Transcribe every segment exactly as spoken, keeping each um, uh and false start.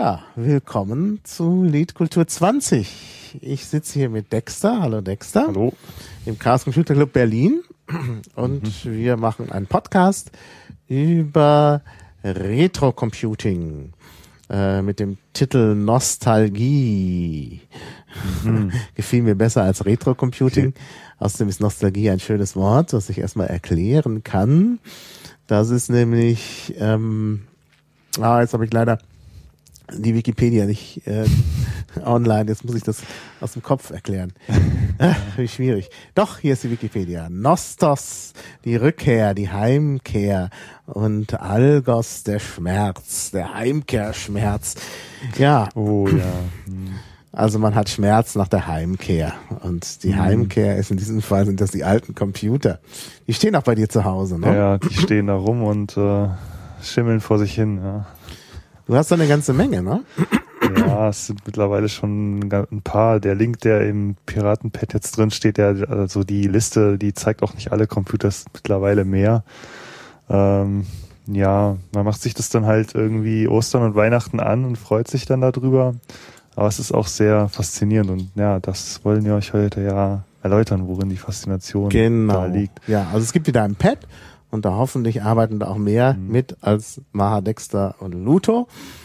Ja, willkommen zu Liedkultur zwanzig. Ich sitze hier mit Dexter. Hallo Dexter. Hallo. Im Chaos Computer Club Berlin. Und mhm. wir machen einen Podcast über Retro-Computing äh, mit dem Titel Nostalgie. Mhm. Gefiel mir besser als Retro-Computing. Okay. Außerdem ist Nostalgie ein schönes Wort, das ich erstmal erklären kann. Das ist nämlich, ähm, ah, jetzt habe ich leider die Wikipedia nicht äh, online, jetzt muss ich das aus dem Kopf erklären. Ach, wie schwierig. Doch, hier ist die Wikipedia. Nostos, die Rückkehr, die Heimkehr, und Algos, der Schmerz, der Heimkehrschmerz. Ja. Oh ja. Hm. Also man hat Schmerz nach der Heimkehr, und die hm. Heimkehr ist in diesem Fall, sind das die alten Computer. Die stehen auch bei dir zu Hause, ne? Ja, die stehen da rum und äh, schimmeln vor sich hin, ja. Du hast da eine ganze Menge, ne? Ja, es sind mittlerweile schon ein paar. Der Link, der im Piratenpad jetzt drin steht, der, also die Liste, die zeigt auch nicht alle Computer, mittlerweile mehr. Ähm, ja, man macht sich das dann halt irgendwie Ostern und Weihnachten an und freut sich dann darüber. Aber es ist auch sehr faszinierend, und ja, das wollen wir euch heute ja erläutern, worin die Faszination genau. da liegt. Ja, also es gibt wieder ein Pad. Und da hoffentlich arbeiten da auch mehr mhm. mit als Maha, Dexter und Luto.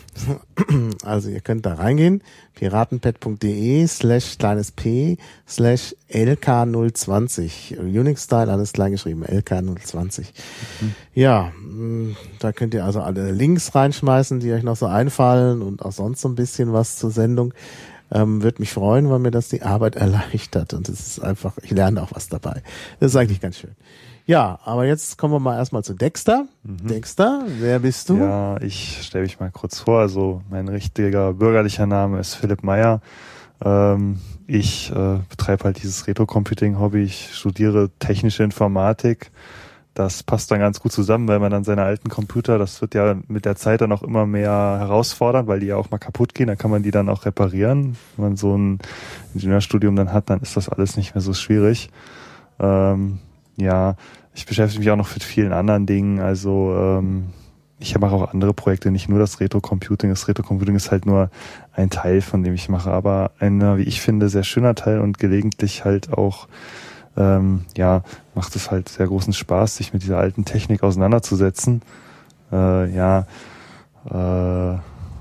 Also ihr könnt da reingehen. piratenpad.de slash kleines p slash lk null zwanzig. Unix-Style, alles klein geschrieben. L K null zwanzig. Mhm. Ja, da könnt ihr also alle Links reinschmeißen, die euch noch so einfallen, und auch sonst so ein bisschen was zur Sendung. Ähm, würde mich freuen, weil mir das die Arbeit erleichtert. Und es ist einfach, ich lerne auch was dabei. Das ist eigentlich ganz schön. Ja, aber jetzt kommen wir mal erstmal zu Dexter. Mhm. Dexter, wer bist du? Ja, ich stelle mich mal kurz vor. Also mein richtiger bürgerlicher Name ist Philipp Meyer. Ähm, ich äh, betreibe halt dieses Retro-Computing-Hobby. Ich studiere technische Informatik. Das passt dann ganz gut zusammen, weil man dann seine alten Computer, das wird ja mit der Zeit dann auch immer mehr herausfordernd, weil die ja auch mal kaputt gehen. Dann kann man die dann auch reparieren. Wenn man so ein Ingenieurstudium dann hat, dann ist das alles nicht mehr so schwierig. Ähm, Ja, ich beschäftige mich auch noch mit vielen anderen Dingen. Also ähm, ich mache auch andere Projekte, nicht nur das Retro-Computing. Das Retro-Computing ist halt nur ein Teil, von dem ich mache, aber ein, wie ich finde, sehr schöner Teil, und gelegentlich halt auch, ähm, ja, macht es halt sehr großen Spaß, sich mit dieser alten Technik auseinanderzusetzen. Äh, ja, äh,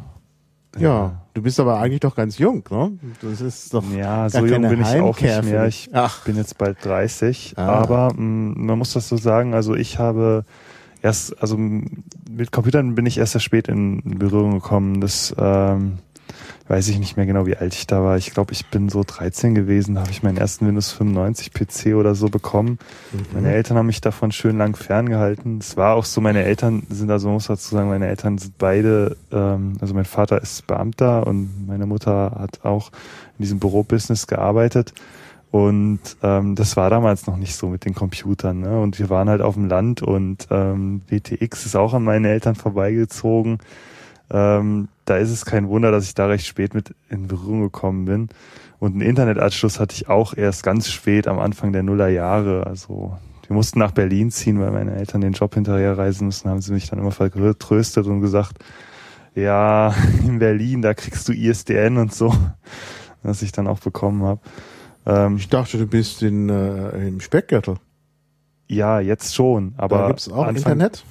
Ja, du bist aber eigentlich doch ganz jung, ne? Das ist doch ja, so jung bin ich auch nicht mehr. Ich Ach. bin jetzt bald dreißig, ah. aber mh, man muss das so sagen, also ich habe erst, also mit Computern bin ich erst sehr spät in Berührung gekommen. Das ähm, weiß ich nicht mehr genau, wie alt ich da war. Ich glaube, ich bin so dreizehn gewesen, da habe ich meinen ersten Windows fünfundneunzig P C oder so bekommen. Mhm. Meine Eltern haben mich davon schön lang ferngehalten. Es war auch so, meine Eltern sind, also man muss dazu sagen, meine Eltern sind beide, ähm, also mein Vater ist Beamter und meine Mutter hat auch in diesem Bürobusiness gearbeitet. Und ähm, das war damals noch nicht so mit den Computern, ne? Und wir waren halt auf dem Land, und ähm, W T X ist auch an meinen Eltern vorbeigezogen. Ähm, da ist es kein Wunder, dass ich da recht spät mit in Berührung gekommen bin. Und einen Internetanschluss hatte ich auch erst ganz spät am Anfang der Nullerjahre. Also wir mussten nach Berlin ziehen, weil meine Eltern den Job hinterher reisen mussten. Haben sie mich dann immer vertröstet und gesagt, ja, in Berlin, da kriegst du I S D N und so, was ich dann auch bekommen habe. Ähm, ich dachte, du bist in, äh, im Speckgürtel. Ja, jetzt schon. Aber da gibt's auch Anfang, Internet?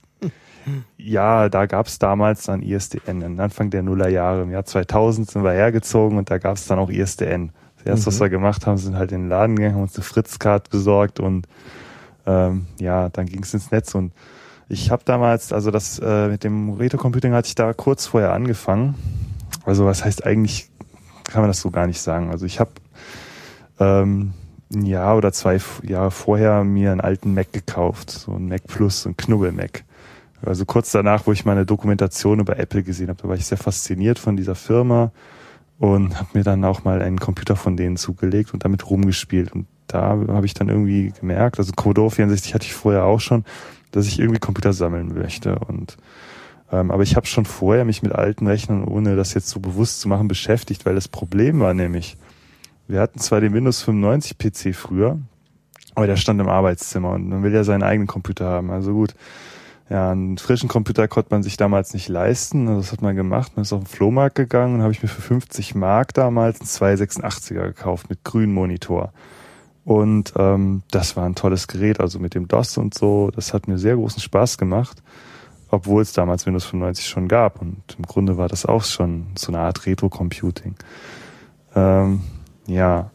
Ja, da gab's damals dann I S D N. Anfang der Nullerjahre, im Jahr zweitausend sind wir hergezogen, und da gab's dann auch I S D N. Das erste, mhm. was wir gemacht haben, sind halt in den Laden gegangen, haben uns eine Fritz-Card besorgt, und ähm, ja, dann ging's ins Netz. Und ich habe damals, also das äh, mit dem Retro-Computing hatte ich da kurz vorher angefangen. Also was heißt eigentlich, kann man das so gar nicht sagen. Also ich habe ähm, ein Jahr oder zwei Jahre vorher mir einen alten Mac gekauft, so ein Mac Plus, so ein Knubbel-Mac. Also kurz danach, wo ich meine Dokumentation über Apple gesehen habe, da war ich sehr fasziniert von dieser Firma und habe mir dann auch mal einen Computer von denen zugelegt und damit rumgespielt. Und da habe ich dann irgendwie gemerkt, also Commodore vierundsechzig hatte ich vorher auch schon, dass ich irgendwie Computer sammeln möchte. Und ähm, aber ich habe schon vorher mich mit alten Rechnern, ohne das jetzt so bewusst zu machen, beschäftigt, weil das Problem war nämlich, wir hatten zwar den Windows fünfundneunzig P C früher, aber der stand im Arbeitszimmer, und man will ja seinen eigenen Computer haben. Also gut, Ja, einen frischen Computer konnte man sich damals nicht leisten. Also das hat man gemacht. Man ist auf den Flohmarkt gegangen und habe ich mir für fünfzig Mark damals einen zweihundertsechsundachtziger gekauft mit grünem Monitor. Und ähm, das war ein tolles Gerät, also mit dem DOS und so. Das hat mir sehr großen Spaß gemacht, obwohl es damals Windows fünfundneunzig schon gab. Und im Grunde war das auch schon so eine Art Retro-Computing. Ähm, ja.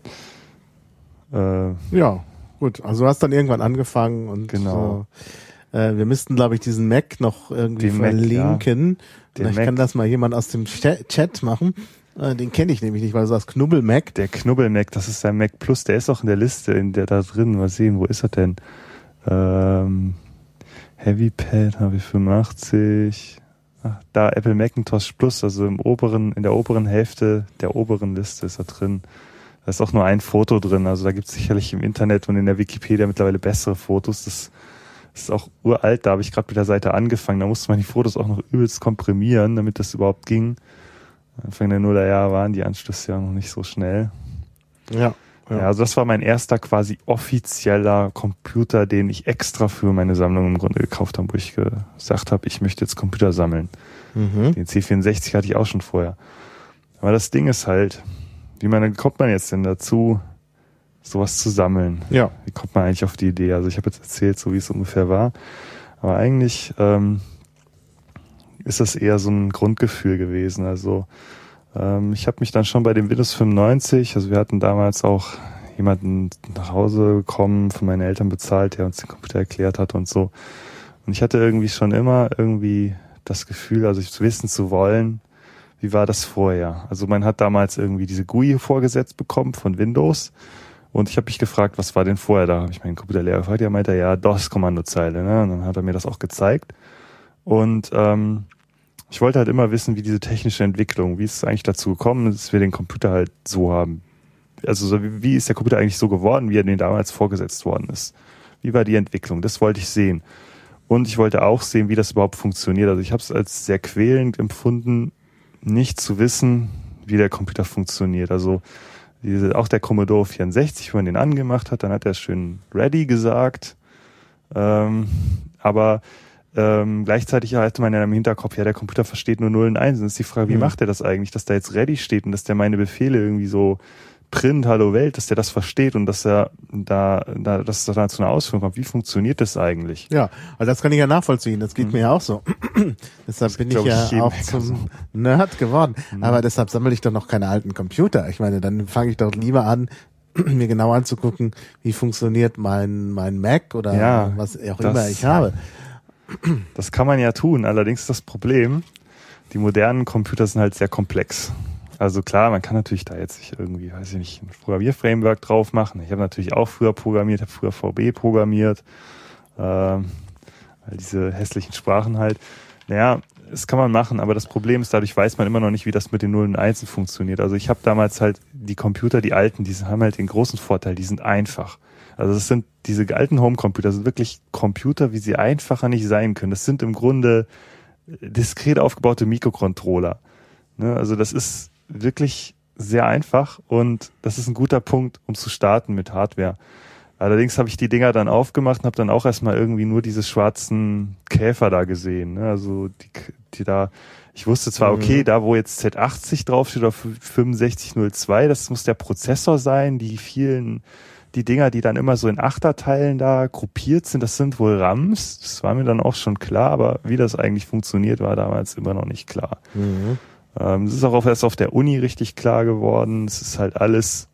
Äh, ja, gut. Also du hast dann irgendwann angefangen und genau. So, äh, wir müssten, glaube ich, diesen Mac noch irgendwie Den verlinken. Mac, ja. Vielleicht Mac. Kann das mal jemand aus dem Chat machen. Äh, den kenne ich nämlich nicht, weil du sagst Knubbel-Mac. Der Knubbel-Mac, das ist der Mac Plus. Der ist auch in der Liste, in der da drin. Mal sehen, wo ist er denn? Ähm, HeavyPad habe ich fünfundachtzig. Ach, da Apple Macintosh Plus, also im oberen, in der oberen Hälfte der oberen Liste ist er drin. Da ist auch nur ein Foto drin. Also da gibt es sicherlich im Internet und in der Wikipedia mittlerweile bessere Fotos. Das ist auch uralt. Da habe ich gerade mit der Seite angefangen. Da musste man die Fotos auch noch übelst komprimieren, damit das überhaupt ging. Anfang der Nullerjahre waren die Anschlüsse ja noch nicht so schnell. Ja, ja. Ja, also das war mein erster quasi offizieller Computer, den ich extra für meine Sammlung im Grunde gekauft habe, wo ich gesagt habe, ich möchte jetzt Computer sammeln. Mhm. Den C vierundsechzig hatte ich auch schon vorher. Aber das Ding ist halt, wie man, kommt man jetzt denn dazu, sowas zu sammeln? Ja. Wie kommt man eigentlich auf die Idee? Also ich habe jetzt erzählt, so wie es ungefähr war. Aber eigentlich ähm, ist das eher so ein Grundgefühl gewesen. Also ähm, ich habe mich dann schon bei dem Windows fünfundneunzig, also wir hatten damals auch jemanden nach Hause gekommen, von meinen Eltern bezahlt, der uns den Computer erklärt hat und so. Und ich hatte irgendwie schon immer irgendwie das Gefühl, also zu wissen zu wollen, wie war das vorher? Also man hat damals irgendwie diese G U I vorgesetzt bekommen von Windows und ich habe mich gefragt, was war denn vorher? Da habe ich meinen Computerlehrer gefragt, der meinte, ja, DOS-Kommandozeile. Ne? Und dann hat er mir das auch gezeigt. Und ähm, ich wollte halt immer wissen, wie diese technische Entwicklung, wie ist es eigentlich dazu gekommen, dass wir den Computer halt so haben. Also so, wie ist der Computer eigentlich so geworden, wie er den damals vorgesetzt worden ist? Wie war die Entwicklung? Das wollte ich sehen. Und ich wollte auch sehen, wie das überhaupt funktioniert. Also ich habe es als sehr quälend empfunden, nicht zu wissen, wie der Computer funktioniert. Also diese, auch der Commodore vierundsechzig, wenn man den angemacht hat, dann hat er schön ready gesagt. Ähm, aber ähm, gleichzeitig hatte man ja im Hinterkopf, ja, der Computer versteht nur Nullen und Einsen. Das ist die Frage, wie hm. macht er das eigentlich, dass da jetzt ready steht und dass der meine Befehle irgendwie so Print, Hallo Welt, dass der das versteht und dass er da, da dass da zu einer Ausführung kommt. Wie funktioniert das eigentlich? Ja, also das kann ich ja nachvollziehen. Das geht mhm. mir ja auch so. Deshalb das bin ich ja ich auch zum so. Nerd geworden. Mhm. Aber deshalb sammle ich doch noch keine alten Computer. Ich meine, dann fange ich doch lieber an, mir genau anzugucken, wie funktioniert mein mein Mac oder ja, was auch immer ich habe. Das kann man ja tun. Allerdings ist das Problem, die modernen Computer sind halt sehr komplex. Also klar, man kann natürlich da jetzt nicht irgendwie, weiß ich nicht, ein Programmierframework drauf machen. Ich habe natürlich auch früher programmiert, habe früher V B programmiert, ähm, weil diese hässlichen Sprachen halt. Naja, das kann man machen, aber das Problem ist, dadurch weiß man immer noch nicht, wie das mit den Nullen und Einsen funktioniert. Also ich habe damals halt die Computer, die alten, die haben halt den großen Vorteil, die sind einfach. Also das sind diese alten Homecomputer, sind wirklich Computer, wie sie einfacher nicht sein können. Das sind im Grunde diskret aufgebaute Mikrocontroller. Ne? Also das ist wirklich sehr einfach und das ist ein guter Punkt, um zu starten mit Hardware. Allerdings habe ich die Dinger dann aufgemacht und habe dann auch erstmal irgendwie nur diese schwarzen Käfer da gesehen. Ne? Also die, die da, ich wusste zwar, okay, mhm. da wo jetzt Z achtzig draufsteht oder fünfundsechzig null zwei, das muss der Prozessor sein, die vielen, die Dinger, die dann immer so in Achterteilen da gruppiert sind, das sind wohl RAMs. Das war mir dann auch schon klar, aber wie das eigentlich funktioniert, war damals immer noch nicht klar. Mhm. Es ist auch erst auf der Uni richtig klar geworden. Es ist halt alles,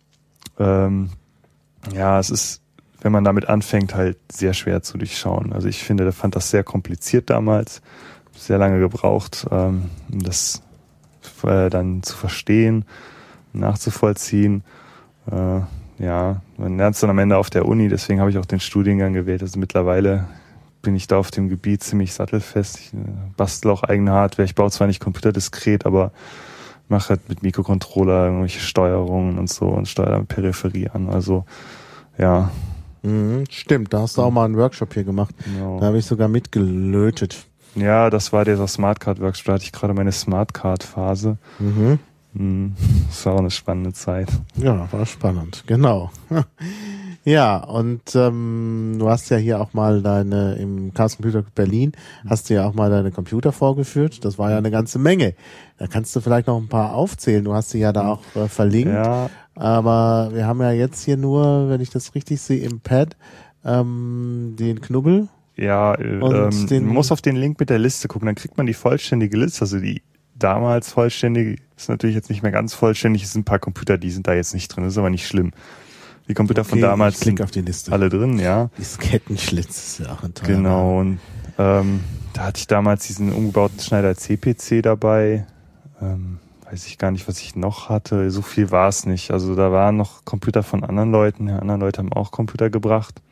ähm, ja, es ist, wenn man damit anfängt, halt sehr schwer zu durchschauen. Also ich finde, der fand das sehr kompliziert damals, sehr lange gebraucht, ähm, um das äh, dann zu verstehen, nachzuvollziehen. Äh, ja, man lernt es dann am Ende auf der Uni, deswegen habe ich auch den Studiengang gewählt. Also mittlerweile bin ich da auf dem Gebiet ziemlich sattelfest. Ich bastel auch eigene Hardware. Ich baue zwar nicht computerdiskret, aber mache halt mit Mikrocontroller irgendwelche Steuerungen und so und steuere dann Peripherie an. Also, ja. Mhm, stimmt, da hast du auch mal einen Workshop hier gemacht. Genau. Da habe ich sogar mitgelötet. Ja, das war dieser Smartcard-Workshop. Da hatte ich gerade meine Smartcard-Phase. Mhm. Das war auch eine spannende Zeit. Ja, war spannend, genau. Ja, und ähm, du hast ja hier auch mal deine, im Chaos Computer Berlin, hast du ja auch mal deine Computer vorgeführt. Das war ja eine ganze Menge. Da kannst du vielleicht noch ein paar aufzählen. Du hast sie ja da auch äh, verlinkt. Ja. Aber wir haben ja jetzt hier nur, wenn ich das richtig sehe, im Pad ähm, den Knubbel. Ja, ähm, den, man muss auf den Link mit der Liste gucken, dann kriegt man die vollständige Liste. Also die damals vollständige ist natürlich jetzt nicht mehr ganz vollständig. Es sind ein paar Computer, die sind da jetzt nicht drin. Das ist aber nicht schlimm. Die Computer okay, von damals sind auf die Liste. alle drin, ja. Diskettenschlitz ist ja auch ein toller Genau, und ähm, da hatte ich damals diesen umgebauten Schneider C P C dabei. Ähm, weiß ich gar nicht, was ich noch hatte. So viel war es nicht. Also da waren noch Computer von anderen Leuten. Ja, andere Leute haben auch Computer gebracht.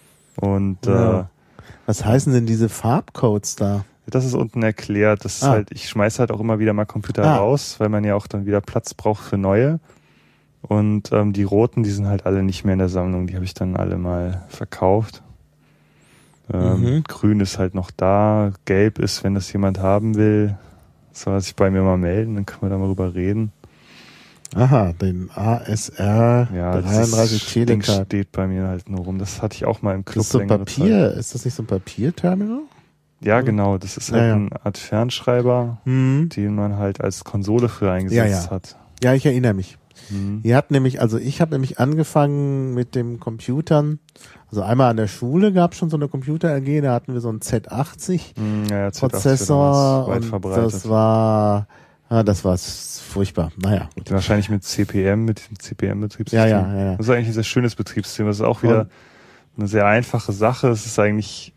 Und ja. äh, was heißen denn diese Farbcodes da? Das ist unten erklärt. Das ist ah. halt, ich schmeiße halt auch immer wieder mal Computer ah. raus, weil man ja auch dann wieder Platz braucht für neue. Und ähm, die roten, die sind halt alle nicht mehr in der Sammlung. Die habe ich dann alle mal verkauft. Ähm, mhm. Grün ist halt noch da. Gelb ist, wenn das jemand haben will, soll er sich bei mir mal melden. Dann können wir da mal drüber reden. Aha, den A S R ja, dreiunddreißig Telecard. Das steht bei mir halt nur rum. Das hatte ich auch mal im Club. Das ist so Papier. Zeit. Ist das nicht so ein Papierterminal? Ja, genau. Das ist halt ja, ja. eine Art Fernschreiber, mhm. den man halt als Konsole früher eingesetzt ja, ja. hat. Ja, ich erinnere mich. Mhm. Ihr habt nämlich, also ich habe nämlich angefangen mit dem Computern, also einmal an der Schule gab es schon so eine Computer-A G, da hatten wir so einen Z achtzig mhm, ja, ja, Prozessor weit und verbreitet. das war, ah, das war furchtbar, naja. Gut. Wahrscheinlich mit C P M, mit dem C P M-Betriebssystem. Ja, ja, ja, ja. Das ist eigentlich ein sehr schönes Betriebssystem, das ist auch wieder und eine sehr einfache Sache, es ist eigentlich,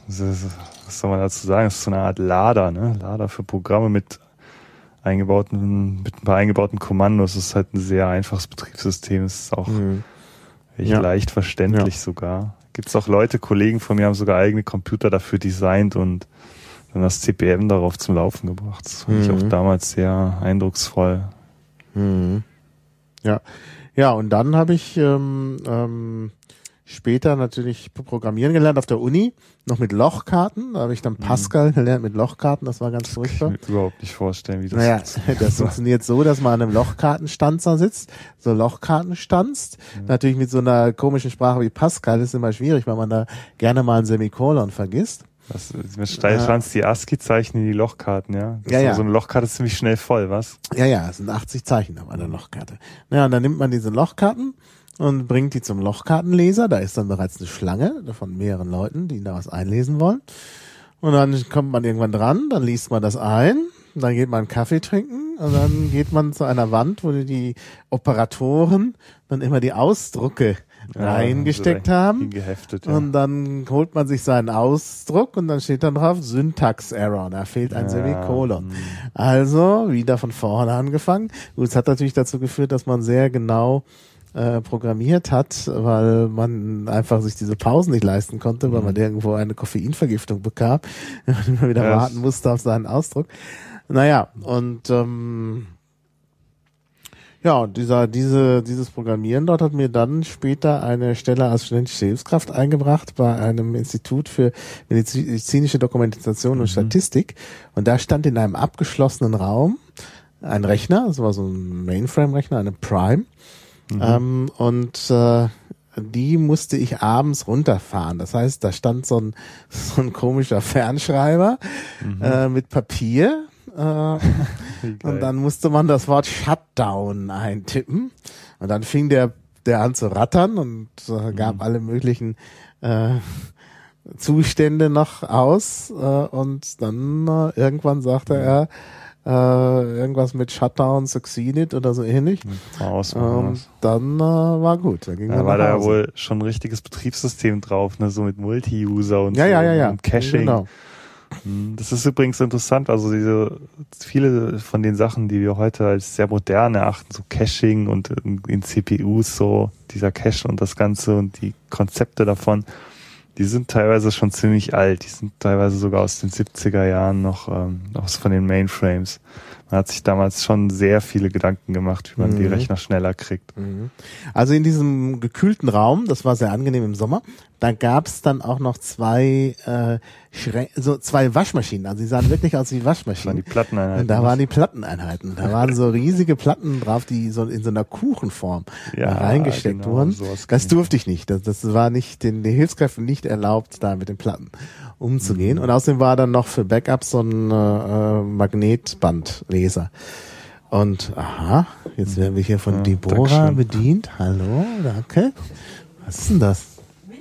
was soll man dazu sagen, es ist so eine Art Lader, ne, Lader für Programme mit eingebauten, mit ein paar eingebauten Kommandos. Es ist halt ein sehr einfaches Betriebssystem. Es ist auch mhm. echt ja. leicht verständlich ja. sogar. Gibt es auch Leute, Kollegen von mir haben sogar eigene Computer dafür designt und dann das C P M darauf zum Laufen gebracht. Das fand mhm. ich auch damals sehr eindrucksvoll. Mhm. Ja, ja, und dann habe ich ähm, ähm, später natürlich programmieren gelernt auf der Uni, noch mit Lochkarten. Da habe ich dann Pascal mhm. gelernt mit Lochkarten, das war ganz das furchtbar. Kann ich mir überhaupt nicht vorstellen, wie das naja, funktioniert. das funktioniert so, dass man an einem Lochkartenstanzer sitzt, so Lochkarten stanzt. Mhm. Natürlich mit so einer komischen Sprache wie Pascal ist immer schwierig, weil man da gerne mal ein Semikolon vergisst. Das, mit Steilschwanz die ASCII-Zeichen in die Lochkarten, ja? Das ja, ist ja. So eine Lochkarte ist ziemlich schnell voll, was? Ja, ja, es sind achtzig Zeichen auf einer Lochkarte. Naja, und dann nimmt man diese Lochkarten und bringt die zum Lochkartenleser. Da ist dann bereits eine Schlange von mehreren Leuten, die da was einlesen wollen. Und dann kommt man irgendwann dran, dann liest man das ein, dann geht man Kaffee trinken und dann geht man zu einer Wand, wo die Operatoren dann immer die Ausdrucke ja, reingesteckt also haben. Geheftet, ja. Und dann holt man sich seinen Ausdruck und dann steht dann drauf Syntax-Error, da fehlt ein ja, Semikolon. Mh. Also wieder von vorne angefangen. Gut, es hat natürlich dazu geführt, dass man sehr genau Äh, programmiert hat, weil man einfach sich diese Pausen nicht leisten konnte, weil man irgendwo eine Koffeinvergiftung bekam und immer wieder ja, warten musste auf seinen Ausdruck. Naja, und ähm, ja, und dieser, diese, dieses Programmieren dort hat mir dann später eine Stelle als studentische Hilfskraft eingebracht bei einem Institut für medizinische Dokumentation und mhm. Statistik. Und da stand in einem abgeschlossenen Raum ein Rechner, das war so ein Mainframe-Rechner, eine Prime. Mhm. Ähm, und äh, die musste ich abends runterfahren. Das heißt, da stand so ein, so ein komischer Fernschreiber mhm. äh, mit Papier. Äh, und dann musste man das Wort Shutdown eintippen. Und dann fing der, der an zu rattern und äh, gab mhm. alle möglichen äh, Zustände noch aus. Äh, und dann äh, irgendwann sagte mhm. er, Äh, irgendwas mit Shutdown succeeded oder so ähnlich. Und dann äh, war gut. Da ging da war da ja wohl schon ein richtiges Betriebssystem drauf, ne, so mit Multi-User und ja, so ja, ja, ja. und Caching. Genau. Das ist übrigens interessant, also diese viele von den Sachen, die wir heute als sehr modern erachten, so Caching und in, in C P Us so dieser Cache und das Ganze und die Konzepte davon, die sind teilweise schon ziemlich alt. Die sind teilweise sogar aus den siebziger Jahren noch ähm, aus von den Mainframes. Man hat sich damals schon sehr viele Gedanken gemacht, wie man mhm. die Rechner schneller kriegt. Mhm. Also in diesem gekühlten Raum, das war sehr angenehm im Sommer, da gab's dann auch noch zwei äh, Schrä- so zwei Waschmaschinen. Also die sahen wirklich aus wie Waschmaschinen. Das waren die Platteneinheiten. Und da waren die Platteneinheiten. Da waren so riesige Platten drauf, die so in so einer Kuchenform ja, reingesteckt genau, wurden. Das durfte ich nicht. Das, das war nicht den, den Hilfskräften nicht erlaubt, da mit den Platten umzugehen. Mhm. Und außerdem war dann noch für Backup so ein äh, Magnetbandleser. Und aha, jetzt werden wir hier von ja, Deborah Dankeschön. bedient. Hallo, danke. Was ist denn das?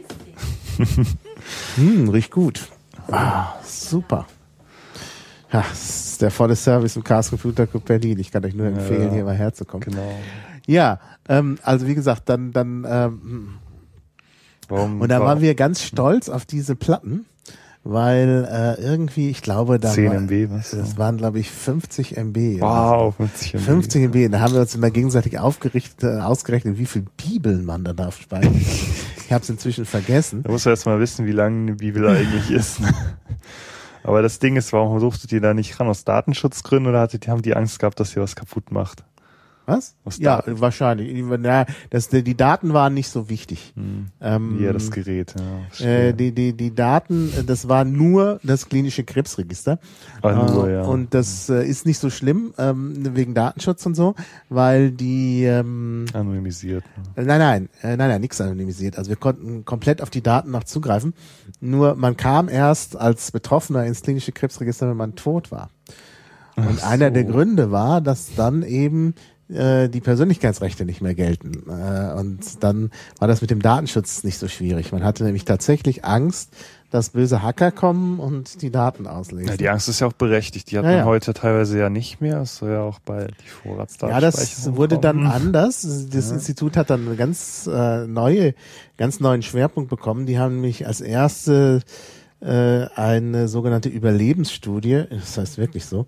hm, riecht gut. Ah, super. Ja, das ist der volle Service im Chaos Computer Club Berlin. Ich kann euch nur empfehlen, ja, hier mal herzukommen. Genau. Ja, ähm, also wie gesagt, dann, dann ähm, Warum, und da warum? waren wir ganz stolz auf diese Platten, weil äh, irgendwie, ich glaube, da zehn war, Megabyte, was? das waren, glaube ich, fünfzig Megabyte. Wow, fünfzig Megabyte. fünfzig Megabyte. Da haben wir uns immer gegenseitig aufgerichtet, äh, ausgerechnet, wie viel Bibeln man da darf speichern. Ich habe es inzwischen vergessen. Da musst du erst mal wissen, wie lang eine Bibel eigentlich ist. Aber das Ding ist, warum durftet ihr da nicht ran? Aus Datenschutzgründen oder hattet, haben die Angst gehabt, dass ihr was kaputt macht? Was? Was ja, Daten? wahrscheinlich. Ja, das, die Daten waren nicht so wichtig. Hm. Ähm, ja, das Gerät. Ja, äh, die, die, die Daten, das war nur das klinische Krebsregister. Ah, nur, äh, ja. Und das äh, ist nicht so schlimm, ähm, wegen Datenschutz und so, weil die... Ähm, anonymisiert. Ne? Nein, nein, äh, nein, nein, nichts anonymisiert. Also wir konnten komplett auf die Daten noch zugreifen. Nur man kam erst als Betroffener ins klinische Krebsregister, wenn man tot war. Und Ach einer so. der Gründe war, dass dann eben die Persönlichkeitsrechte nicht mehr gelten. Und dann war das mit dem Datenschutz nicht so schwierig. Man hatte nämlich tatsächlich Angst, dass böse Hacker kommen und die Daten auslesen. Ja, die Angst ist ja auch berechtigt. Die hat ja, man ja. heute teilweise ja nicht mehr. Es soll ja auch bei die Vorratsdatenspeicherung Ja, das wurde kommen. dann anders. Das ja. Institut hat dann eine ganz äh, neue, ganz neuen Schwerpunkt bekommen. Die haben nämlich als erste äh, eine sogenannte Überlebensstudie, das heißt wirklich so,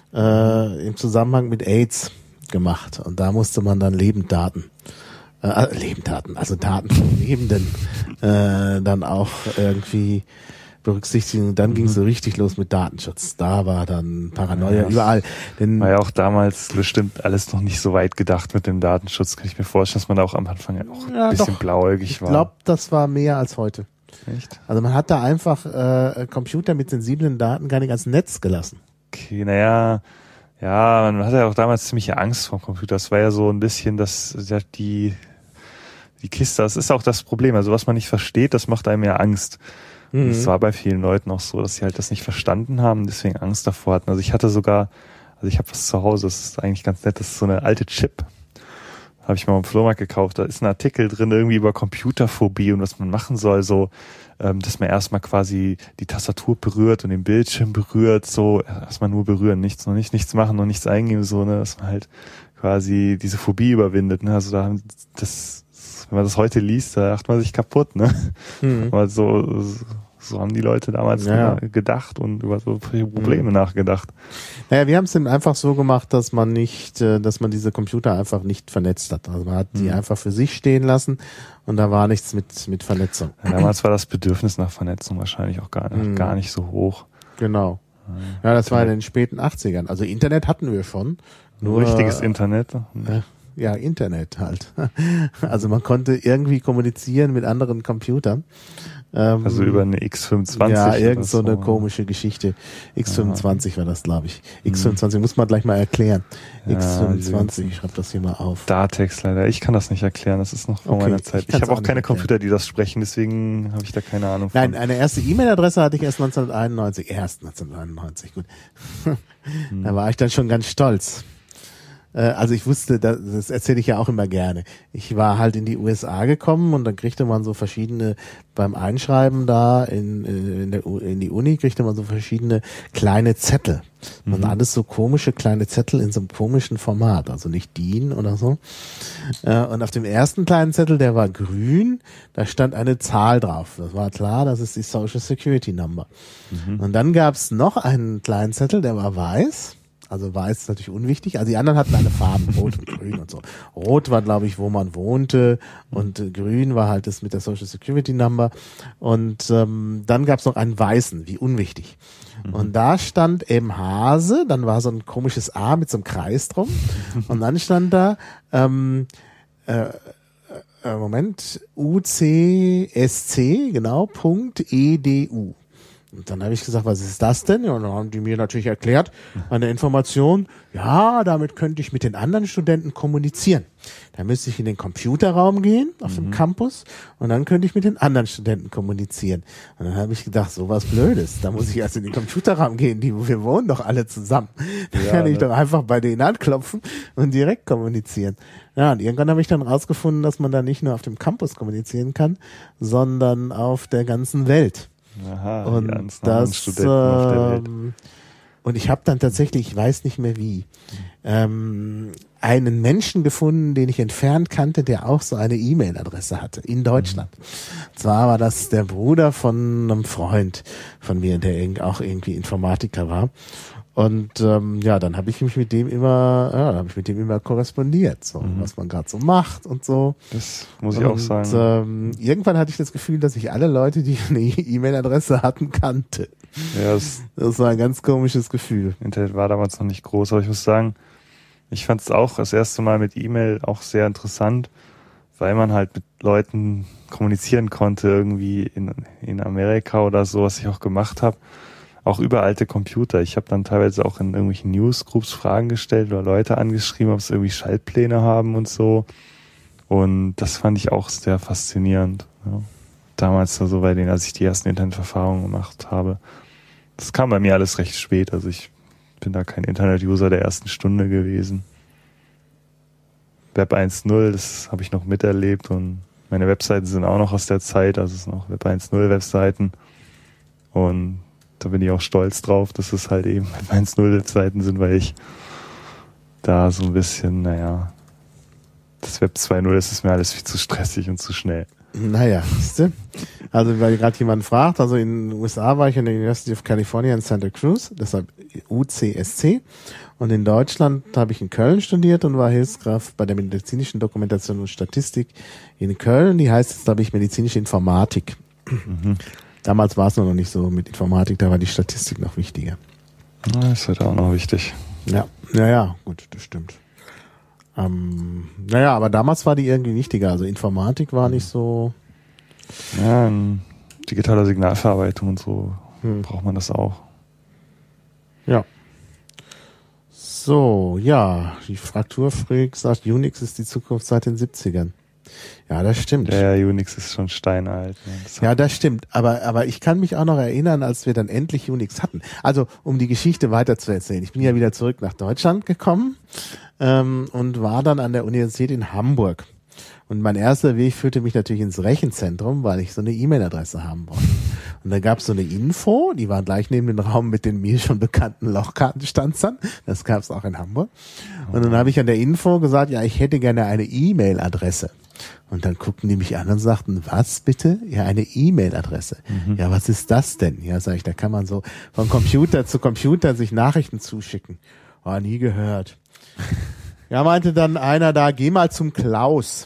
äh, im Zusammenhang mit AIDS gemacht. Und da musste man dann Lebenddaten, äh, Lebenddaten, also Daten von Lebenden, äh, dann auch irgendwie berücksichtigen. Und dann mhm. ging es so richtig los mit Datenschutz. Da war dann Paranoia ja, überall. Denn war ja auch damals bestimmt alles noch nicht so weit gedacht mit dem Datenschutz. Kann ich mir vorstellen, dass man da auch am Anfang auch ein ja, bisschen doch. blauäugig ich war. Ich glaube, das war mehr als heute. Echt? Also man hat da einfach äh, Computer mit sensiblen Daten gar nicht ans Netz gelassen. Okay, naja, ja, man hatte ja auch damals ziemliche Angst vor dem Computer. Es war ja so ein bisschen, dass ja, die die Kiste, das ist auch das Problem. Also was man nicht versteht, das macht einem ja Angst. Mhm. Und es war bei vielen Leuten auch so, dass sie halt das nicht verstanden haben, deswegen Angst davor hatten. Also ich hatte sogar, also ich habe was zu Hause, das ist eigentlich ganz nett, das ist so eine alte Chip. Habe ich mal im Flohmarkt gekauft. Da ist ein Artikel drin irgendwie über Computerphobie und was man machen soll, so, ähm, dass man erstmal quasi die Tastatur berührt und den Bildschirm berührt, so erstmal nur berühren, nichts noch nicht, nichts machen, noch nichts eingeben, so, ne, dass man halt quasi diese Phobie überwindet, ne. Also da haben das, wenn man das heute liest, da macht man sich kaputt, ne. Mhm. Aber so, so haben die Leute damals ja. gedacht und über so Probleme mhm. nachgedacht. Naja, wir haben es eben einfach so gemacht, dass man nicht, dass man diese Computer einfach nicht vernetzt hat. Also man hat die mhm. einfach für sich stehen lassen und da war nichts mit mit Vernetzung. Ja, damals war das Bedürfnis nach Vernetzung wahrscheinlich auch gar nicht, mhm. gar nicht so hoch. Genau. Ja, das war in den späten achtzigern. Also Internet hatten wir schon. Nur richtiges Internet. Äh, ja, Internet halt. Also man konnte irgendwie kommunizieren mit anderen Computern. Ähm, also über eine X fünfundzwanzig. Ja, irgend so eine komische Geschichte. X fünfundzwanzig ja. war das, glaube ich. X fünfundzwanzig muss man gleich mal erklären. Ja, X fünfundzwanzig, ich schreibe das hier mal auf. Datex leider. Ich kann das nicht erklären. Das ist noch vor okay, meiner Zeit. Ich, ich habe auch keine erklären. Computer, die das sprechen, deswegen habe ich da keine Ahnung von. Nein, eine erste E-Mail-Adresse hatte ich erst neunzehnhunderteinundneunzig. Erst neunzehnhunderteinundneunzig, gut. Hm. Da war ich dann schon ganz stolz. Also ich wusste, das erzähle ich ja auch immer gerne. Ich war halt in die U S A gekommen und dann kriegte man so verschiedene, beim Einschreiben da in, in, der, in die Uni kriegte man so verschiedene kleine Zettel. Mhm. Und alles so komische kleine Zettel in so einem komischen Format, also nicht D I N oder so. Und auf dem ersten kleinen Zettel, der war grün, da stand eine Zahl drauf. Das war klar, das ist die Social Security Number. Mhm. Und dann gab's noch einen kleinen Zettel, der war weiß. Also weiß ist natürlich unwichtig. Also die anderen hatten eine Farben, rot und grün und so. Rot war, glaube ich, wo man wohnte und äh, grün war halt das mit der Social Security Number. Und ähm, dann gab es noch einen weißen, wie unwichtig. Mhm. Und da stand eben Hase, dann war so ein komisches A mit so einem Kreis drum. Und dann stand da ähm, äh, äh, Moment, U C S C, genau, Punkt E D U. Und dann habe ich gesagt, was ist das denn? Ja, und dann haben die mir natürlich erklärt, eine Information, ja, damit könnte ich mit den anderen Studenten kommunizieren. Da müsste ich in den Computerraum gehen, auf mhm. dem Campus, und dann könnte ich mit den anderen Studenten kommunizieren. Und dann habe ich gedacht, so was Blödes, da muss ich erst in den Computerraum gehen, die, wir wohnen doch alle zusammen. Da ja, kann ich ne? doch einfach bei denen anklopfen und direkt kommunizieren. Ja, und irgendwann habe ich dann rausgefunden, dass man da nicht nur auf dem Campus kommunizieren kann, sondern auf der ganzen Welt. Aha, und die ganzen das, Studenten auf der Welt. Ähm, und ich habe dann tatsächlich, ich weiß nicht mehr wie, ähm, einen Menschen gefunden, den ich entfernt kannte, der auch so eine E-Mail-Adresse hatte in Deutschland. Mhm. Zwar war das der Bruder von einem Freund von mir, der auch irgendwie Informatiker war. Und ähm, ja, dann habe ich mich mit dem immer, ja, habe ich mit dem immer korrespondiert, so mhm. was man gerade so macht und so. Das muss ich und, auch sagen. Ähm, irgendwann hatte ich das Gefühl, dass ich alle Leute, die eine E-Mail-Adresse hatten, kannte. Ja, das, das war ein ganz komisches Gefühl. Internet war damals noch nicht groß, aber ich muss sagen, ich fand es auch das erste Mal mit E-Mail auch sehr interessant, weil man halt mit Leuten kommunizieren konnte, irgendwie in, in Amerika oder so, was ich auch gemacht habe. Auch über alte Computer. Ich habe dann teilweise auch in irgendwelchen Newsgroups Fragen gestellt oder Leute angeschrieben, ob sie irgendwie Schaltpläne haben und so. Und das fand ich auch sehr faszinierend. Ja. Damals so bei denen, als ich die ersten Interneterfahrungen gemacht habe. Das kam bei mir alles recht spät. Also ich bin da kein Internet-User der ersten Stunde gewesen. Web eins Punkt null, das habe ich noch miterlebt und meine Webseiten sind auch noch aus der Zeit. Also es sind noch Web eins Punkt null Webseiten. Und da bin ich auch stolz drauf, dass es halt eben Web eins Punkt null Seiten sind, weil ich da so ein bisschen, naja, das Web zwei Punkt null ist, ist mir alles viel zu stressig und zu schnell. Naja, siehste? Also weil gerade jemand fragt, also in den U S A war ich in der University of California in Santa Cruz, deshalb U C S C, und in Deutschland habe ich in Köln studiert und war Hilfskraft bei der medizinischen Dokumentation und Statistik in Köln, die heißt jetzt, glaube ich, medizinische Informatik. Mhm. Damals war es noch nicht so mit Informatik, da war die Statistik noch wichtiger. Das ist halt auch noch wichtig. Ja, ja, ja, gut, das stimmt. Ähm, naja, aber damals war die irgendwie wichtiger. Also Informatik war nicht so. Ja, in digitaler Signalverarbeitung und so hm. braucht man das auch. Ja. So, ja, die Frakturfreak sagt, Unix ist die Zukunft seit den siebzigern. Ja, das stimmt. Ja, Unix ist schon steinalt. Ne? Das ja, das stimmt. Aber, aber ich kann mich auch noch erinnern, als wir dann endlich Unix hatten. Also, um die Geschichte weiter zu erzählen. Ich bin ja wieder zurück nach Deutschland gekommen ähm, und war dann an der Universität in Hamburg. Und mein erster Weg führte mich natürlich ins Rechenzentrum, weil ich so eine E-Mail-Adresse haben wollte. Und da gab es so eine Info, die war gleich neben dem Raum mit den mir schon bekannten Lochkartenstanzern. Das gab es auch in Hamburg. Und dann habe ich an der Info gesagt, ja, ich hätte gerne eine E-Mail-Adresse. Und dann guckten die mich an und sagten, was bitte? Ja, eine E-Mail-Adresse. Mhm. Ja, was ist das denn? Ja, sag ich, da kann man so von Computer zu Computer sich Nachrichten zuschicken. Oh, nie gehört. Ja, meinte dann einer da, geh mal zum Klaus.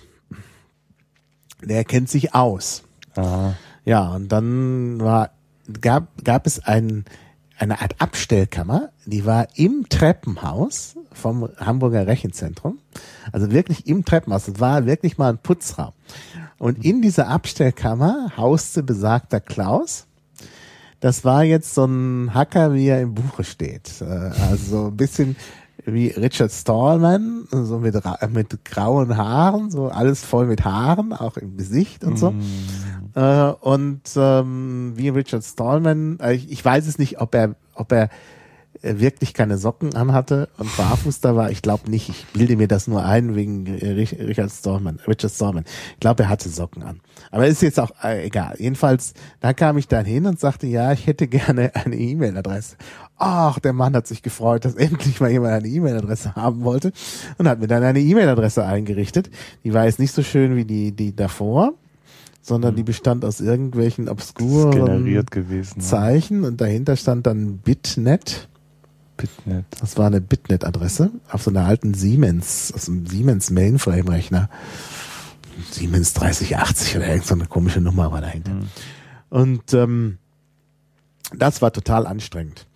Der kennt sich aus. Aha. Ja, und dann war, gab, gab es ein, eine Art Abstellkammer, die war im Treppenhaus vom Hamburger Rechenzentrum. Also wirklich im Treppenhaus. Es war wirklich mal ein Putzraum. Und in dieser Abstellkammer hauste besagter Klaus. Das war jetzt so ein Hacker, wie er im Buche steht. Also ein bisschen wie Richard Stallman, so mit, mit grauen Haaren, so alles voll mit Haaren, auch im Gesicht und so. Mm. Äh, und ähm, wie Richard Stallman, äh, ich, ich weiß es nicht, ob er, ob er wirklich keine Socken anhatte und barfuß da war. Ich glaube nicht. Ich bilde mir das nur ein wegen Richard Stallman, Richard Stallman. Ich glaube, er hatte Socken an. Aber ist jetzt auch äh, egal. Jedenfalls, da kam ich dann hin und sagte, ja, ich hätte gerne eine E-Mail-Adresse. Ach, der Mann hat sich gefreut, dass endlich mal jemand eine E-Mail-Adresse haben wollte und hat mir dann eine E-Mail-Adresse eingerichtet. Die war jetzt nicht so schön wie die, die davor, sondern die bestand aus irgendwelchen obskuren generiert gewesen, Zeichen und dahinter stand dann Bitnet. Bitnet. Das war eine Bitnet-Adresse auf so einer alten Siemens, aus einem Siemens Mainframe-Rechner. Siemens dreißig achtzig oder irgend so eine komische Nummer war dahinter. Mhm. Und ähm, das war total anstrengend.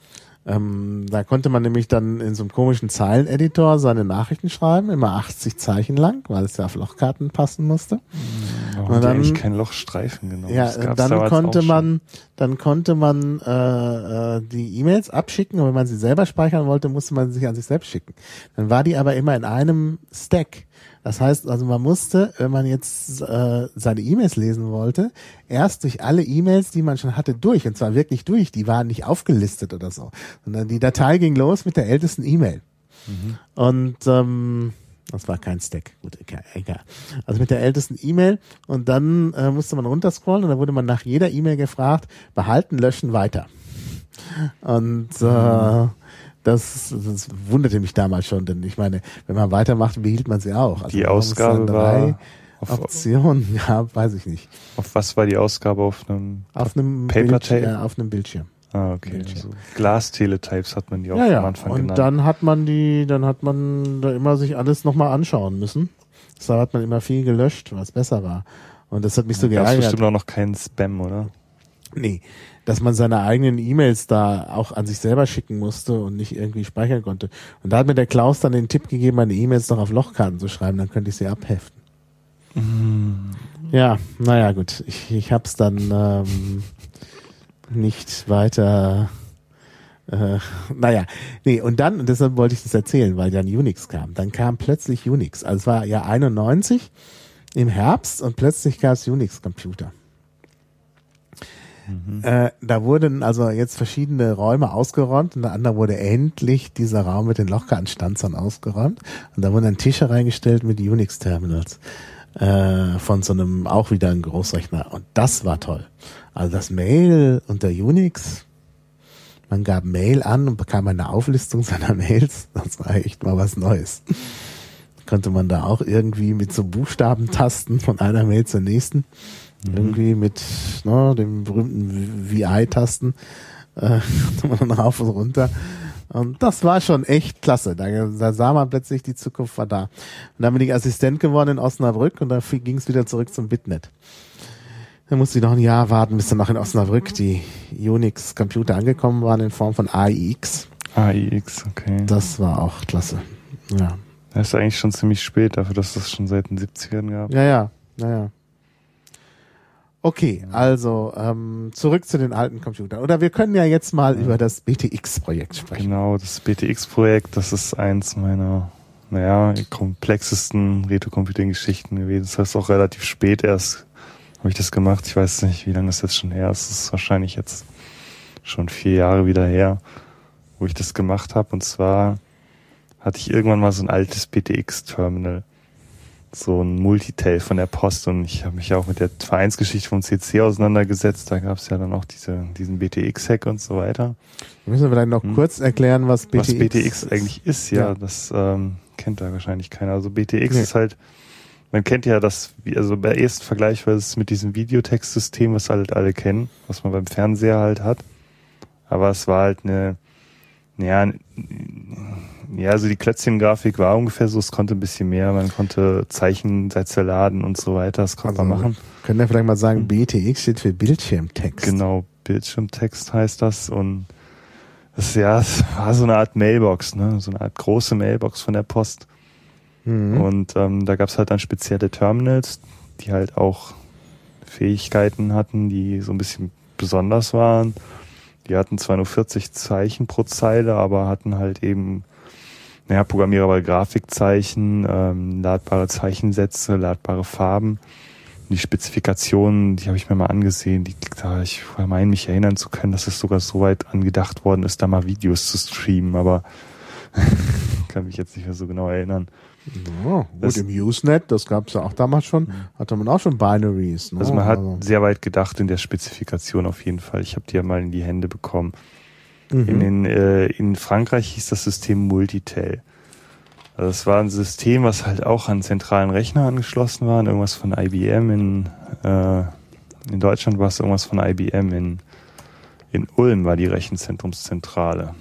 Ähm, da konnte man nämlich dann in so einem komischen Zeileneditor seine Nachrichten schreiben, immer achtzig Zeichen lang, weil es ja auf Lochkarten passen musste. Warum und dann eigentlich kein Lochstreifen genommen? Ja, dann konnte man, dann konnte man äh, äh, die E-Mails abschicken und wenn man sie selber speichern wollte, musste man sie sich an sich selbst schicken. Dann war die aber immer in einem Stack. Das heißt, also man musste, wenn man jetzt äh, seine E-Mails lesen wollte, erst durch alle E-Mails, die man schon hatte, durch. Und zwar wirklich durch. Die waren nicht aufgelistet oder so. Sondern die Datei ging los mit der ältesten E-Mail. Mhm. Und ähm, das war kein Stack. Gut, egal. Also mit der ältesten E-Mail. Und dann äh, musste man runterscrollen und dann wurde man nach jeder E-Mail gefragt, behalten, löschen, weiter. Und äh, mhm. Das, das wunderte mich damals schon, denn ich meine, wenn man weitermacht, behielt man sie auch. Also die Ausgabe drei war auf, Optionen, ja, weiß ich nicht. Auf was war die Ausgabe auf einem auf einem Paper-Tape? Ja, auf einem Bildschirm. Ah, okay. Also Glas-Teletypes hat man die auch ja, ja. am Anfang und genannt. Und dann hat man die, dann hat man da immer sich alles nochmal anschauen müssen. Deshalb hat man immer viel gelöscht, was besser war. Und das hat mich so geärgert. Da gab bestimmt auch noch keinen Spam, oder? Nee, dass man seine eigenen E-Mails da auch an sich selber schicken musste und nicht irgendwie speichern konnte. Und da hat mir der Klaus dann den Tipp gegeben, meine E-Mails doch auf Lochkarten zu schreiben, dann könnte ich sie abheften. Mm. Ja, naja gut, ich, ich hab's dann ähm, nicht weiter äh, naja, nee, und dann, und deshalb wollte ich das erzählen, weil dann Unix kam. Dann kam plötzlich Unix. Also es war ja einundneunzig im Herbst und plötzlich gab es Unix-Computer. Mhm. Äh, da wurden also jetzt verschiedene Räume ausgeräumt und der andere wurde endlich dieser Raum mit den Lochkartenstanzern ausgeräumt und da wurden dann Tische reingestellt mit Unix-Terminals äh, von so einem, auch wieder ein Großrechner und das war toll. Also das Mail unter Unix, man gab Mail an und bekam eine Auflistung seiner Mails, das war echt mal was Neues. Konnte man da auch irgendwie mit so Buchstabentasten von einer Mail zur nächsten Mhm. irgendwie mit ne, dem berühmten V I-Tasten äh, man dann rauf und runter. Und das war schon echt klasse. Da, da sah man plötzlich, die Zukunft war da. Und dann bin ich Assistent geworden in Osnabrück und da ging es wieder zurück zum Bitnet. Da musste ich noch ein Jahr warten, bis dann noch in Osnabrück die Unix-Computer angekommen waren in Form von A I X. A I X, okay. Das war auch klasse. Ja. Das ist eigentlich schon ziemlich spät dafür, dass das schon seit den siebzigern gab. Ja, ja, ja, ja. Okay, also ähm, zurück zu den alten Computern. Oder wir können ja jetzt mal ja. über das B T X-Projekt sprechen. Genau, das B T X-Projekt, das ist eins meiner, naja, komplexesten Retro-Computing-Geschichten gewesen. Das heißt auch relativ spät erst habe ich das gemacht. Ich weiß nicht, wie lange das jetzt schon her ist. Es ist wahrscheinlich jetzt schon vier Jahre wieder her, wo ich das gemacht habe. Und zwar hatte ich irgendwann mal so ein altes B T X-Terminal. So ein Multitail von der Post und ich habe mich ja auch mit der Vereinsgeschichte vom C C auseinandergesetzt. Da gab es ja dann auch diese, diesen B T X-Hack und so weiter. Wir müssen vielleicht noch hm. kurz erklären, was B T X, was B T X ist. eigentlich ist. Ja, ja. das ähm, kennt da wahrscheinlich keiner. Also B T X nee. ist halt, man kennt ja das, also bei ersten Vergleich war es mit diesem Videotextsystem, was halt alle kennen, was man beim Fernseher halt hat. Aber es war halt eine, ja, ja, also die Klötzchen-Grafik war ungefähr so, es konnte ein bisschen mehr, man konnte Zeichensätze laden und so weiter, das konnte also, man machen. Können wir vielleicht mal sagen, B T X steht für Bildschirmtext. Genau, Bildschirmtext heißt das und das, ja, es war so eine Art Mailbox, ne, so eine Art große Mailbox von der Post. Mhm. Und ähm, da gab es halt dann spezielle Terminals, die halt auch Fähigkeiten hatten, die so ein bisschen besonders waren. Die hatten zwar nur vierzig Zeichen pro Zeile, aber hatten halt eben naja, programmierbare Grafikzeichen, ähm, ladbare Zeichensätze, ladbare Farben. Die Spezifikationen, die habe ich mir mal angesehen. Die, da, ich meine mich erinnern zu können, dass es sogar so weit angedacht worden ist, da mal Videos zu streamen, aber kann mich jetzt nicht mehr so genau erinnern. Ja, gut, das, im Usenet, das gab es ja auch damals schon, hatte man auch schon Binaries. Ne? Also man hat also. sehr weit gedacht in der Spezifikation auf jeden Fall. Ich habe die ja mal in die Hände bekommen. Mhm. In, den, äh, in Frankreich hieß das System Multitail. Also es war ein System, was halt auch an zentralen Rechner angeschlossen war, irgendwas von I B M. In, äh, in Deutschland war es irgendwas von I B M. In, in Ulm war die Rechenzentrumszentrale.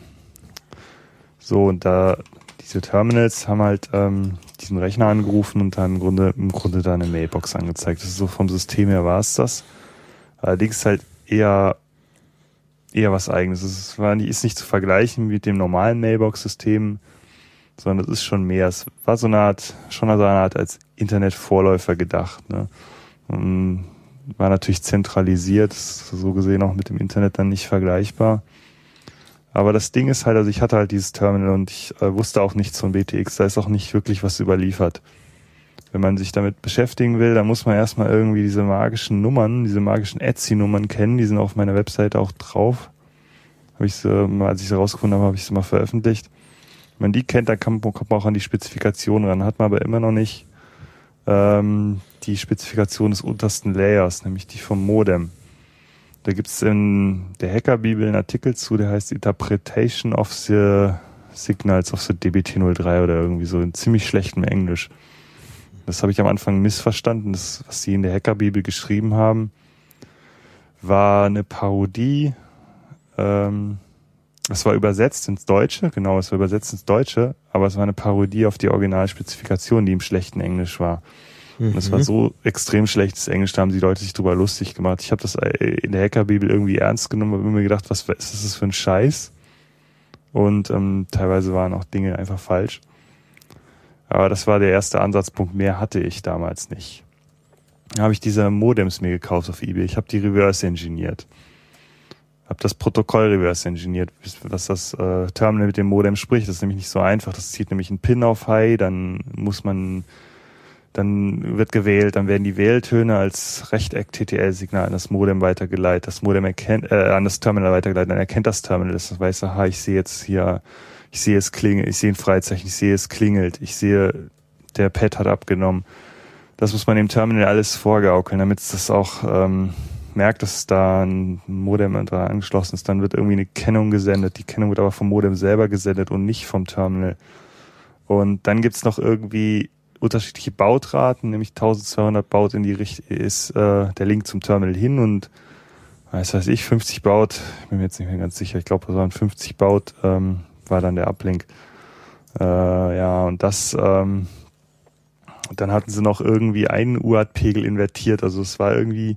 So, und da diese Terminals haben halt ähm, diesen Rechner angerufen und dann im Grunde, im Grunde da eine Mailbox angezeigt. Das ist so vom System her war es das. Allerdings halt eher eher was Eigenes. Es war nicht, ist nicht zu vergleichen mit dem normalen Mailbox-System, sondern es ist schon mehr. Es war so eine Art, schon so eine Art als Internetvorläufer gedacht, ne? Und war natürlich zentralisiert, so gesehen auch mit dem Internet dann nicht vergleichbar. Aber das Ding ist halt, also ich hatte halt dieses Terminal und ich äh, wusste auch nichts von B T X, da ist auch nicht wirklich was überliefert. Wenn man sich damit beschäftigen will, dann muss man erstmal irgendwie diese magischen Nummern, diese magischen Etsy-Nummern kennen, die sind auf meiner Webseite auch drauf. Habe ich sie, als ich sie rausgefunden habe, habe ich sie mal veröffentlicht. Wenn man die kennt, dann kann, kommt man auch an die Spezifikation ran, hat man aber immer noch nicht ähm, die Spezifikation des untersten Layers, nämlich die vom Modem. Da gibt es in der Hackerbibel einen Artikel zu, der heißt Interpretation of the Signals of the D B T null drei oder irgendwie so in ziemlich schlechtem Englisch. Das habe ich am Anfang missverstanden. Das, was sie in der Hackerbibel geschrieben haben, war eine Parodie. Ähm, es war übersetzt ins Deutsche, genau, es war übersetzt ins Deutsche, aber es war eine Parodie auf die Originalspezifikation, die im schlechten Englisch war. Und es war so extrem schlechtes Englisch, da haben die Leute sich drüber lustig gemacht. Ich habe das in der Hackerbibel irgendwie ernst genommen, habe mir gedacht, was ist das für ein Scheiß? Und ähm, teilweise waren auch Dinge einfach falsch. Aber das war der erste Ansatzpunkt, mehr hatte ich damals nicht. Da habe ich diese Modems mir gekauft auf eBay. Ich habe die reverse engineert. Habe das Protokoll reverse engineert, was das äh, Terminal mit dem Modem spricht. Das ist nämlich nicht so einfach. Das zieht nämlich einen Pin auf High, dann muss man... Dann wird gewählt, dann werden die Wähltöne als Rechteck-T T L-Signal an das Modem weitergeleitet. Das Modem erkennt, äh, an das Terminal weitergeleitet. Dann erkennt das Terminal, das weiß, aha, ich sehe jetzt hier, ich sehe es klingelt, ich sehe ein Freizeichen, ich sehe es klingelt, ich sehe, der Pad hat abgenommen. Das muss man dem Terminal alles vorgaukeln, damit es das auch ähm, merkt, dass da ein Modem dran angeschlossen ist. Dann wird irgendwie eine Kennung gesendet. Die Kennung wird aber vom Modem selber gesendet und nicht vom Terminal. Und dann gibt's noch irgendwie unterschiedliche Bautraten, nämlich eintausendzweihundert Baut in die Richtung ist äh, der Link zum Terminal hin und was weiß ich, fünfzig Baut, ich bin mir jetzt nicht mehr ganz sicher, ich glaube, das waren fünfzig Baut, ähm, war dann der Uplink. Äh, ja, und das, ähm, dann hatten sie noch irgendwie einen U A R T-Pegel invertiert, also es war irgendwie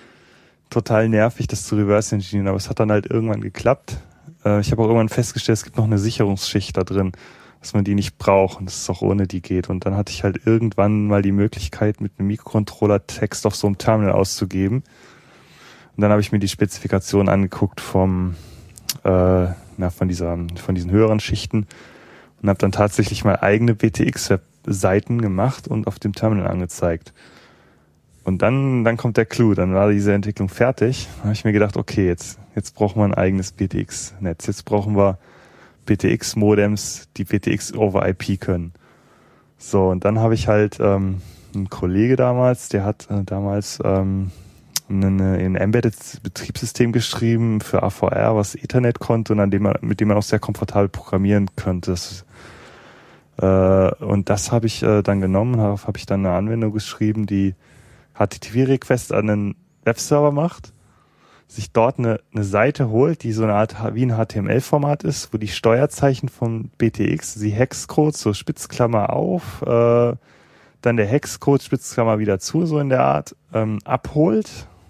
total nervig, das zu reverse engineeren, aber es hat dann halt irgendwann geklappt. Äh, ich habe auch irgendwann festgestellt, es gibt noch eine Sicherungsschicht da drin, dass man die nicht braucht und dass es auch ohne die geht. Und dann hatte ich halt irgendwann mal die Möglichkeit, mit einem Mikrocontroller Text auf so einem Terminal auszugeben. Und dann habe ich mir die Spezifikation angeguckt vom, äh, na, von dieser, von diesen höheren Schichten und habe dann tatsächlich mal eigene B T X-Webseiten gemacht und auf dem Terminal angezeigt. Und dann, dann kommt der Clou, dann war diese Entwicklung fertig. Dann habe ich mir gedacht, okay, jetzt, jetzt brauchen wir ein eigenes B T X-Netz. Jetzt brauchen wir B T X-Modems, die B T X over I P können. So, und dann habe ich halt ähm, einen Kollege damals, der hat äh, damals ähm, eine, ein Embedded-Betriebssystem geschrieben für A V R, was Ethernet konnte und an dem man, mit dem man auch sehr komfortabel programmieren könnte. Das, äh, und das habe ich äh, dann genommen, darauf habe ich dann eine Anwendung geschrieben, die H T T P-Request an einen Webserver macht, sich dort eine, eine Seite holt, die so eine Art wie ein H T M L-Format ist, wo die Steuerzeichen von B T X, die Hexcode, so Spitzklammer auf, äh, dann der Hexcode, Spitzklammer wieder zu, so in der Art, ähm, abholt,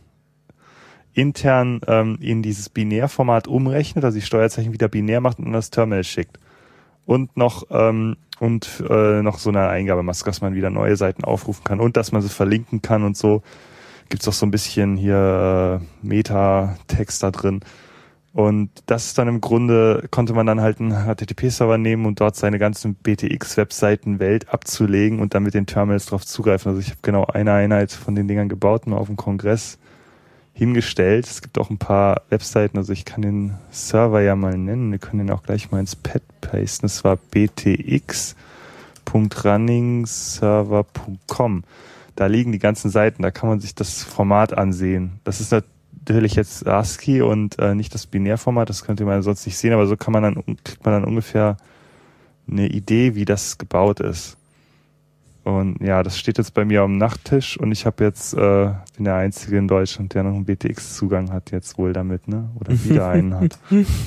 intern ähm, in dieses Binärformat umrechnet, also die Steuerzeichen wieder binär macht und an das Terminal schickt. Und noch ähm, und äh, noch so eine Eingabemaske, dass man wieder neue Seiten aufrufen kann und dass man sie verlinken kann und so. Gibt's auch so ein bisschen hier äh, Meta-Text da drin. Und das ist dann im Grunde, konnte man dann halt einen H T T P-Server nehmen und dort seine ganzen B T X-Webseiten-Welt abzulegen und dann mit den Terminals drauf zugreifen. Also ich habe genau eine Einheit von den Dingern gebaut und auf dem Kongress hingestellt. Es gibt auch ein paar Webseiten, also ich kann den Server ja mal nennen. Wir können den auch gleich mal ins Pad pasten. Das war b t x punkt running server punkt com. Da liegen die ganzen Seiten, da kann man sich das Format ansehen. Das ist natürlich jetzt ASCII und äh, nicht das Binärformat, das könnte man sonst nicht sehen, aber so kann man dann, kriegt man dann ungefähr eine Idee, wie das gebaut ist. Und ja, das steht jetzt bei mir am Nachttisch und ich habe jetzt, äh, bin der Einzige in Deutschland, der noch einen B T X-Zugang hat jetzt wohl damit, ne? Oder wieder einen hat.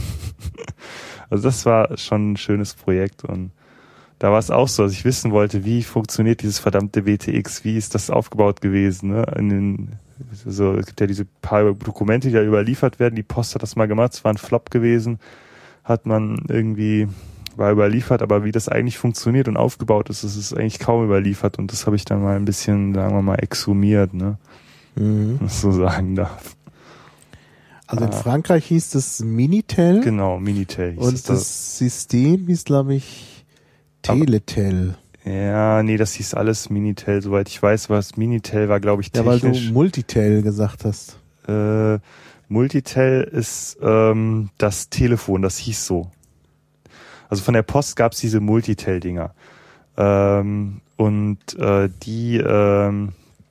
Also das war schon ein schönes Projekt und da war es auch so, dass ich wissen wollte, wie funktioniert dieses verdammte B T X, wie ist das aufgebaut gewesen, ne? In den Also es gibt ja diese paar Dokumente, die da überliefert werden. Die Post hat das mal gemacht, es war ein Flop gewesen. Hat man irgendwie, war überliefert, aber wie das eigentlich funktioniert und aufgebaut ist, das ist eigentlich kaum überliefert. Und das habe ich dann mal ein bisschen, sagen wir mal, exhumiert, ne? Mhm. Was so sagen darf. Also in Frankreich hieß das Minitel. Genau, Minitel hieß und es. Und das, das System hieß, glaube ich, Teletel. Aber, ja, nee, das hieß alles Minitel, soweit ich weiß. Was Minitel war, glaube ich, technisch. Ja, weil du Multitel gesagt hast. Äh, Multitel ist ähm, das Telefon, das hieß so. Also von der Post gab es diese Multitel-Dinger. Ähm, und äh, die... Ähm,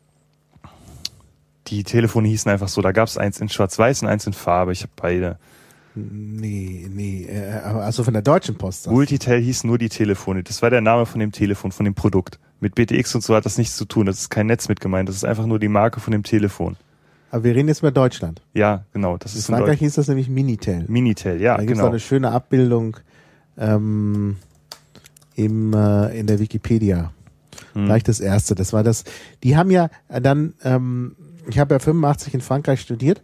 Die Telefone hießen einfach so, da gab es eins in Schwarz-Weiß und eins in Farbe. Ich habe beide. Nee, nee, also von der Deutschen Post. Multitel hieß nur die Telefone. Das war der Name von dem Telefon, von dem Produkt. Mit B T X und so hat das nichts zu tun. Das ist kein Netz mit gemeint. Das ist einfach nur die Marke von dem Telefon. Aber wir reden jetzt über Deutschland. Ja, genau. Das in ist Frankreich hieß das nämlich Minitel. Minitel, ja, da gibt's genau. Da gibt es eine schöne Abbildung ähm, im, äh, in der Wikipedia. Hm. Gleich das erste. Das war das. Die haben ja dann... Ähm, Ich habe ja fünfundachtzig in Frankreich studiert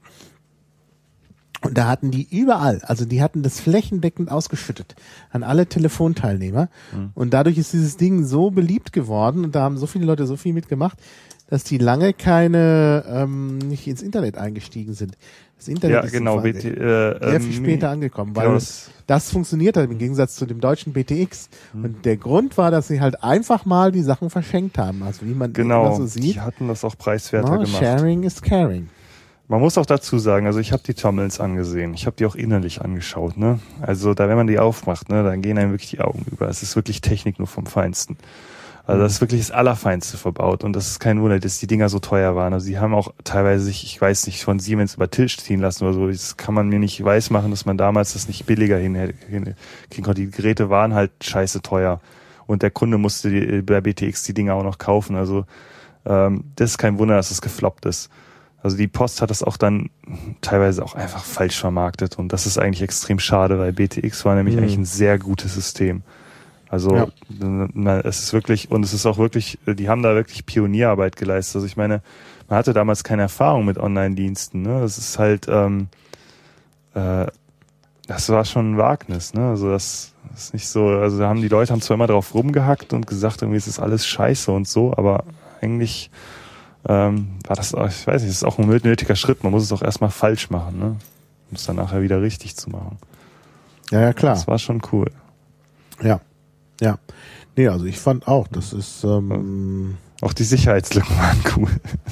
und da hatten die überall, also die hatten das flächendeckend ausgeschüttet an alle Telefonteilnehmer mhm. und dadurch ist dieses Ding so beliebt geworden und da haben so viele Leute so viel mitgemacht, dass die lange keine, ähm, nicht ins Internet eingestiegen sind. Das Internet ja, ist genau, B T, äh, sehr ähm, viel später angekommen, weil genau, das, das funktioniert hat im Gegensatz zu dem deutschen B T X. Mhm. Und der Grund war, dass sie halt einfach mal die Sachen verschenkt haben. Also wie man genau, immer so sieht. Die hatten das auch preiswerter no, gemacht. Sharing is caring. Man muss auch dazu sagen, also ich habe die Tommelns angesehen. Ich habe die auch innerlich angeschaut, ne? Also da, wenn man die aufmacht, ne, dann gehen einem wirklich die Augen über. Es ist wirklich Technik nur vom Feinsten. Also das ist wirklich das Allerfeinste verbaut und das ist kein Wunder, dass die Dinger so teuer waren. Also die haben auch teilweise sich, ich weiß nicht, von Siemens über Tisch ziehen lassen oder so. Das kann man mir nicht weismachen, dass man damals das nicht billiger hinkriegen konnte. Die Geräte waren halt scheiße teuer und der Kunde musste die, bei B T X die Dinger auch noch kaufen. Also ähm, das ist kein Wunder, dass es gefloppt ist. Also die Post hat das auch dann teilweise auch einfach falsch vermarktet und das ist eigentlich extrem schade, weil B T X war nämlich mhm. eigentlich ein sehr gutes System. Also ja. na, es ist wirklich, und es ist auch wirklich, die haben da wirklich Pionierarbeit geleistet. Also ich meine, man hatte damals keine Erfahrung mit Online-Diensten. Ne? Das ist halt, ähm, äh, das war schon ein Wagnis. Ne? Also das ist nicht so, also da haben die Leute haben zwar immer drauf rumgehackt und gesagt, irgendwie ist das alles scheiße und so, aber eigentlich ähm, war das, ich weiß nicht, das ist auch ein nötiger Schritt. Man muss es auch erstmal falsch machen, ne? Um es dann nachher wieder richtig zu machen. Ja, ja, klar. Das war schon cool. Ja. Ja, nee, also ich fand auch, das ist ähm auch die Sicherheitslücken waren cool.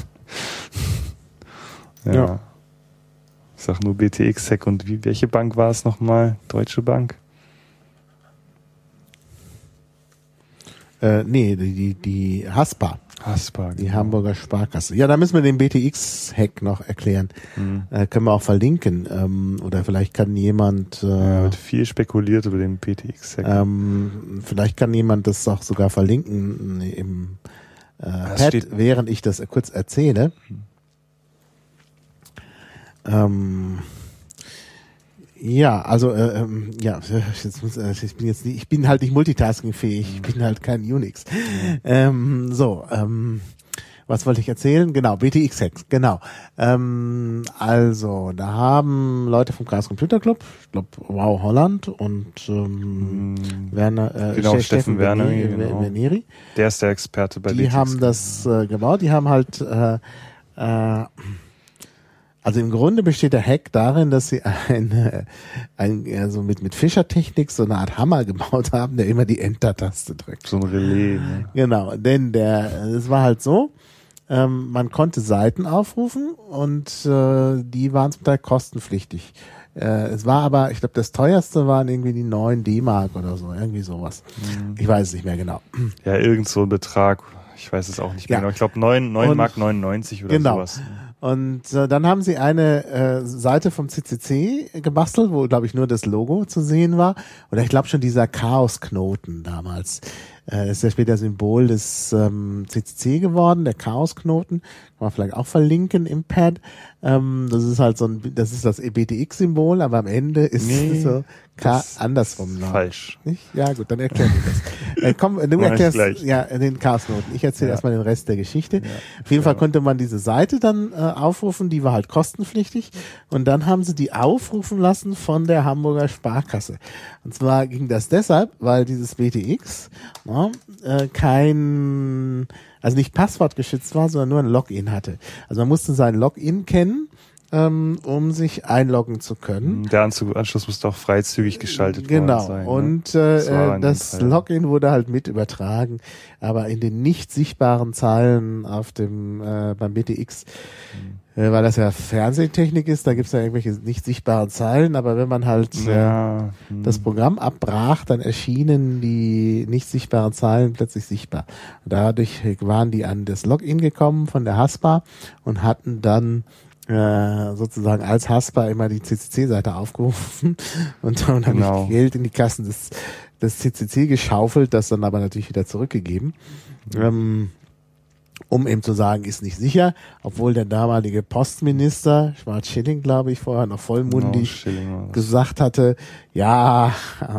ja. ja. Ich sag nur B T X-Hack und wie, welche Bank war es nochmal? Deutsche Bank? Äh, nee, die, die, die Haspa. Haspa, Die genau. Hamburger Sparkasse. Ja, da müssen wir den B T X-Hack noch erklären. Mhm. Äh, können wir auch verlinken. Ähm, oder vielleicht kann jemand... Äh, ja, wird viel spekuliert über den B T X-Hack. Ähm, vielleicht kann jemand das auch sogar verlinken im äh, Pad, während ich das kurz erzähle. Mhm. Ähm, ja, also äh, ähm, ja, jetzt muss, äh, ich bin jetzt nicht, ich bin halt nicht multitaskingfähig, ich bin halt kein Unix. Mhm. Ähm, so, ähm, was wollte ich erzählen? Genau, B T X-Hacks, genau. Ähm, also, da haben Leute vom Chaos Computer Club, ich glaube Wow Holland und ähm, mhm. Werner, äh, genau, Steffen, Steffen Werner, Verneri, genau. Verneri. Der ist der Experte bei Die B T X. Die haben das äh, gebaut, die haben halt äh, äh, also im Grunde besteht der Hack darin, dass sie ein, ein also mit mit Fischertechnik so eine Art Hammer gebaut haben, der immer die Enter-Taste drückt. So ein Relais. Ne? Genau, denn der, es war halt so, ähm, man konnte Seiten aufrufen und äh, die waren zum Teil kostenpflichtig. Äh, es war aber, ich glaube, das teuerste waren irgendwie die neun D-Mark oder so, irgendwie sowas. Mhm. Ich weiß es nicht mehr genau. Ja, irgend so ein Betrag. Ich weiß es auch nicht mehr ja. genau. Ich glaube neun Mark neunundneunzig oder genau. sowas. Und äh, dann haben sie eine äh, Seite vom C C C gebastelt, wo, glaube ich, nur das Logo zu sehen war. Oder ich glaube schon dieser Chaos-Knoten damals. Äh, ist ja später Symbol des ähm, C C C geworden, der Chaosknoten. Kann man vielleicht auch verlinken im Pad. Ähm, das ist halt so ein, das ist das B T X-Symbol, aber am Ende ist nee, so K andersrum. Falsch. Nicht? Ja gut, dann erklär mir das. äh, komm, du erklärst ja den Chaosknoten. Ich erzähle ja. erstmal den Rest der Geschichte. Ja. Auf jeden Fall konnte man diese Seite dann äh, aufrufen, die war halt kostenpflichtig. Und dann haben sie die aufrufen lassen von der Hamburger Sparkasse. Und zwar ging das deshalb, weil dieses B T X na, äh, kein, also nicht passwortgeschützt war, sondern nur ein Login hatte. Also man musste sein Login kennen, ähm, um sich einloggen zu können. Der Anschluss musste auch freizügig geschaltet genau. worden sein. Genau. Und äh, das, das Login wurde halt mit übertragen, aber in den nicht sichtbaren Zeilen auf dem äh, beim B T X, mhm. äh, weil das ja Fernsehtechnik ist, da gibt's ja irgendwelche nicht sichtbaren Zeilen, aber wenn man halt ja. äh, mhm. das Programm abbrach, dann erschienen die nicht sichtbaren Zeilen plötzlich sichtbar. Und dadurch waren die an das Login gekommen von der Haspa und hatten dann Äh, sozusagen als Haspa immer die C C C-Seite aufgerufen und dann genau. habe ich Geld in die Kassen des, des C C C geschaufelt, das dann aber natürlich wieder zurückgegeben. Mhm. Ähm, um eben zu sagen, ist nicht sicher, obwohl der damalige Postminister, Schwarz-Schilling, glaube ich, vorher noch vollmundig no, gesagt hatte, ja,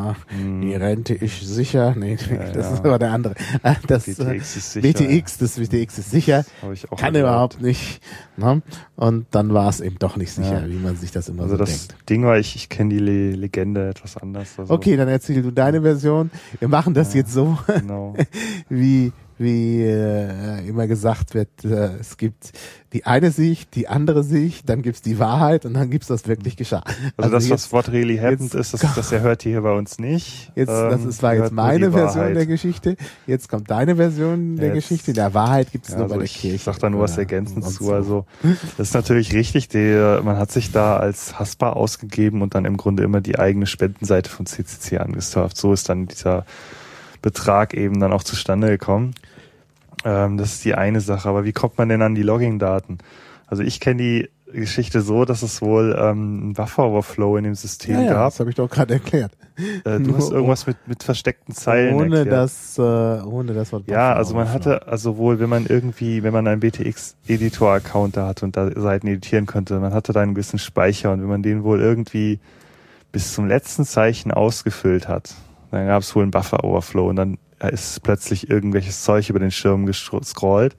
hm. die Rente ist sicher. Nee, ja, das ja. ist aber der andere. Das B T X ist sicher. B T X, das B T X ist sicher. Das ich auch kann erlaubt. Überhaupt nicht. Ne? Und dann war es eben doch nicht sicher, ja. wie man sich das immer also so das denkt. Ding war, ich, ich kenne die Le- Legende etwas anders. Also okay, dann erzähl du deine Version. Wir machen das ja, jetzt so, genau. wie wie äh, immer gesagt wird, äh, es gibt die eine Sicht, die andere Sicht, dann gibt's die Wahrheit und dann gibt's das wirklich geschah. Also, also das, jetzt, was what really happened ist, das, das erhört ihr hier bei uns nicht. Jetzt, ähm, das ist, war jetzt meine Version Wahrheit. der Geschichte. Jetzt kommt deine Version der jetzt, Geschichte. Der Wahrheit gibt's ja, nur also bei der ich Kirche. Ich sag da nur was ergänzend zu. So. Also das ist natürlich richtig. Die, man hat sich da als Haspa ausgegeben und dann im Grunde immer die eigene Spendenseite von C C C angesurft. So ist dann dieser Betrag eben dann auch zustande gekommen. Ähm, das ist die eine Sache. Aber wie kommt man denn an die Login-Daten? Also ich kenne die Geschichte so, dass es wohl ähm, einen Buffer-Overflow in dem System ja, ja, gab. Das habe ich doch gerade erklärt. Äh, du hast irgendwas mit mit versteckten Zeilen ohne erklärt. das, äh, ohne das Wort Ja, also man hatte, also wohl, wenn man irgendwie, wenn man einen B T X-Editor-Account da hatte und da Seiten editieren konnte, man hatte da einen gewissen Speicher und wenn man den wohl irgendwie bis zum letzten Zeichen ausgefüllt hat, dann gab es wohl einen Buffer-Overflow und dann ist plötzlich irgendwelches Zeug über den Schirm gescrollt.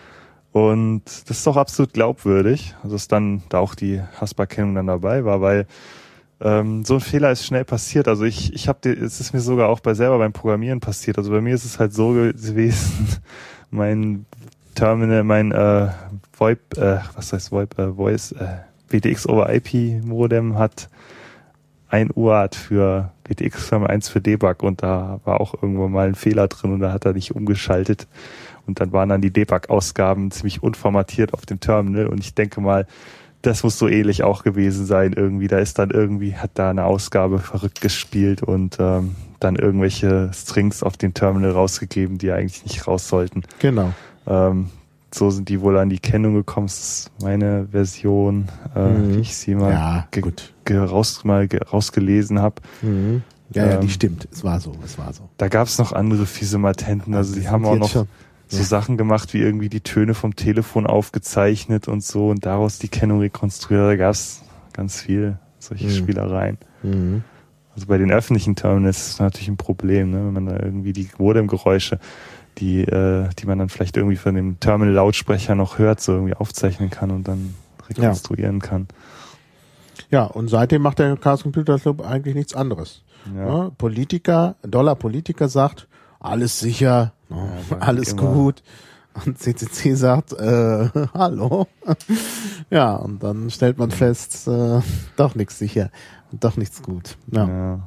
Und das ist doch absolut glaubwürdig, also dass dann da auch die Haspa-Kennung dann dabei war, weil ähm, so ein Fehler ist schnell passiert. Also ich, ich habe, es ist mir sogar auch bei selber beim Programmieren passiert. Also bei mir ist es halt so gewesen, mein Terminal, mein äh, VoIP, äh, was heißt VoIP, äh, Voice, äh, B T X over I P Modem hat ein U A R T für B T X eins für Debug und da war auch irgendwo mal ein Fehler drin und da hat er nicht umgeschaltet und dann waren dann die Debug-Ausgaben ziemlich unformatiert auf dem Terminal und ich denke mal, das muss so ähnlich auch gewesen sein irgendwie. Da ist dann irgendwie, hat da eine Ausgabe verrückt gespielt und ähm, dann irgendwelche Strings auf dem Terminal rausgegeben, die eigentlich nicht raus sollten. Genau. Ähm, so sind die wohl an die Kennung gekommen. Das ist meine Version, äh, mhm. wie ich sie mal, ja, ge- gut. Ge- raus, mal ge- rausgelesen habe. Mhm. Ja, ja, ähm, die stimmt. Es war so, es war so. Da gab es noch andere fiese Matenten. Also die haben auch noch schon. so ja. Sachen gemacht, wie irgendwie die Töne vom Telefon aufgezeichnet und so und daraus die Kennung rekonstruiert. Da gab es ganz viel solche mhm. Spielereien. Mhm. Also bei den öffentlichen Terminals ist das natürlich ein Problem, ne? Wenn man da irgendwie die Modemgeräusche, die äh, die man dann vielleicht irgendwie von dem Terminal-Lautsprecher noch hört, so irgendwie aufzeichnen kann und dann rekonstruieren ja. kann. Ja, und seitdem macht der Chaos Computer Club eigentlich nichts anderes. Ja. Ja, Politiker, Dollar-Politiker sagt, alles sicher, no, ja, alles immer. Gut. Und C C C sagt, äh, hallo. Ja, und dann stellt man fest, äh, doch nichts sicher und doch nichts gut. Ja. Ja.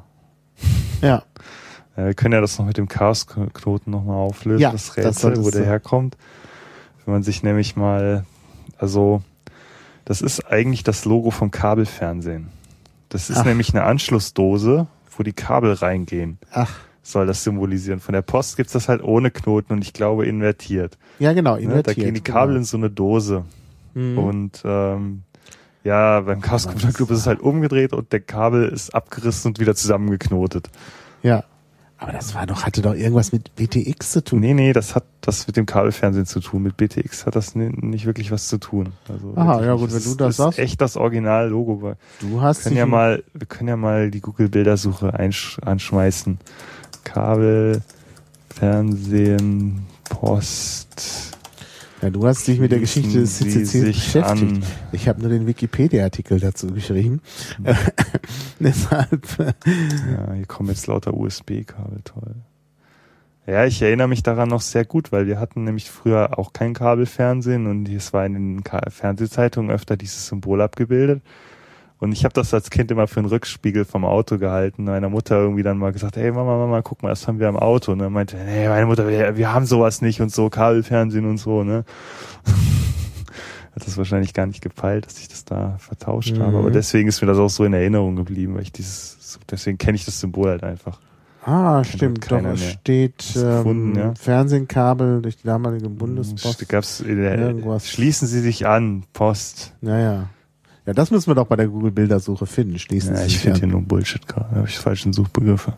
ja. ja. Wir können ja das noch mit dem Chaos-Knoten nochmal auflösen, ja, das Rätsel, das wo der so. herkommt. Wenn man sich nämlich mal, also das ist eigentlich das Logo vom Kabelfernsehen. Das ist Ach. nämlich eine Anschlussdose, wo die Kabel reingehen. Ach. Soll das symbolisieren. Von der Post gibt's das halt ohne Knoten und ich glaube invertiert. Ja, genau, invertiert. Ne? Da gehen die Kabel genau. in so eine Dose. Mhm. Und ähm, ja, beim Chaos Computer Club ist es halt umgedreht und der Kabel ist abgerissen und wieder zusammengeknotet. Ja. Aber das war doch, hatte doch irgendwas mit B T X zu tun. Nee, nee, das hat das mit dem Kabelfernsehen zu tun. Mit B T X hat das nicht wirklich was zu tun. Also aha, ja gut, wenn du das sagst. Das ist echt das Original-Logo. Du hast wir können ja mal, wir können ja mal die Google-Bildersuche anschmeißen. Kabel, Fernsehen, Post. Ja, du hast dich mit der Geschichte des C C C beschäftigt. An. Ich habe nur den Wikipedia-Artikel dazu geschrieben. Mhm. Deshalb. Ja, hier kommen jetzt lauter U S B-Kabel, toll. Ja, ich erinnere mich daran noch sehr gut, weil wir hatten nämlich früher auch kein Kabelfernsehen und es war in den Fernsehzeitungen öfter dieses Symbol abgebildet. Und ich habe das als Kind immer für einen Rückspiegel vom Auto gehalten. Meiner Mutter irgendwie dann mal gesagt, hey Mama, Mama, guck mal, das haben wir am Auto. Und dann meinte, nee, meine Mutter, wir, wir haben sowas nicht und so, Kabelfernsehen und so, ne. Hat das wahrscheinlich gar nicht gepeilt, dass ich das da vertauscht mhm. habe. Aber deswegen ist mir das auch so in Erinnerung geblieben, weil ich dieses, deswegen kenne ich das Symbol halt einfach. Ah, stimmt, doch, es steht ähm, gefunden, ja? Fernsehkabel durch die damalige Bundespost. Gab's in der, irgendwas. Schließen Sie sich an, Post. Naja. Ja, das müssen wir doch bei der Google-Bildersuche finden. Schließen ja, Sie ich sich finde an. hier nur Bullshit gerade. Da habe ich falschen Suchbegriffe.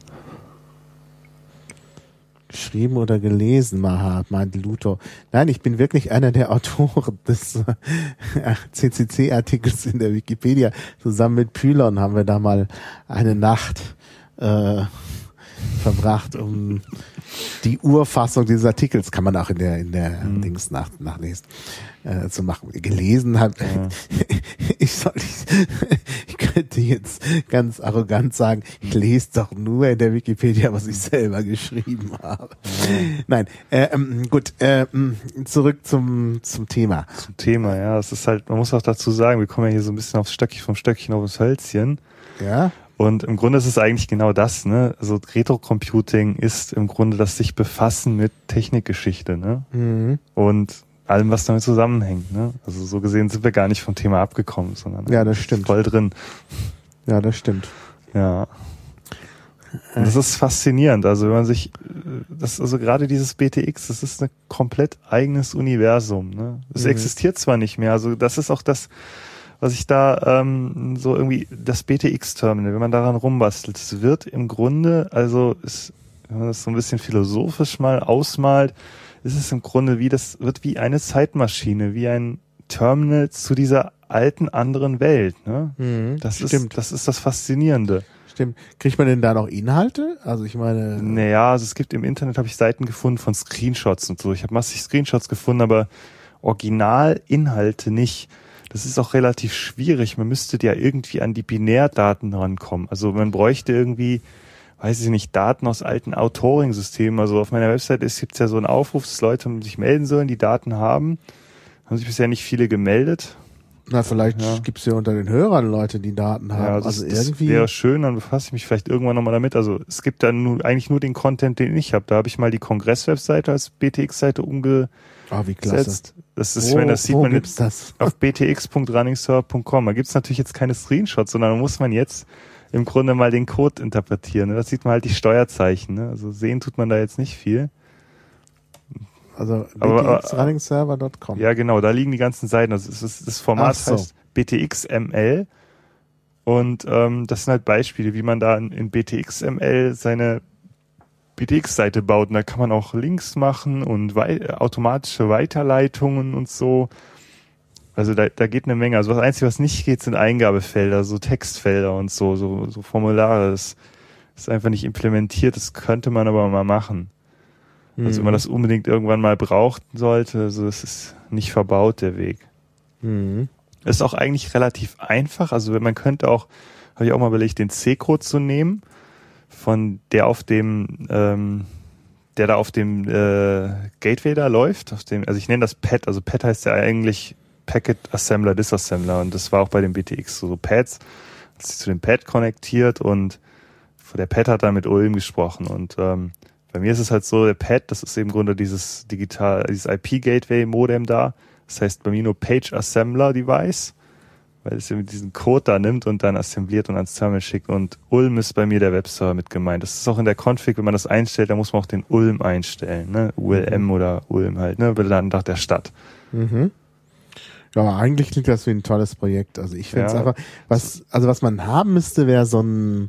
Geschrieben oder gelesen, Maha, meinte Luthor. Nein, ich bin wirklich einer der Autoren des äh, C C C-Artikels in der Wikipedia. Zusammen mit Pylon haben wir da mal eine Nacht äh, verbracht, um die Urfassung dieses Artikels, kann man auch in der in der mhm. Dings nach, nachlesen, äh, zu machen. Gelesen hat, ja. ich soll ich, ich könnte jetzt ganz arrogant sagen, ich lese doch nur in der Wikipedia, was ich selber geschrieben habe. Ja. Nein, äh, ähm, gut, äh, zurück zum zum Thema. Zum Thema, ja, es ist halt, man muss auch dazu sagen, wir kommen ja hier so ein bisschen aufs Stöckchen, vom Stöckchen aufs Hölzchen. Ja. Und im Grunde ist es eigentlich genau das, ne? Also Retro-Computing ist im Grunde das sich befassen mit Technikgeschichte, ne? Mhm. Und allem, was damit zusammenhängt, ne? Also so gesehen sind wir gar nicht vom Thema abgekommen, sondern ja, das stimmt. voll drin. Ja, das stimmt. Ja. Und das ist faszinierend. Also wenn man sich, das also gerade dieses B T X, das ist ein komplett eigenes Universum, ne? Es mhm. existiert zwar nicht mehr, also das ist auch das, was ich da ähm, so irgendwie, das B T X-Terminal, wenn man daran rumbastelt, es wird im Grunde, also es, wenn man das so ein bisschen philosophisch mal ausmalt, ist es im Grunde wie, das wird wie eine Zeitmaschine, wie ein Terminal zu dieser alten anderen Welt. Ne? Mhm, das stimmt. ist, das ist das Faszinierende. Stimmt. Kriegt man denn da noch Inhalte? Also ich meine... Naja, also es gibt im Internet, habe ich Seiten gefunden von Screenshots und so. Ich habe massig Screenshots gefunden, aber Originalinhalte nicht. Das ist auch relativ schwierig. Man müsste ja irgendwie an die Binärdaten rankommen. Also man bräuchte irgendwie, weiß ich nicht, Daten aus alten Authoring-Systemen. Also auf meiner Website gibt es ja so einen Aufruf, dass Leute sich melden sollen, die Daten haben. Haben sich bisher nicht viele gemeldet. Na, vielleicht ja. gibt es ja unter den Hörern Leute, die Daten haben. Ja, das, also irgendwie das wäre schön, dann befasse ich mich vielleicht irgendwann nochmal damit. Also es gibt dann nur, eigentlich nur den Content, den ich habe. Da habe ich mal die Kongress-Webseite als B T X-Seite umgesetzt. Ah, wie klasse. Das ist, wo, wenn das sieht man jetzt das? auf b t x punkt running server punkt com. Da gibt es natürlich jetzt keine Screenshots, sondern da muss man jetzt im Grunde mal den Code interpretieren. Da sieht man halt die Steuerzeichen. Ne? Also sehen tut man da jetzt nicht viel. Also b t x running server punkt com. Ja, genau, da liegen die ganzen Seiten. Also das, ist, das Format so. heißt B T X M L und ähm, das sind halt Beispiele, wie man da in, in B T X M L seine B T X-Seite baut. Und da kann man auch Links machen und wei- automatische Weiterleitungen und so. Also da, da geht eine Menge. Also das Einzige, was nicht geht, sind Eingabefelder, so Textfelder und so, so, so Formulare. Das ist einfach nicht implementiert. Das könnte man aber mal machen. Also mhm. wenn man das unbedingt irgendwann mal braucht sollte, also es ist nicht verbaut, der Weg. Mhm. Ist auch eigentlich relativ einfach. Also man könnte auch, habe ich auch mal überlegt, den C-Code zu nehmen, von der auf dem, ähm, der da auf dem äh, Gateway da läuft. Auf dem, also ich nenne das P A D. Also P A D heißt ja eigentlich Packet Assembler, Disassembler. Und das war auch bei dem B T X so, so Pads. Hat sich zu dem P A D konnektiert und der P A D hat dann mit Ulm gesprochen. Und ähm, bei mir ist es halt so, der P A D, das ist im Grunde dieses digital, dieses I P-Gateway-Modem da. Das heißt bei mir nur Page Assembler Device, weil es eben diesen Code da nimmt und dann assembliert und ans Terminal schickt. Und Ulm ist bei mir der Webserver mit gemeint. Das ist auch in der Config, wenn man das einstellt, da muss man auch den Ulm einstellen, ne? U L M mhm. oder Ulm halt, ne? Benannt nach der Stadt. Mhm. Ja, eigentlich klingt das wie ein tolles Projekt. Also ich finde es ja. einfach, was, also was man haben müsste, wäre so ein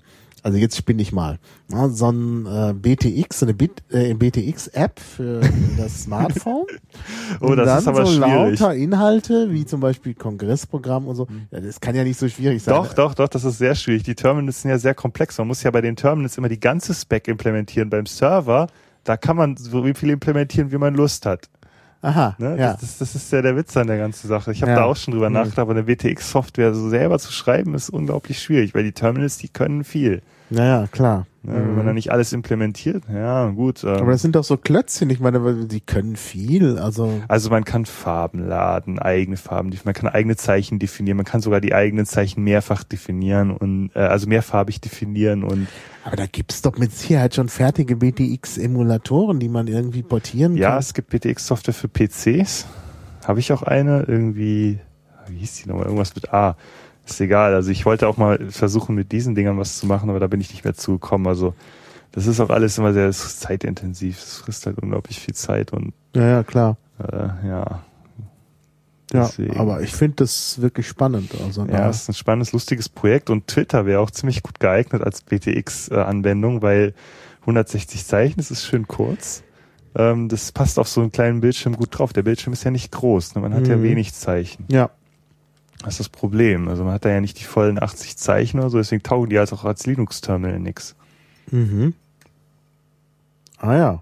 also jetzt spinne ich mal, na, so ein äh, B T X, so eine Bit, äh, B T X-App für das Smartphone. Oh, und das dann ist aber so schwierig. lauter Inhalte, wie zum Beispiel Kongressprogramm und so. Ja, das kann ja nicht so schwierig sein. Doch, doch, doch, das ist sehr schwierig. Die Terminals sind ja sehr komplex. Man muss ja bei den Terminals immer die ganze Spec implementieren. Beim Server, da kann man so viel implementieren, wie man Lust hat. Aha, ne? ja. Das, das, das ist ja der Witz an der ganzen Sache. Ich habe ja. da auch schon drüber mhm. nachgedacht, aber eine B T X-Software so selber zu schreiben, ist unglaublich schwierig, weil die Terminals, die können viel. Naja, klar. Ne? Mhm. Wenn man da nicht alles implementiert, ja, gut. Ähm, aber das sind doch so Klötzchen, ich meine, die können viel, also. Also man kann Farben laden, eigene Farben, man kann eigene Zeichen definieren, man kann sogar die eigenen Zeichen mehrfach definieren und, äh, also mehrfarbig definieren und. Aber da gibt's doch mit Sicherheit schon fertige B T X-Emulatoren, die man irgendwie portieren ja, kann. Ja, es gibt B T X-Software für P Cs. Habe ich auch eine, irgendwie, wie hieß die nochmal, irgendwas mit A. Ist egal, also ich wollte auch mal versuchen, mit diesen Dingern was zu machen, aber da bin ich nicht mehr zugekommen. Also das ist auch alles immer sehr zeitintensiv. Das frisst halt unglaublich viel Zeit und ja, ja, klar. Äh, ja. Deswegen. Ja, aber ich finde das wirklich spannend. Also ja, es ist ein spannendes, lustiges Projekt und Twitter wäre auch ziemlich gut geeignet als B T X-Anwendung, weil hundertsechzig Zeichen, das ist schön kurz. Ähm, das passt auf so einen kleinen Bildschirm gut drauf. Der Bildschirm ist ja nicht groß, ne? Man hat mhm. ja wenig Zeichen. Ja. Das ist das Problem. Also man hat da ja nicht die vollen achtzig Zeichen oder so, deswegen taugen die halt auch als Linux-Terminal nix. Mhm. Ah ja.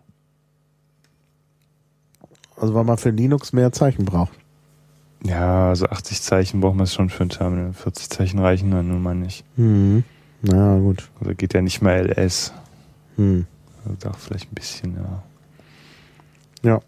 Also weil man für Linux mehr Zeichen braucht. Ja, also achtzig Zeichen braucht man schon für ein Terminal. vierzig Zeichen reichen dann nun mal nicht. Mhm. Na ja, gut. Also geht ja nicht mal L S. Mhm. Also doch vielleicht ein bisschen, ja. Ja.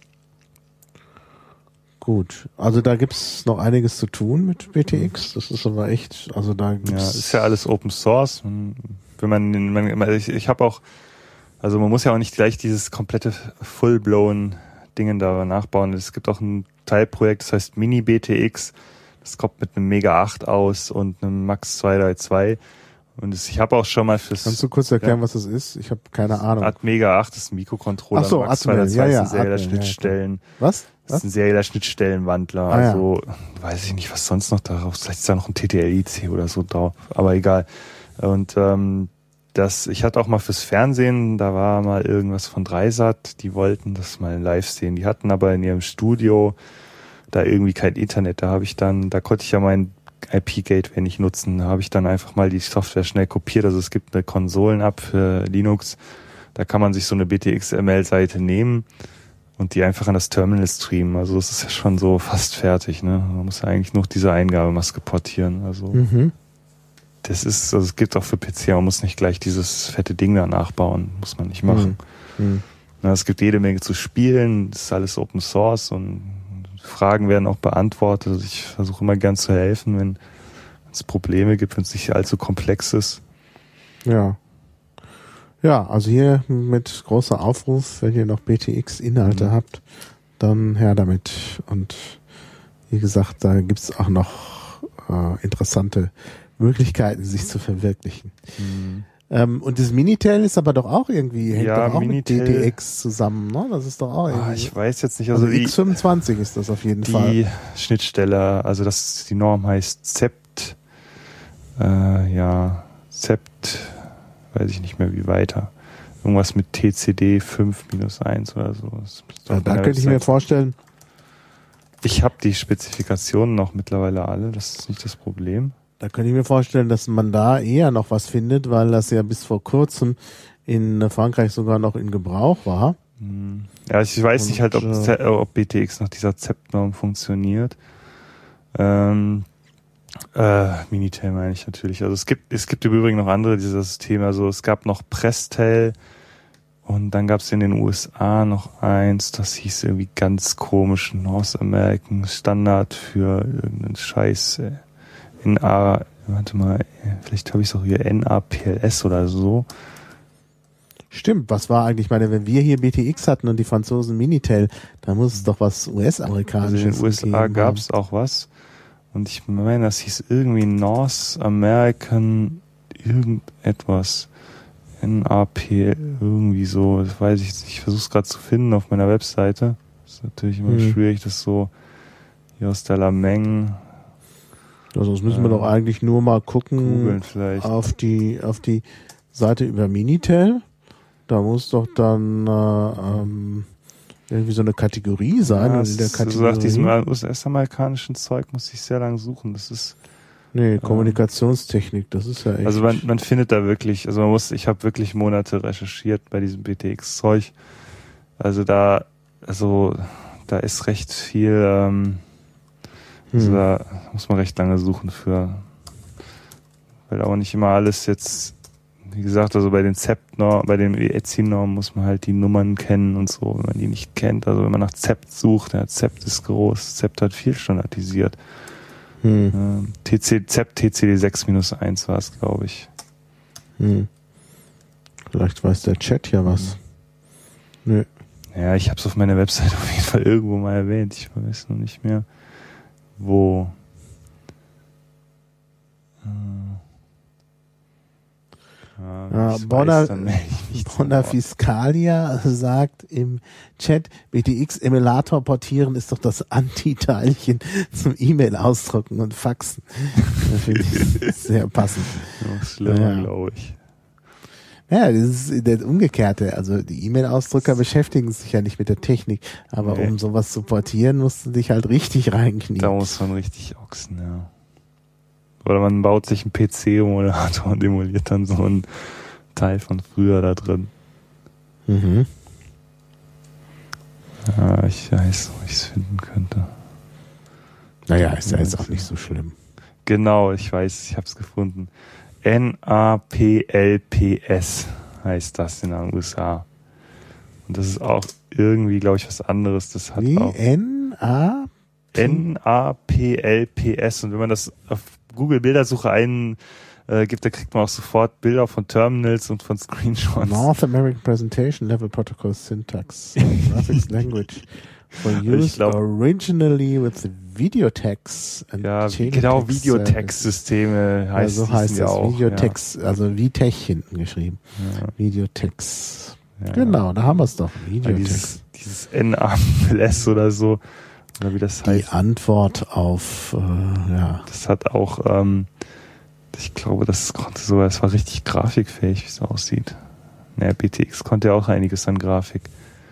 Gut. Also da gibt's noch einiges zu tun mit B T X. Das ist aber echt, also da gibt's... Ja, ist ja alles Open Source. Und wenn man, man ich, ich habe auch, also man muss ja auch nicht gleich dieses komplette full-blown Dingen da nachbauen. Es gibt auch ein Teilprojekt, das heißt Mini B T X. Das kommt mit einem Mega acht aus und einem Max zwei drei zwei. Und das, ich habe auch schon mal fürs... Kannst du kurz erklären, ja, was das ist? Ich habe keine Ahnung. At Mega acht ist ein Mikrocontroller. Ach so, Max zwei drei zwei ja, ja, ist ein serieller Atmel, Schnittstellen. Ja, was? Das ist ein serieller Schnittstellenwandler. Ah, also ja. weiß ich nicht, was sonst noch darauf. Vielleicht ist da noch ein T T L I C oder so drauf. Aber egal. Und ähm, das, ich hatte auch mal fürs Fernsehen, da war mal irgendwas von Dreisat, die wollten das mal live sehen. Die hatten aber in ihrem Studio da irgendwie kein Internet. Da habe ich dann, da konnte ich ja mein I P-Gateway nicht nutzen. Da habe ich dann einfach mal die Software schnell kopiert. Also es gibt eine Konsolen-App für Linux. Da kann man sich so eine B T X M L-Seite nehmen und die einfach an das Terminal streamen. Also das ist ja schon so fast fertig. Ne? Man muss ja eigentlich nur diese Eingabemaske portieren. Also mhm. das ist, also es gibt auch für P C, man muss nicht gleich dieses fette Ding da nachbauen. Muss man nicht machen. Mhm. Na, es gibt jede Menge zu spielen. Das ist alles Open Source und Fragen werden auch beantwortet. Also ich versuche immer gern zu helfen, wenn es Probleme gibt, wenn es nicht allzu komplex ist. Ja. Ja, also hier mit großer Aufruf, wenn ihr noch B T X-Inhalte mhm. habt, dann her damit. Und wie gesagt, da gibt's auch noch äh, interessante Möglichkeiten, sich zu verwirklichen. Mhm. Ähm, und das Minitel ist aber doch auch irgendwie, hängt ja, doch auch Minitel, mit D T X zusammen, ne? Das ist doch auch irgendwie... Ah, ich weiß jetzt nicht. Also, also die, X fünfundzwanzig ist das auf jeden die Fall. Die Schnittstelle, also das, die Norm heißt Zept, äh, ja, Zept, weiß ich nicht mehr wie weiter. Irgendwas mit T C D fünf minus eins oder so. Ja, da könnte ich mir vorstellen... Ich habe die Spezifikationen noch mittlerweile alle, das ist nicht das Problem. Da könnte ich mir vorstellen, dass man da eher noch was findet, weil das ja bis vor kurzem in Frankreich sogar noch in Gebrauch war. Ja, ich weiß Und, nicht halt, ob, äh, ob B T X nach dieser Zept-Norm funktioniert. Ähm, äh, Minitel meine ich natürlich. Also es gibt, es gibt im Übrigen noch andere dieser Systeme. Also es gab noch Prestel und dann gab es in den U S A noch eins, das hieß irgendwie ganz komisch North American Standard für irgendeinen Scheiß. N A, warte mal, vielleicht habe ich es auch hier N A P L S oder so. Stimmt, was war eigentlich, meine, wenn wir hier B T X hatten und die Franzosen Minitel, da muss es doch was U S-amerikanisches Also in den U S A gab es auch was. Und ich meine, das hieß irgendwie North American irgendetwas. N A P, irgendwie so, das weiß ich jetzt nicht. Ich versuche es gerade zu finden auf meiner Webseite. Das ist natürlich immer hm. schwierig, das so hier aus der Lameng. Also das müssen wir äh, doch eigentlich nur mal gucken vielleicht. auf die auf die Seite über Minitel. Da muss doch dann äh, ähm, irgendwie so eine Kategorie sein. Ja, und in der Kategorie, so nach diesem U S-amerikanischen Zeug muss ich sehr lang suchen. Das ist nee, Kommunikationstechnik, das ist ja echt. Also man, man findet da wirklich, also man muss, ich habe wirklich Monate recherchiert bei diesem B T X-Zeug. Also da, also da ist recht viel, ähm, also hm. da muss man recht lange suchen für, weil auch nicht immer alles jetzt, wie gesagt, also bei den Z E P-Normen, bei den E T S I-Normen muss man halt die Nummern kennen und so, wenn man die nicht kennt. Also wenn man nach Z E P T sucht, ja, Z E P T ist groß, Z E P T hat viel standardisiert. Hm. T C, Z E P T T C D sechs minus eins war es, glaube ich. Hm. Vielleicht weiß der Chat ja was. Hm. Nö. Ja, ich habe es auf meiner Website auf jeden Fall irgendwo mal erwähnt. Ich weiß noch nicht mehr, wo. Ja, ja, Bonner, Bonner Fiscalia sagt im Chat, B T X-Emulator portieren ist doch das Anti-Teilchen zum E-Mail ausdrucken und faxen. Das finde ich sehr passend. Noch schlimmer, ja. glaube ich. Ja, das ist der Umgekehrte. Also die E-Mail-Ausdrucker beschäftigen sich ja nicht mit der Technik, aber nee. um sowas zu portieren, musst du dich halt richtig reinknien. Da muss man richtig ochsen, ja. Oder man baut sich einen P C-Emulator und emuliert dann so einen Teil von früher da drin. Mhm. Ja, ich weiß, wo ich es finden könnte. Naja, ist ja jetzt auch nicht so schlimm. Genau, ich weiß, ich habe es gefunden. N A P L P S heißt das in den U S A. Und das ist auch irgendwie, glaube ich, was anderes. Das hat Wie? auch N A N A P L P S. Und wenn man das auf Google Bildersuche ein äh, gibt, da kriegt man auch sofort Bilder von Terminals und von Screenshots. North American Presentation Level Protocol Syntax Graphics Language for use glaub, originally with Videotex and ja, genau, Videotex-Systeme heißt ja, so heißt ja das. auch. Videotex, ja. Also wie Tech hinten geschrieben. Ja. Videotex. Ja. Genau, da haben wir es doch. Videotex. Dieses, dieses N A P L S oder so. Oder wie das heißt. Die Antwort auf, äh, ja. Das hat auch, ähm, ich glaube, das konnte sogar, es war richtig grafikfähig, wie es aussieht. Naja, B T X konnte ja auch einiges an Grafik.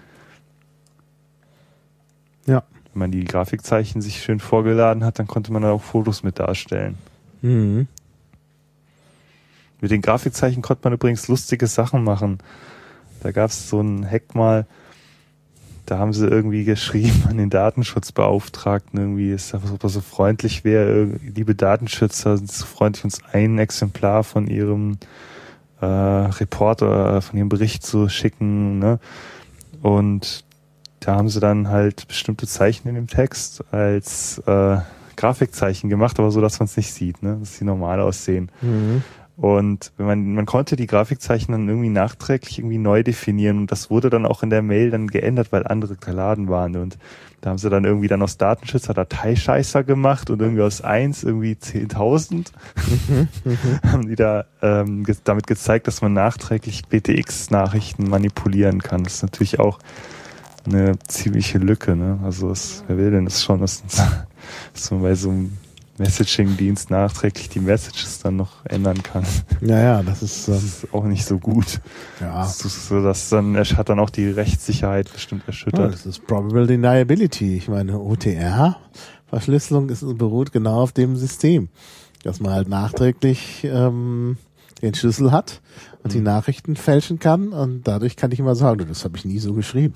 Ja. Wenn man die Grafikzeichen sich schön vorgeladen hat, dann konnte man da auch Fotos mit darstellen. Mhm. Mit den Grafikzeichen konnte man übrigens lustige Sachen machen. Da gab es so einen Hack mal, da haben sie irgendwie geschrieben an den Datenschutzbeauftragten, irgendwie, ist, ob er so freundlich wäre, liebe Datenschützer, sind so freundlich, uns ein Exemplar von ihrem äh, Report oder von ihrem Bericht zu schicken, ne? Und da haben sie dann halt bestimmte Zeichen in dem Text als äh, Grafikzeichen gemacht, aber so, dass man es nicht sieht, ne? Dass sie normal aussehen. Mhm. Und wenn man, man konnte die Grafikzeichen dann irgendwie nachträglich irgendwie neu definieren und das wurde dann auch in der Mail dann geändert, weil andere geladen waren und da haben sie dann irgendwie dann aus Datenschützer Dateischeißer gemacht und irgendwie aus eins irgendwie zehntausend mhm, haben die da ähm, ge- damit gezeigt, dass man nachträglich B T X-Nachrichten manipulieren kann. Das ist natürlich auch eine ziemliche Lücke, ne? Also das, wer will denn das schon, dass, dass man bei so einem Messaging-Dienst nachträglich die Messages dann noch ändern kann. Ja, ja, das ist, ähm, das ist auch nicht so gut. Ja. Das ist so, dass dann, es hat dann auch die Rechtssicherheit bestimmt erschüttert. Ja, das ist Probable Deniability. Ich meine, O T R-Verschlüsselung ist, beruht genau auf dem System, dass man halt nachträglich ähm, den Schlüssel hat und mhm. die Nachrichten fälschen kann und dadurch kann ich immer sagen, das habe ich nie so geschrieben.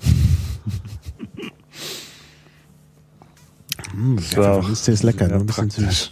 Hm, das war auch ist lecker, nur ein bisschen süß.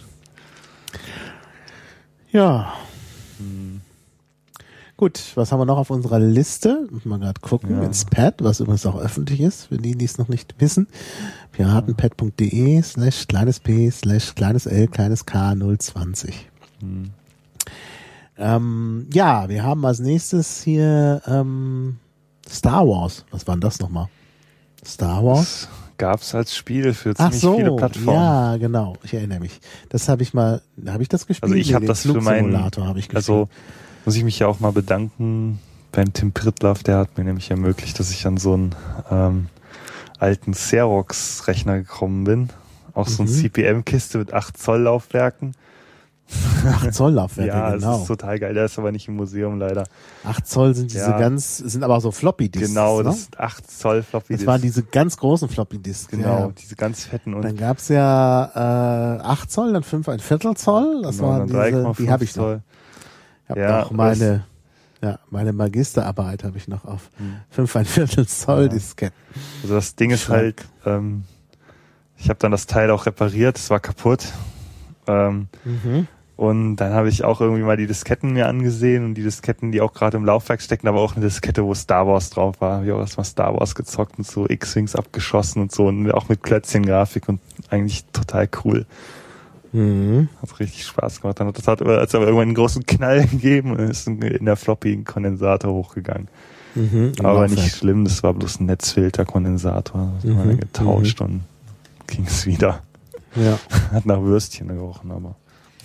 Ja. Hm. Gut, was haben wir noch auf unserer Liste? Muss mal gerade gucken, ja. ins Pad, was übrigens auch öffentlich ist, für die, die es noch nicht wissen. piratenpad.de slash kleines p slash kleines l kleines k null zwanzig. Hm. Ähm, ja, wir haben als nächstes hier ähm, Star Wars. Was war denn das nochmal? Star Wars? Gab es als Spiel für Ach ziemlich so, viele Plattformen. Ja, genau. Ich erinnere mich. Das habe ich mal, habe ich das gespielt? Also ich habe das für meinen, habe ich gespielt. Also muss ich mich ja auch mal bedanken beim Tim Pritlaff, der hat mir nämlich ermöglicht, dass ich an so einen ähm, alten Xerox-Rechner gekommen bin. Auch so eine mhm. C P M-Kiste mit acht Zoll Laufwerken. acht Zoll Laufwerke, ja, genau. Ja, das ist total geil. Der ist aber nicht im Museum leider. acht Zoll sind diese ja. ganz, sind aber auch so Floppy-Disks. Genau, das ne? sind acht Zoll Floppy-Disks. Das waren diese ganz großen Floppy-Disks. Genau, ja. diese ganz fetten. Und dann gab's ja äh, acht Zoll, dann fünf ein Viertel Zoll. Das genau, waren diese, die habe ich noch. Ich habe ja, noch meine, ja, meine Magisterarbeit habe ich noch auf hm. fünf ein Viertel Zoll ja. Disketten. Also das Ding ist halt, ähm, ich habe dann das Teil auch repariert, es war kaputt. Ähm, mhm. Und dann habe ich auch irgendwie mal die Disketten mir angesehen und die Disketten, die auch gerade im Laufwerk stecken, aber auch eine Diskette, wo Star Wars drauf war. Habe ich auch erstmal Star Wars gezockt und so X-Wings abgeschossen und so und auch mit Klötzchen-Grafik und eigentlich total cool. Mhm. Hat richtig Spaß gemacht. Dann hat es hat aber irgendwann einen großen Knall gegeben und ist in der Floppy ein Kondensator hochgegangen. Mhm, aber nicht schlimm, das war bloß ein Netzfilter-Kondensator. Das mhm, haben wir getauscht mhm. und ging es wieder. Ja. Hat nach Würstchen gerochen, aber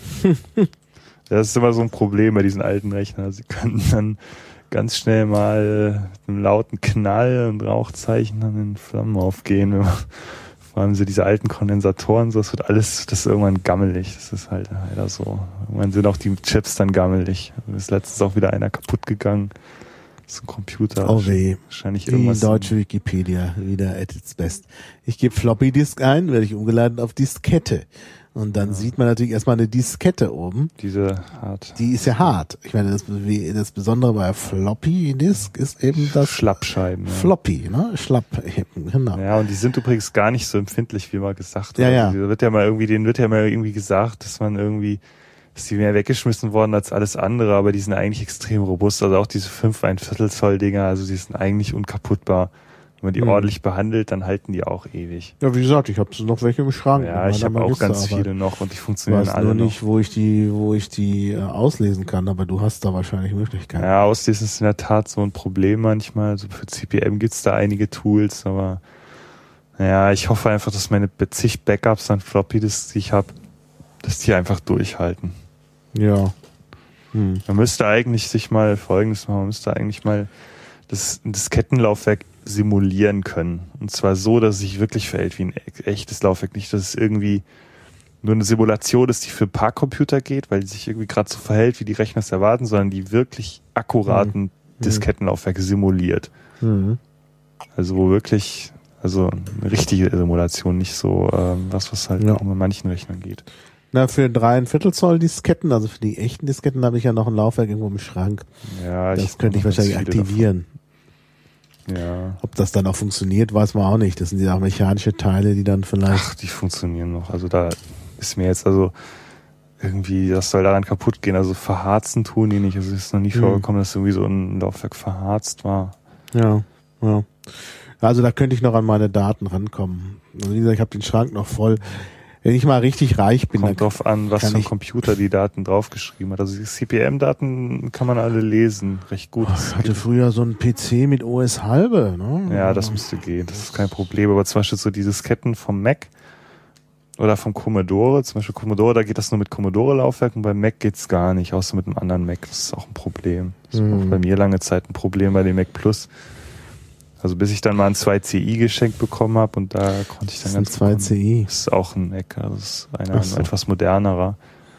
das ist immer so ein Problem bei diesen alten Rechnern. Sie können dann ganz schnell mal mit einem lauten Knall und Rauchzeichen dann in Flammen aufgehen. Wenn man, vor allem so diese alten Kondensatoren, so, das wird alles, das ist irgendwann gammelig. Das ist halt leider so. Irgendwann sind auch die Chips dann gammelig. Da ist letztens auch wieder einer kaputt gegangen. Das ist ein Computer. Oh weh. Wahrscheinlich irgendwas. Die deutsche Wikipedia wieder at its best. Ich gebe Floppy Disk ein, werde ich umgeladen auf Diskette. Und dann ja. sieht man natürlich erstmal eine Diskette oben. Diese hart. Die ist ja hart. Ich meine, das, das Besondere bei Floppy Disk ist eben das Schlappscheiben. Ja. Floppy, ne? Schlapp, genau. Ja, und die sind übrigens gar nicht so empfindlich, wie mal gesagt wurde. Ja, ja. Da wird ja mal irgendwie, denen wird ja mal irgendwie gesagt, dass man irgendwie, dass die mehr weggeschmissen worden als alles andere, aber die sind eigentlich extrem robust. Also auch diese fünf ein Viertel Zoll Dinger, also die sind eigentlich unkaputtbar. Wenn man die hm. ordentlich behandelt, dann halten die auch ewig. Ja, wie gesagt, ich habe noch welche im Schrank. Ja, ich habe auch ganz viele noch und die funktionieren alle nur noch. nicht, wo ich die, wo ich die äh, auslesen kann, aber du hast da wahrscheinlich Möglichkeiten. Ja, auslesen ist in der Tat so ein Problem manchmal. Also für C P M gibt's da einige Tools, aber naja, ich hoffe einfach, dass meine zig Backups an Floppy-Disks, die ich habe, dass die einfach durchhalten. Ja. Hm. Man müsste eigentlich sich mal Folgendes machen, man müsste eigentlich mal das Diskettenlaufwerk simulieren können. Und zwar so, dass es sich wirklich verhält wie ein echtes Laufwerk. Nicht, dass es irgendwie nur eine Simulation ist, die für ein paar Computer geht, weil die sich irgendwie gerade so verhält, wie die Rechner es erwarten, sondern die wirklich akkuraten mhm. Diskettenlaufwerke simuliert. Mhm. Also wo wirklich, also eine richtige Simulation, nicht so ähm, was, was halt ja. bei manchen Rechnern geht. Na, für drei ein Viertel Zoll Disketten, also für die echten Disketten, habe ich ja noch ein Laufwerk irgendwo im Schrank. Ja, das könnte ich wahrscheinlich aktivieren. Davon. Ja. Ob das dann auch funktioniert, weiß man auch nicht. Das sind ja auch mechanische Teile, die dann vielleicht... Ach, die funktionieren noch. Also da ist mir jetzt also irgendwie, das soll daran kaputt gehen. Also verharzen tun die nicht. Also es ist noch nie mhm. vorgekommen, dass irgendwie so ein Laufwerk verharzt war. Ja, ja. Also da könnte ich noch an meine Daten rankommen. Also wie gesagt, ich habe den Schrank noch voll. Wenn ich mal richtig reich bin, kommt drauf an, was für ein Computer die Daten draufgeschrieben hat. Also die C P M-Daten kann man alle lesen, recht gut. Ich hatte früher so einen P C mit O S halbe, ne? Ja, das müsste gehen, das ist kein Problem. Aber zum Beispiel so die Disketten vom Mac oder vom Commodore, zum Beispiel Commodore, da geht das nur mit Commodore-Laufwerk und beim Mac geht's gar nicht, außer mit einem anderen Mac. Das ist auch ein Problem. Das war auch bei mir lange Zeit ein Problem bei dem Mac Plus. Also bis ich dann mal ein zwei C I geschenkt bekommen habe und da konnte ich dann ganz zwei C I. Das ist auch ein Mac, das ist einer so. etwas modernerer.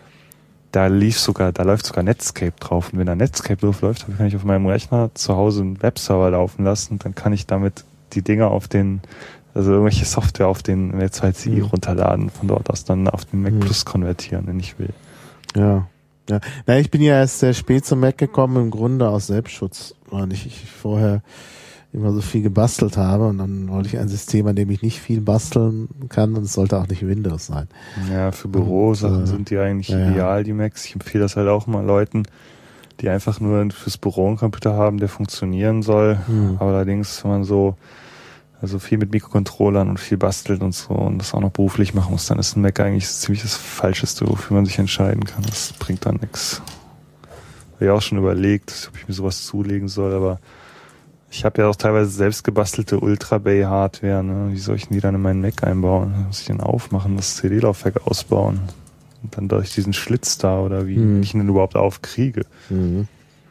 Da lief sogar, da läuft sogar Netscape drauf und wenn da Netscape drauf läuft, dann kann ich auf meinem Rechner zu Hause einen Webserver laufen lassen und dann kann ich damit die Dinger auf den, also irgendwelche Software auf den zwei C I mhm. runterladen, von dort aus dann auf den Mac mhm. Plus konvertieren, wenn ich will. Ja. Ja. Na, ich bin ja erst sehr spät zum Mac gekommen, im Grunde aus Selbstschutz, weil ich, ich vorher immer so viel gebastelt habe und dann wollte ich ein System, an dem ich nicht viel basteln kann und es sollte auch nicht Windows sein. Ja, für Bürosachen äh, sind die eigentlich ja, ideal, die Macs. Ich empfehle das halt auch mal Leuten, die einfach nur fürs Büro einen Computer haben, der funktionieren soll. Hm. Aber allerdings, wenn man so also viel mit Mikrocontrollern und viel bastelt und so und das auch noch beruflich machen muss, dann ist ein Mac eigentlich ziemlich das Falscheste, wofür man sich entscheiden kann. Das bringt dann nichts. Habe ich auch schon überlegt, ob ich mir sowas zulegen soll, aber ich habe ja auch teilweise selbst gebastelte Ultra-Bay-Hardware. Ne? Wie soll ich denn die dann in meinen Mac einbauen? Da muss ich den aufmachen, das C D-Laufwerk ausbauen. Und dann durch diesen Schlitz da oder wie mhm. ich ihn denn überhaupt aufkriege. Mhm.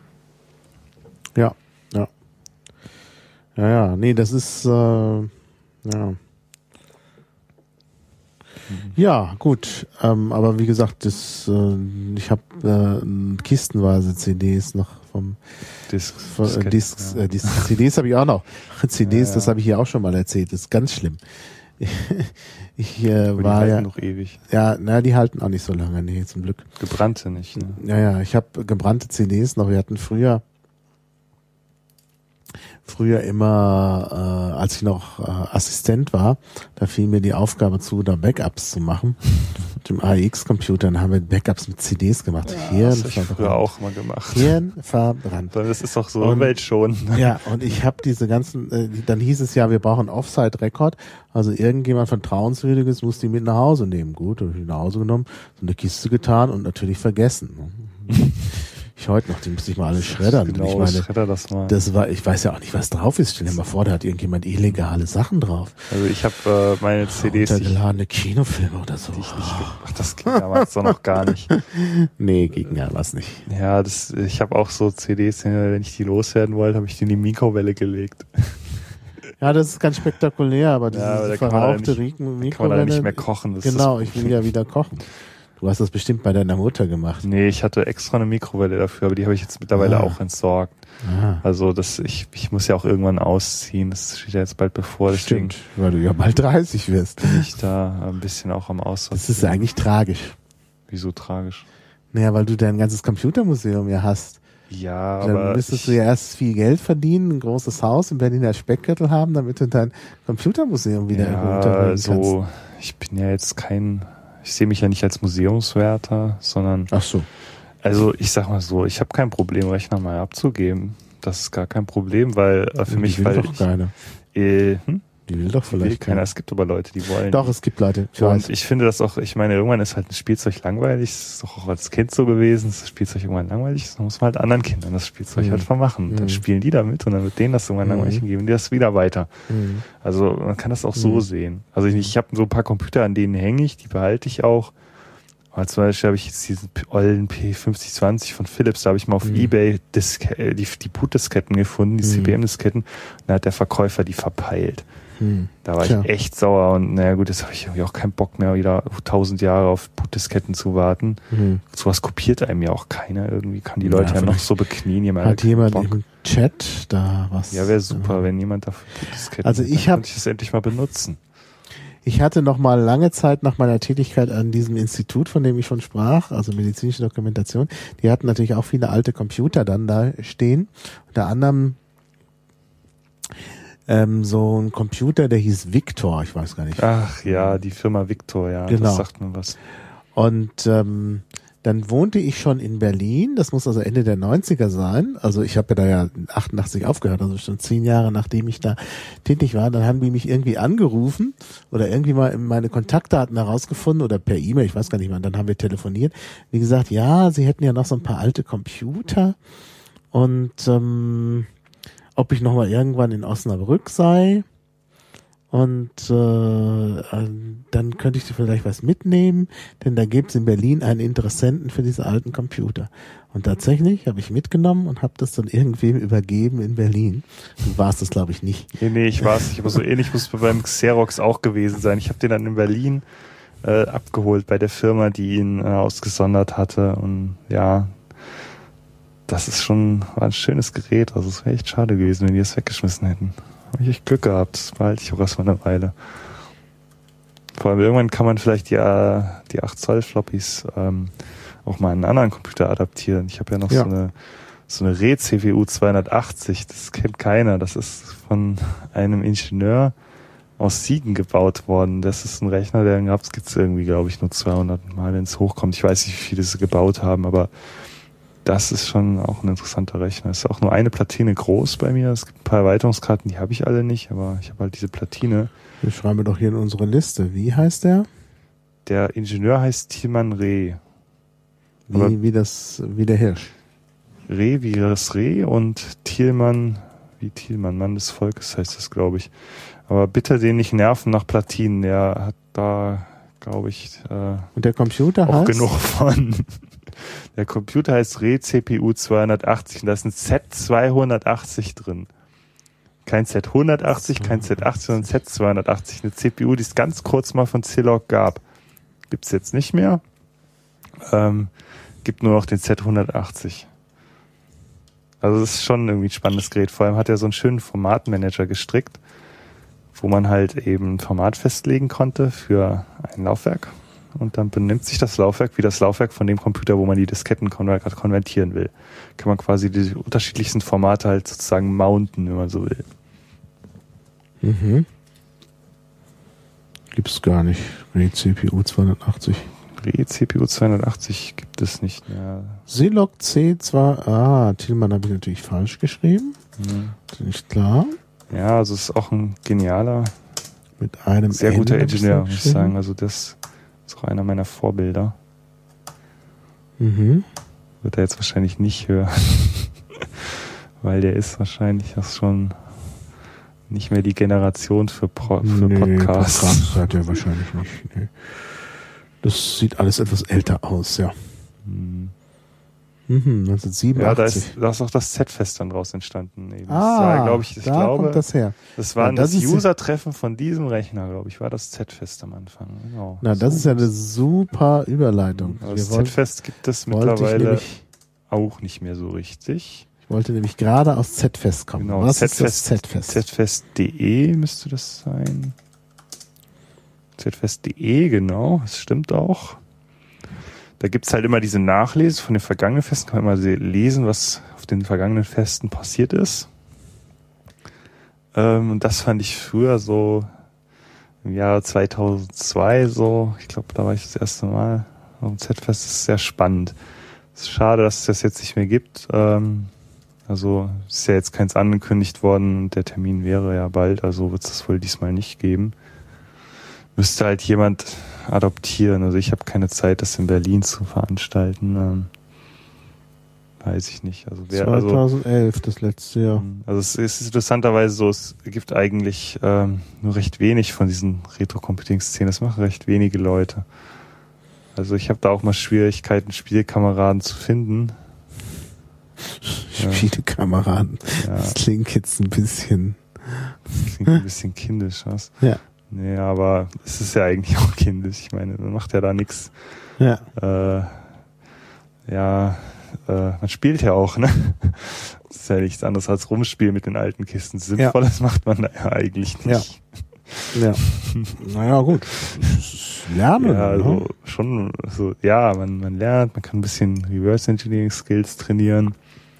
Ja, ja. Ja, ja, nee, das ist, äh, ja. Ja, gut. Ähm, aber wie gesagt, das, äh, ich habe äh, kistenweise C Ds noch vom Discs, von, äh, Discs, ja. äh, Discs C Ds habe ich auch noch. C Ds, ja, ja. Das habe ich hier auch schon mal erzählt. Das ist ganz schlimm. Ich äh, aber war die halten ja noch ewig. Ja, na, die halten auch nicht so lange, nee, zum Glück. Gebrannte nicht, ne? Ja, ja, ich habe gebrannte C Ds noch. Wir hatten früher früher immer, äh, als ich noch äh, Assistent war, da fiel mir die Aufgabe zu, da Backups zu machen. Mit dem A E X-Computer, dann haben wir Backups mit C Ds gemacht. Ja, Hirn das habe ich früher auch mal gemacht. Hirn verbrannt. Das ist doch so Umwelt schon. Ja, und ich habe diese ganzen, äh, dann hieß es ja, wir brauchen Offsite-Record, also irgendjemand Vertrauenswürdiges muss die mit nach Hause nehmen. Gut, habe ich nach Hause genommen, so eine Kiste getan und natürlich vergessen. Ich heute noch, die müsste ich mal alle schreddern. Genau, ich meine, schredder das mal. Das war, ich weiß ja auch nicht, was drauf ist. Stell dir mal vor, da hat irgendjemand illegale Sachen drauf. Also ich habe äh, meine C Ds, runtergeladene Kinofilme oder so. Die ich nicht gemacht. Das ging damals doch noch gar nicht. Nee, ging ja was nicht. Ja, das, ich habe auch so C Ds, wenn ich die loswerden wollte, habe ich die in die Mikrowelle gelegt. Ja, das ist ganz spektakulär, aber diese ja, aber verrauchte Mikrowelle. Kann man da nicht mehr kochen. Das genau, ich will ja wieder kochen. Du hast das bestimmt bei deiner Mutter gemacht. Nee, ich hatte extra eine Mikrowelle dafür, aber die habe ich jetzt mittlerweile ah. auch entsorgt. Ah. Also das, ich, ich muss ja auch irgendwann ausziehen. Das steht ja jetzt bald bevor. Stimmt, weil du ja bald dreißig wirst. Bin ich da ein bisschen auch am Aussortieren. Das ist eigentlich tragisch. Wieso tragisch? Naja, weil du dein ganzes Computermuseum ja hast. Ja, dann aber... Dann müsstest du ja erst viel Geld verdienen, ein großes Haus im Berliner Speckgürtel haben, damit du dein Computermuseum wieder ja, unterbringen so, kannst. Ich bin ja jetzt kein... Ich sehe mich ja nicht als Museumswärter, sondern... Ach so. Also ich sag mal so, ich habe kein Problem, Rechner mal abzugeben. Das ist gar kein Problem, weil äh, für die mich... will weil doch ich, keiner. Äh, hm? Die will doch vielleicht will keiner. Es gibt aber Leute, die wollen. Doch, es gibt Leute. Ich und weiß. Ich finde das auch, ich meine, irgendwann ist halt ein Spielzeug langweilig. Das ist doch auch als Kind so gewesen. Das Spielzeug irgendwann langweilig ist. Dann muss man halt anderen Kindern das Spielzeug mhm. halt vermachen. Mhm. Dann spielen die damit und dann wird denen das irgendwann mhm. langweilig und geben die das wieder weiter. Mhm. Also man kann das auch mhm. so sehen. Also ich, ich habe so ein paar Computer, an denen hänge ich, die behalte ich auch. Aber zum Beispiel habe ich jetzt diesen ollen P fünfzig zwanzig von Philips, da habe ich mal auf mhm. Ebay Diske, die, die Boot-Disketten gefunden, die mhm. C P M-Disketten. Und da hat der Verkäufer die verpeilt. Hm. Da war Tja. ich echt sauer und naja gut, jetzt habe ich irgendwie auch keinen Bock mehr, wieder tausend Jahre auf Bootdisketten zu warten. Hm. Sowas kopiert einem ja auch keiner. Irgendwie kann die Leute ja, ja noch so beknien. Jemand hat jemand Bock. Im Chat da was? Ja, wäre super, ja. wenn jemand dafür Bootdisketten also ich habe ich das endlich mal benutzen. Ich hatte noch mal lange Zeit nach meiner Tätigkeit an diesem Institut, von dem ich schon sprach, also medizinische Dokumentation, die hatten natürlich auch viele alte Computer dann da stehen. Unter anderem Ähm, so ein Computer, der hieß Victor, ich weiß gar nicht. Ach ja, die Firma Victor, ja, genau. Das sagt mir was. Und ähm, dann wohnte ich schon in Berlin, das muss also Ende der neunziger sein, also ich habe ja da ja achtundachtzig aufgehört, also schon zehn Jahre nachdem ich da tätig war, dann haben die mich irgendwie angerufen oder irgendwie mal meine Kontaktdaten herausgefunden oder per E-Mail, ich weiß gar nicht mehr, und dann haben wir telefoniert, wie gesagt, ja, sie hätten ja noch so ein paar alte Computer und ähm, ob ich nochmal irgendwann in Osnabrück sei und äh, dann könnte ich dir vielleicht was mitnehmen, denn da gibt es in Berlin einen Interessenten für diese alten Computer. Und tatsächlich habe ich mitgenommen und habe das dann irgendwem übergeben in Berlin. Du warst das, glaube ich, nicht. Nee, nee, ich war es nicht, aber so ähnlich muss es beim Xerox auch gewesen sein. Ich habe den dann in Berlin äh, abgeholt bei der Firma, die ihn äh, ausgesondert hatte und ja, das ist schon war ein schönes Gerät. Also es wäre echt schade gewesen, wenn die es weggeschmissen hätten. Habe ich echt Glück gehabt. Das behalte ich auch erstmal eine Weile. Vor allem irgendwann kann man vielleicht die, äh, die acht Zoll Floppies ähm, auch mal in einen anderen Computer adaptieren. Ich habe ja noch ja. so eine so eine Re C P U zweihundertachtzig. Das kennt keiner. Das ist von einem Ingenieur aus Siegen gebaut worden. Das ist ein Rechner, der gibt es irgendwie, glaube ich, nur zweihundert Mal, wenn es hochkommt. Ich weiß nicht, wie viele sie gebaut haben, aber das ist schon auch ein interessanter Rechner. Es ist auch nur eine Platine groß bei mir. Es gibt ein paar Erweiterungskarten, die habe ich alle nicht, aber ich habe halt diese Platine. Das schreiben wir doch hier in unsere Liste. Wie heißt der? Der Ingenieur heißt Tilman Reh. Wie, wie, das, wie der Hirsch. Reh wie das Reh und Thielmann wie Thielmann, Mann des Volkes heißt das, glaube ich. Aber bitte den nicht nerven nach Platinen. Der hat da, glaube ich, äh, und der Computer auch heißt? Genug von. Der Computer heißt Re C P U zweihundertachtzig und da ist ein Z zweihundertachtzig drin. Kein Z hundertachtzig, kein Z achtzig, sondern Z zweihundertachtzig. Eine C P U, die es ganz kurz mal von Zillock gab. Gibt's jetzt nicht mehr. Ähm, gibt nur noch den Z hundertachtzig. Also das ist schon irgendwie ein spannendes Gerät. Vor allem hat er so einen schönen Formatmanager gestrickt, wo man halt eben ein Format festlegen konnte für ein Laufwerk. Und dann benimmt sich das Laufwerk wie das Laufwerk von dem Computer, wo man die Disketten konver- konvertieren will. Kann man quasi die unterschiedlichsten Formate halt sozusagen mounten, wenn man so will. Mhm. Gibt's gar nicht. C P U zweihundertachtzig. C P U zweihundertachtzig gibt es nicht mehr. Zilog C zwei. Ah, Tillmann habe ich natürlich falsch geschrieben. Mhm. Ist nicht klar. Ja, also es ist auch ein genialer, mit einem sehr guter Ingenieur, muss ich sagen. Also das ist auch einer meiner Vorbilder. Mhm. Wird er jetzt wahrscheinlich nicht hören. Weil der ist wahrscheinlich auch schon nicht mehr die Generation für, Pro- für nee, Podcasts. Podcast hat er wahrscheinlich nicht. Nee. Das sieht alles etwas älter aus, ja. Hm. Mhm, neunzehnhundertsiebenundachtzig. Ja, da ist, da ist auch das Z-Fest dann draus entstanden. Eben. Ah, das war, glaub ich, ich da glaube, kommt das her. Das war ja, das, das User-Treffen von diesem Rechner, glaube ich, war das Z-Fest am Anfang. Genau. Na, das so ist ja eine super Überleitung. Also das Z-Fest gibt es mittlerweile nämlich, auch nicht mehr so richtig. Ich wollte nämlich gerade aus Z-Fest kommen. Genau, was Z-Fest, ist das Z-Fest? Z-Fest punkt de müsste das sein. Z-Fest punkt de, genau, das stimmt auch. Da gibt's halt immer diese Nachlese von den vergangenen Festen, kann man immer lesen, was auf den vergangenen Festen passiert ist. Ähm, und das fand ich früher so im Jahr zweitausendzwei so, ich glaube, da war ich das erste Mal auf dem Z-Fest, das ist sehr spannend. Es ist schade, dass es das jetzt nicht mehr gibt. Ähm, also ist ja jetzt keins angekündigt worden und der Termin wäre ja bald, also wird es das wohl diesmal nicht geben. Müsste halt jemand adoptieren. Also ich habe keine Zeit, das in Berlin zu veranstalten. Ähm, weiß ich nicht. Also wer, zweitausendelf, also, das letzte Jahr. Also es ist interessanterweise so, es gibt eigentlich ähm, nur recht wenig von diesen Retro-Computing-Szenen. Das machen recht wenige Leute. Also ich habe da auch mal Schwierigkeiten, Spielkameraden zu finden. Spielkameraden. Ja. Das klingt jetzt ein bisschen... Das klingt ein bisschen kindisch, was? Ja. Nee, aber es ist ja eigentlich auch kindisch. Ich meine, man macht ja da nichts. Ja. Äh, ja, äh, man spielt ja auch, ne? Das ist ja nichts anderes als rumspielen mit den alten Kisten. Sinnvolles ja. macht man da ja eigentlich nicht. Ja. Ja. Naja, gut. Lernen. Ja, also ne? schon, so, ja, man, man lernt, man kann ein bisschen Reverse Engineering Skills trainieren.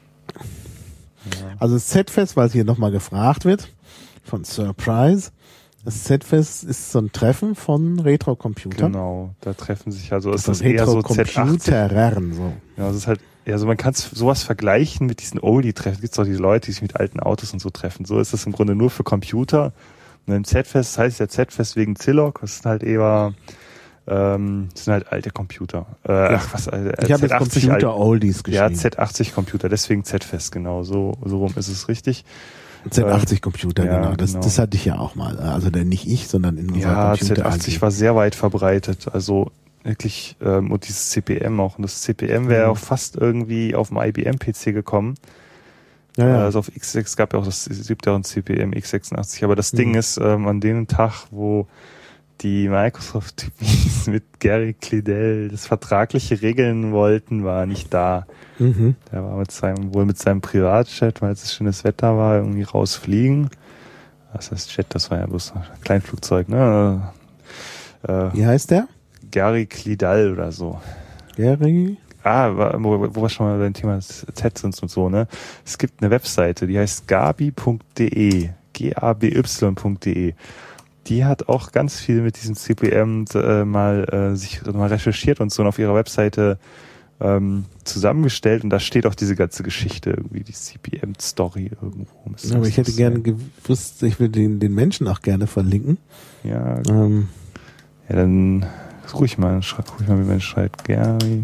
Ja. Also das Z-Fest, weil es hier nochmal gefragt wird, von Surprise. Das Z-Fest ist so ein Treffen von Retro-Computern. Genau, da treffen sich also, ist das das eher so Z achtzig. So. Ja, das ist halt, also man kann sowas vergleichen mit diesen Oldie-Treffen. Gibt es auch diese Leute, die sich mit alten Autos und so treffen. So ist das im Grunde nur für Computer. Und im Z-Fest, das heißt ja Z-Fest wegen Zilog, das sind halt eher, ähm, das sind halt alte Computer. Äh, ach, was, äh, ich habe jetzt Computer-Oldies geschrieben. Ja, Z achtzig Computer, deswegen Z-Fest, genau, so, so rum ist es richtig. Z achtzig Computer, ja, genau. Das, genau. das hatte ich ja auch mal. Also denn nicht ich, sondern in unserer ja, Computer. Z achtzig war sehr weit verbreitet. Also wirklich, ähm, und dieses C P M auch. Und das C P M wäre mhm. auch fast irgendwie auf dem I B M-P C gekommen. Ja, ja. Also auf X sechs gab ja auch das, es gibt ja auch ein C P M x sechsundachtzig. Aber das mhm. Ding ist, ähm, an dem Tag, wo die Microsoft-Typen mit Gary Kleidell das Vertragliche regeln wollten, war nicht da. Mhm. Der war mit seinem, wohl mit seinem Privatjet, weil es schönes Wetter war, irgendwie rausfliegen. Was heißt Jet? Das war ja bloß ein Kleinflugzeug, ne? Äh, Wie heißt der? Gary Kleidell oder so. Gary? Ah, wo, wo wir schon mal beim Thema Z sind und so, ne? Es gibt eine Webseite, die heißt gaby punkt de. G A B Y punkt de. Die hat auch ganz viel mit diesem C P M äh, mal äh, sich mal recherchiert und so und auf ihrer Webseite ähm, zusammengestellt und da steht auch diese ganze Geschichte irgendwie, die C P M-Story irgendwo. Ja, aber ich hätte gerne gewusst, ich würde den, den Menschen auch gerne verlinken. Ja, ähm. ja dann suche ich mal, guck ich mal, wie man schreibt. Gary.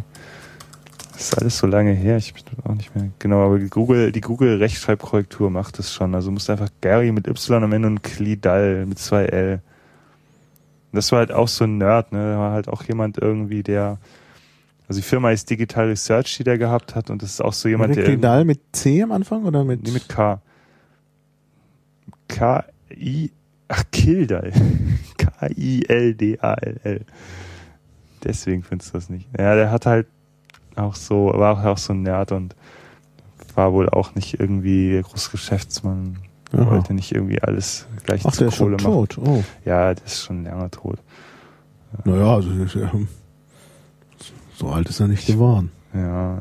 Das ist alles so lange her, ich bin auch nicht mehr. Genau, aber die Google, die Google Rechtschreibkorrektur macht das schon. Also du musst einfach Gary mit Y am Ende und Kleidell mit zwei L. Das war halt auch so ein Nerd, ne? Da war halt auch jemand irgendwie, der, also die Firma ist Digital Research, die der gehabt hat, und das ist auch so jemand, der. Kleidell mit C am Anfang oder mit? Nee, mit K. K I, ach, Kildall. K I L D A L L. Deswegen findest du das nicht. Ja, der hat halt auch so, war auch so ein Nerd und war wohl auch nicht irgendwie der große Geschäftsmann. Aha. Wollte nicht irgendwie alles gleich Ach, zu Kohle machen. Ach, der ist schon tot? Oh. Ja, der ist schon länger tot. Naja, also so alt ist er nicht geworden. Ja.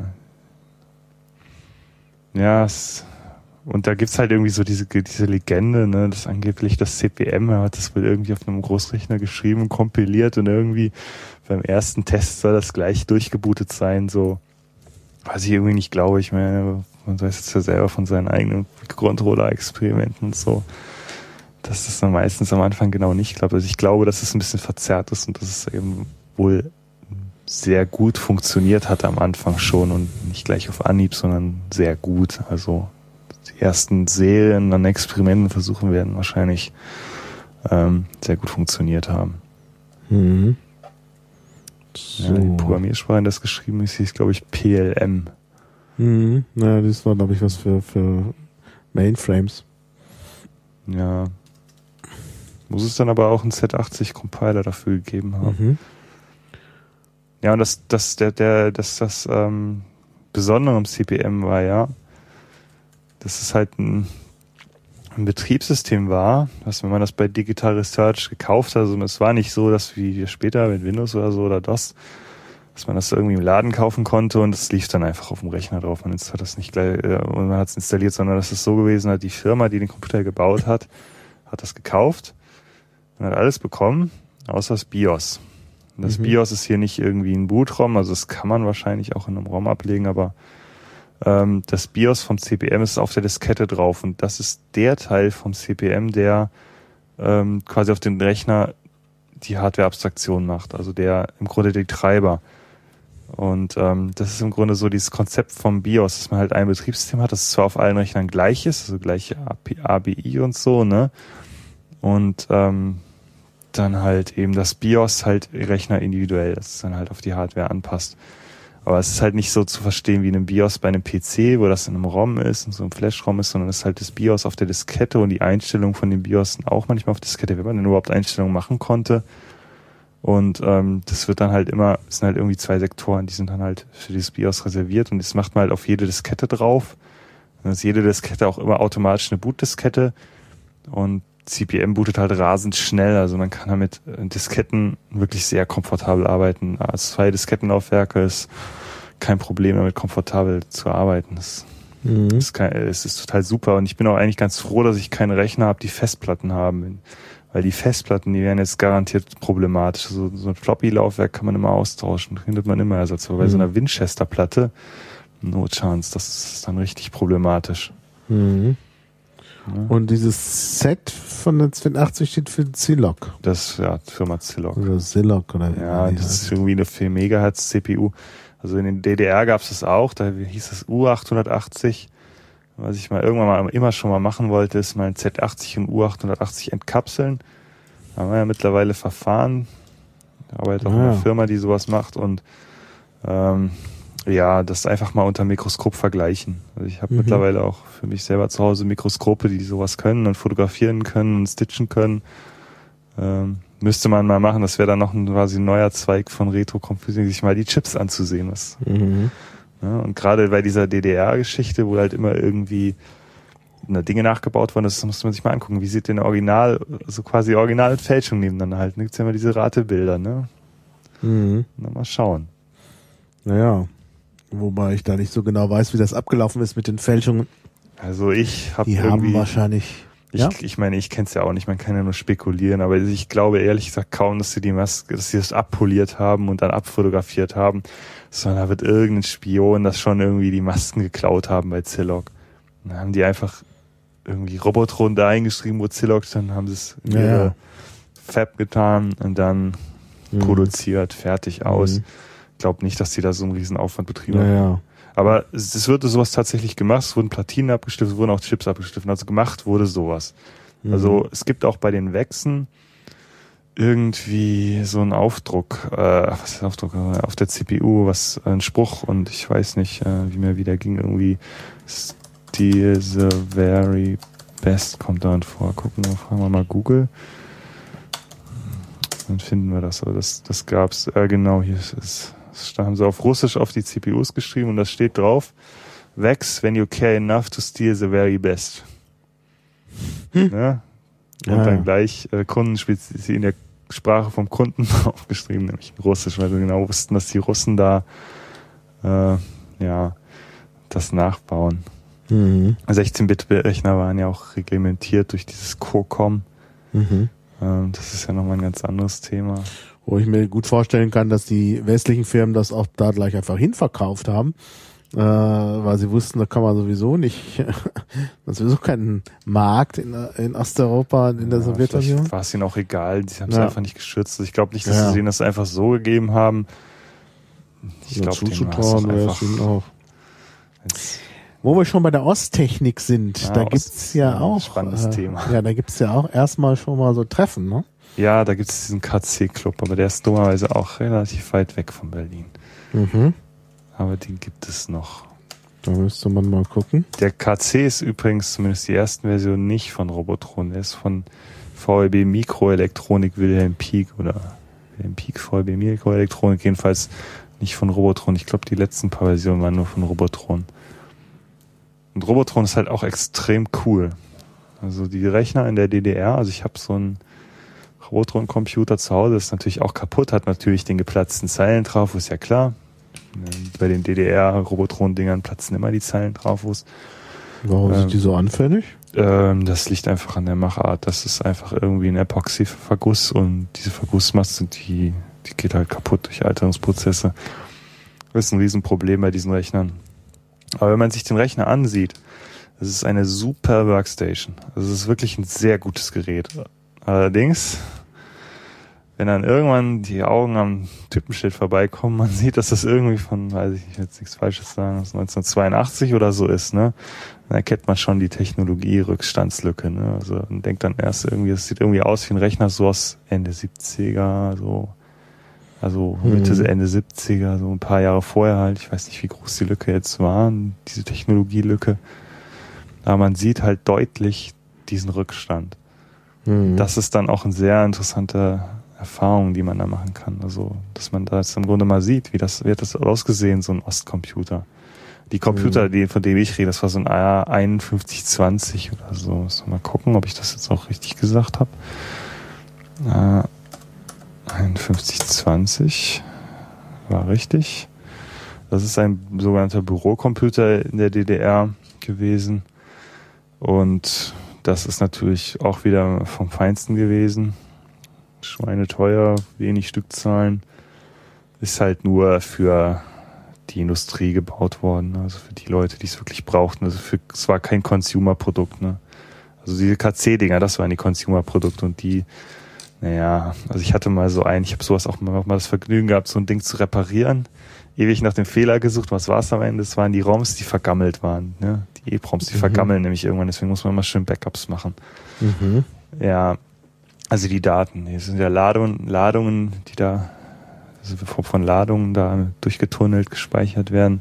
Ja, es, und da gibt's halt irgendwie so diese, diese Legende, ne, dass angeblich das C P M, er hat das wohl irgendwie auf einem Großrechner geschrieben, kompiliert und irgendwie beim ersten Test soll das gleich durchgebootet sein, so. Was ich irgendwie nicht glaube. Ich meine, man weiß jetzt ja selber von seinen eigenen Controller-Experimenten und so, dass das dann meistens am Anfang genau nicht klappt. Also ich glaube, dass es ein bisschen verzerrt ist und dass es eben wohl sehr gut funktioniert hat am Anfang schon und nicht gleich auf Anhieb, sondern sehr gut. Also die ersten Serien an Experimenten, Versuchen werden wahrscheinlich ähm, sehr gut funktioniert haben. Mhm. So. Ja, die Programmiersprache, das geschrieben ist, hieß, glaube ich, P L M. Mhm. Naja, das war, glaube ich, was für, für Mainframes. Ja. Muss es dann aber auch einen Z achtzig Compiler dafür gegeben haben. Mhm. Ja, und das, das, der, der, das, das ähm, Besondere am C P M war ja, dass es halt ein, ein Betriebssystem war, was, wenn man das bei Digital Research gekauft hat, also es war nicht so, dass wie später mit Windows oder so oder DOS, dass man das irgendwie im Laden kaufen konnte und es lief dann einfach auf dem Rechner drauf. Man hat das nicht gleich, äh, und man hat es installiert, sondern das ist so gewesen, hat die Firma, die den Computer gebaut hat, hat das gekauft und hat alles bekommen, außer das BIOS. Und das mhm. BIOS ist hier nicht irgendwie ein Boot-ROM, also das kann man wahrscheinlich auch in einem ROM ablegen, aber ähm, das BIOS vom C P M ist auf der Diskette drauf und das ist der Teil vom C P M, der ähm, quasi auf dem Rechner die Hardware-Abstraktion macht, also der im Grunde die Treiber. Und ähm, das ist im Grunde so dieses Konzept vom BIOS, dass man halt ein Betriebssystem hat, das zwar auf allen Rechnern gleich ist, also gleiche A B I und so, ne? Und ähm, dann halt eben das BIOS halt Rechner individuell, das dann halt auf die Hardware anpasst. Aber es ist halt nicht so zu verstehen wie in einem BIOS bei einem P C, wo das in einem ROM ist und so ein Flash-ROM ist, sondern es ist halt das BIOS auf der Diskette und die Einstellungen von dem BIOS sind auch manchmal auf Diskette, wenn man denn überhaupt Einstellungen machen konnte. Und ähm, das wird dann halt immer, es sind halt irgendwie zwei Sektoren, die sind dann halt für dieses BIOS reserviert und das macht man halt auf jede Diskette drauf. Dann ist jede Diskette auch immer automatisch eine Bootdiskette und C P M bootet halt rasend schnell, also man kann damit Disketten wirklich sehr komfortabel arbeiten. Als zwei Diskettenlaufwerke ist kein Problem damit komfortabel zu arbeiten. Das, mhm. ist, kein, es ist total super und ich bin auch eigentlich ganz froh, dass ich keine Rechner habe, die Festplatten haben, weil die Festplatten, die wären jetzt garantiert problematisch. So, so ein Floppy-Laufwerk kann man immer austauschen, findet man immer Ersatz. Aber bei mhm. so einer Winchester-Platte, no chance, das ist dann richtig problematisch. Mhm. Und dieses Z von der zweiundachtzig steht für Zilog. Das, ja, Firma Zilog. Oder Zilog oder wie. Ja, das ist irgendwie eine vier Megahertz C P U. Also in den D D R gab es das auch, da hieß es U achthundertachtzig. Was ich mal irgendwann mal immer schon mal machen wollte, ist mal ein Z achtzig und U achthundertachtzig entkapseln. Da haben wir ja mittlerweile Verfahren. Ich arbeite auch in einer Firma, die sowas macht und ähm, ja, das einfach mal unter Mikroskop vergleichen. Also ich habe mhm. mittlerweile auch für mich selber zu Hause Mikroskope, die sowas können und fotografieren können und stitchen können. Ähm, müsste man mal machen. Das wäre dann noch ein quasi neuer Zweig von Retro Computing, sich mal die Chips anzusehen. Was, mhm. ja, und gerade bei dieser D D R-Geschichte, wo halt immer irgendwie na, Dinge nachgebaut wurden, das musste man sich mal angucken. Wie sieht denn Original, so quasi Original und Fälschung nebeneinander halt? Da gibt's ja immer diese Ratebilder, ne? Mhm. Na, mal schauen. Naja. Wobei ich da nicht so genau weiß, wie das abgelaufen ist mit den Fälschungen. Also ich habe Die irgendwie... haben wahrscheinlich... Ich, ja? ich meine, ich kenne es ja auch nicht, man kann ja nur spekulieren, aber ich glaube ehrlich gesagt kaum, dass sie die Maske, dass sie das abpoliert haben und dann abfotografiert haben, sondern da wird irgendein Spion das schon irgendwie die Masken geklaut haben bei Zilog. Und dann haben die einfach irgendwie Robotron da eingeschrieben, wo Zilog, dann haben sie es in ja, ihre ja. Fab getan und dann mhm. produziert, fertig aus. Mhm. Ich glaube nicht, dass die da so einen riesen Aufwand betrieben haben. Ja, ja. Aber es, es wurde sowas tatsächlich gemacht, es wurden Platinen abgestiftet, es wurden auch Chips abgestiftet, also gemacht wurde sowas. Mhm. Also es gibt auch bei den Wechsen irgendwie so einen Aufdruck, äh, was ist Aufdruck, äh, auf der C P U, was ein Spruch und ich weiß nicht, äh, wie mir wieder ging, irgendwie Still the very best kommt da vor. Gucken wir, fragen wir mal Google. Dann finden wir das. Aber das, das gab's. Äh, genau, hier ist es. Da haben sie auf Russisch auf die C P Us geschrieben und das steht drauf: Vex when you care enough to steal the very best. Hm. Ja? Und ah, dann gleich äh, Kunden in der Sprache vom Kunden aufgeschrieben, nämlich in Russisch, weil sie genau wussten, dass die Russen da äh, ja das nachbauen. Mhm. sechzehn-Bit-Rechner waren ja auch reglementiert durch dieses COCOM. Mhm. Ähm, das ist ja nochmal ein ganz anderes Thema. Wo ich mir gut vorstellen kann, dass die westlichen Firmen das auch da gleich einfach hinverkauft haben, äh, weil sie wussten, da kann man sowieso nicht, das ist sowieso kein Markt in, in Osteuropa, in der ja, Sowjetunion. War es ihnen auch egal, die haben es ja. einfach nicht geschützt. Ich glaube nicht, dass ja. sie ihnen das einfach so gegeben haben. Ich glaube, zuzutrauen wäre es ihnen auch. Wo wir schon bei der Osttechnik sind, ja, da Ost, gibt's ja, ja auch spannendes äh, Thema. Ja, da gibt's ja auch erstmal schon mal so Treffen, ne? Ja, da gibt's diesen K C-Club, aber der ist dummerweise auch relativ weit weg von Berlin. Mhm. Aber den gibt es noch. Da müsste man mal gucken. Der K C ist übrigens zumindest die ersten Version nicht von Robotron, der ist von V E B Mikroelektronik Wilhelm Pieck oder Wilhelm Pieck V E B Mikroelektronik, jedenfalls nicht von Robotron. Ich glaube, die letzten paar Versionen waren nur von Robotron. Und Robotron ist halt auch extrem cool. Also die Rechner in der D D R, also ich habe so einen Robotron-Computer zu Hause, ist natürlich auch kaputt, hat natürlich den geplatzten Zeilentrafos, ist ja klar. Bei den D D R-Robotron-Dingern platzen immer die Zeilentrafos. Warum ähm, sind die so anfällig? Ähm, das liegt einfach an der Machart. Das ist einfach irgendwie ein Epoxy-Verguss und diese Vergussmasse, die, die geht halt kaputt durch Alterungsprozesse. Das ist ein Riesenproblem bei diesen Rechnern. Aber wenn man sich den Rechner ansieht, das ist eine super Workstation. Also es ist wirklich ein sehr gutes Gerät. Allerdings, wenn dann irgendwann die Augen am Typenschild vorbeikommen, man sieht, dass das irgendwie von, weiß ich nicht, jetzt nichts Falsches sagen, neunzehnhundertzweiundachtzig oder so ist, ne? Dann erkennt man schon die Technologie-Rückstandslücke, ne? Also man denkt dann erst irgendwie, es sieht irgendwie aus wie ein Rechner so aus Ende siebziger, so, also Mitte, mhm. Ende siebziger, so ein paar Jahre vorher halt. Ich weiß nicht, wie groß die Lücke jetzt war, diese Technologielücke. Aber man sieht halt deutlich diesen Rückstand. Mhm. Das ist dann auch eine sehr interessante Erfahrung, die man da machen kann. Also, dass man da jetzt im Grunde mal sieht, wie das, wie hat das ausgesehen, so ein Ostcomputer. Die Computer, mhm. die, von denen ich rede, das war so ein A einundfünfzig zwanzig oder so. Muss mal gucken, ob ich das jetzt auch richtig gesagt habe. Äh, einundfünfzig zwanzig war richtig. Das ist ein sogenannter Bürocomputer in der D D R gewesen. Und das ist natürlich auch wieder vom Feinsten gewesen. Schweineteuer, wenig Stückzahlen. Ist halt nur für die Industrie gebaut worden, also für die Leute, die es wirklich brauchten. Also für, es war kein Consumer-Produkt, ne? Also diese K C-Dinger, das waren die Consumer-Produkte und die, naja, also ich hatte mal so ein, ich habe sowas auch mal, mal das Vergnügen gehabt, so ein Ding zu reparieren. Ewig nach dem Fehler gesucht, was war es am Ende? Es waren die ROMs, die vergammelt waren, ne? Die E-Proms, die mhm. vergammeln nämlich irgendwann, deswegen muss man immer schön Backups machen. Mhm. Ja, also die Daten, das sind ja Ladungen, Ladungen, die da, also von Ladungen da durchgetunnelt, gespeichert werden.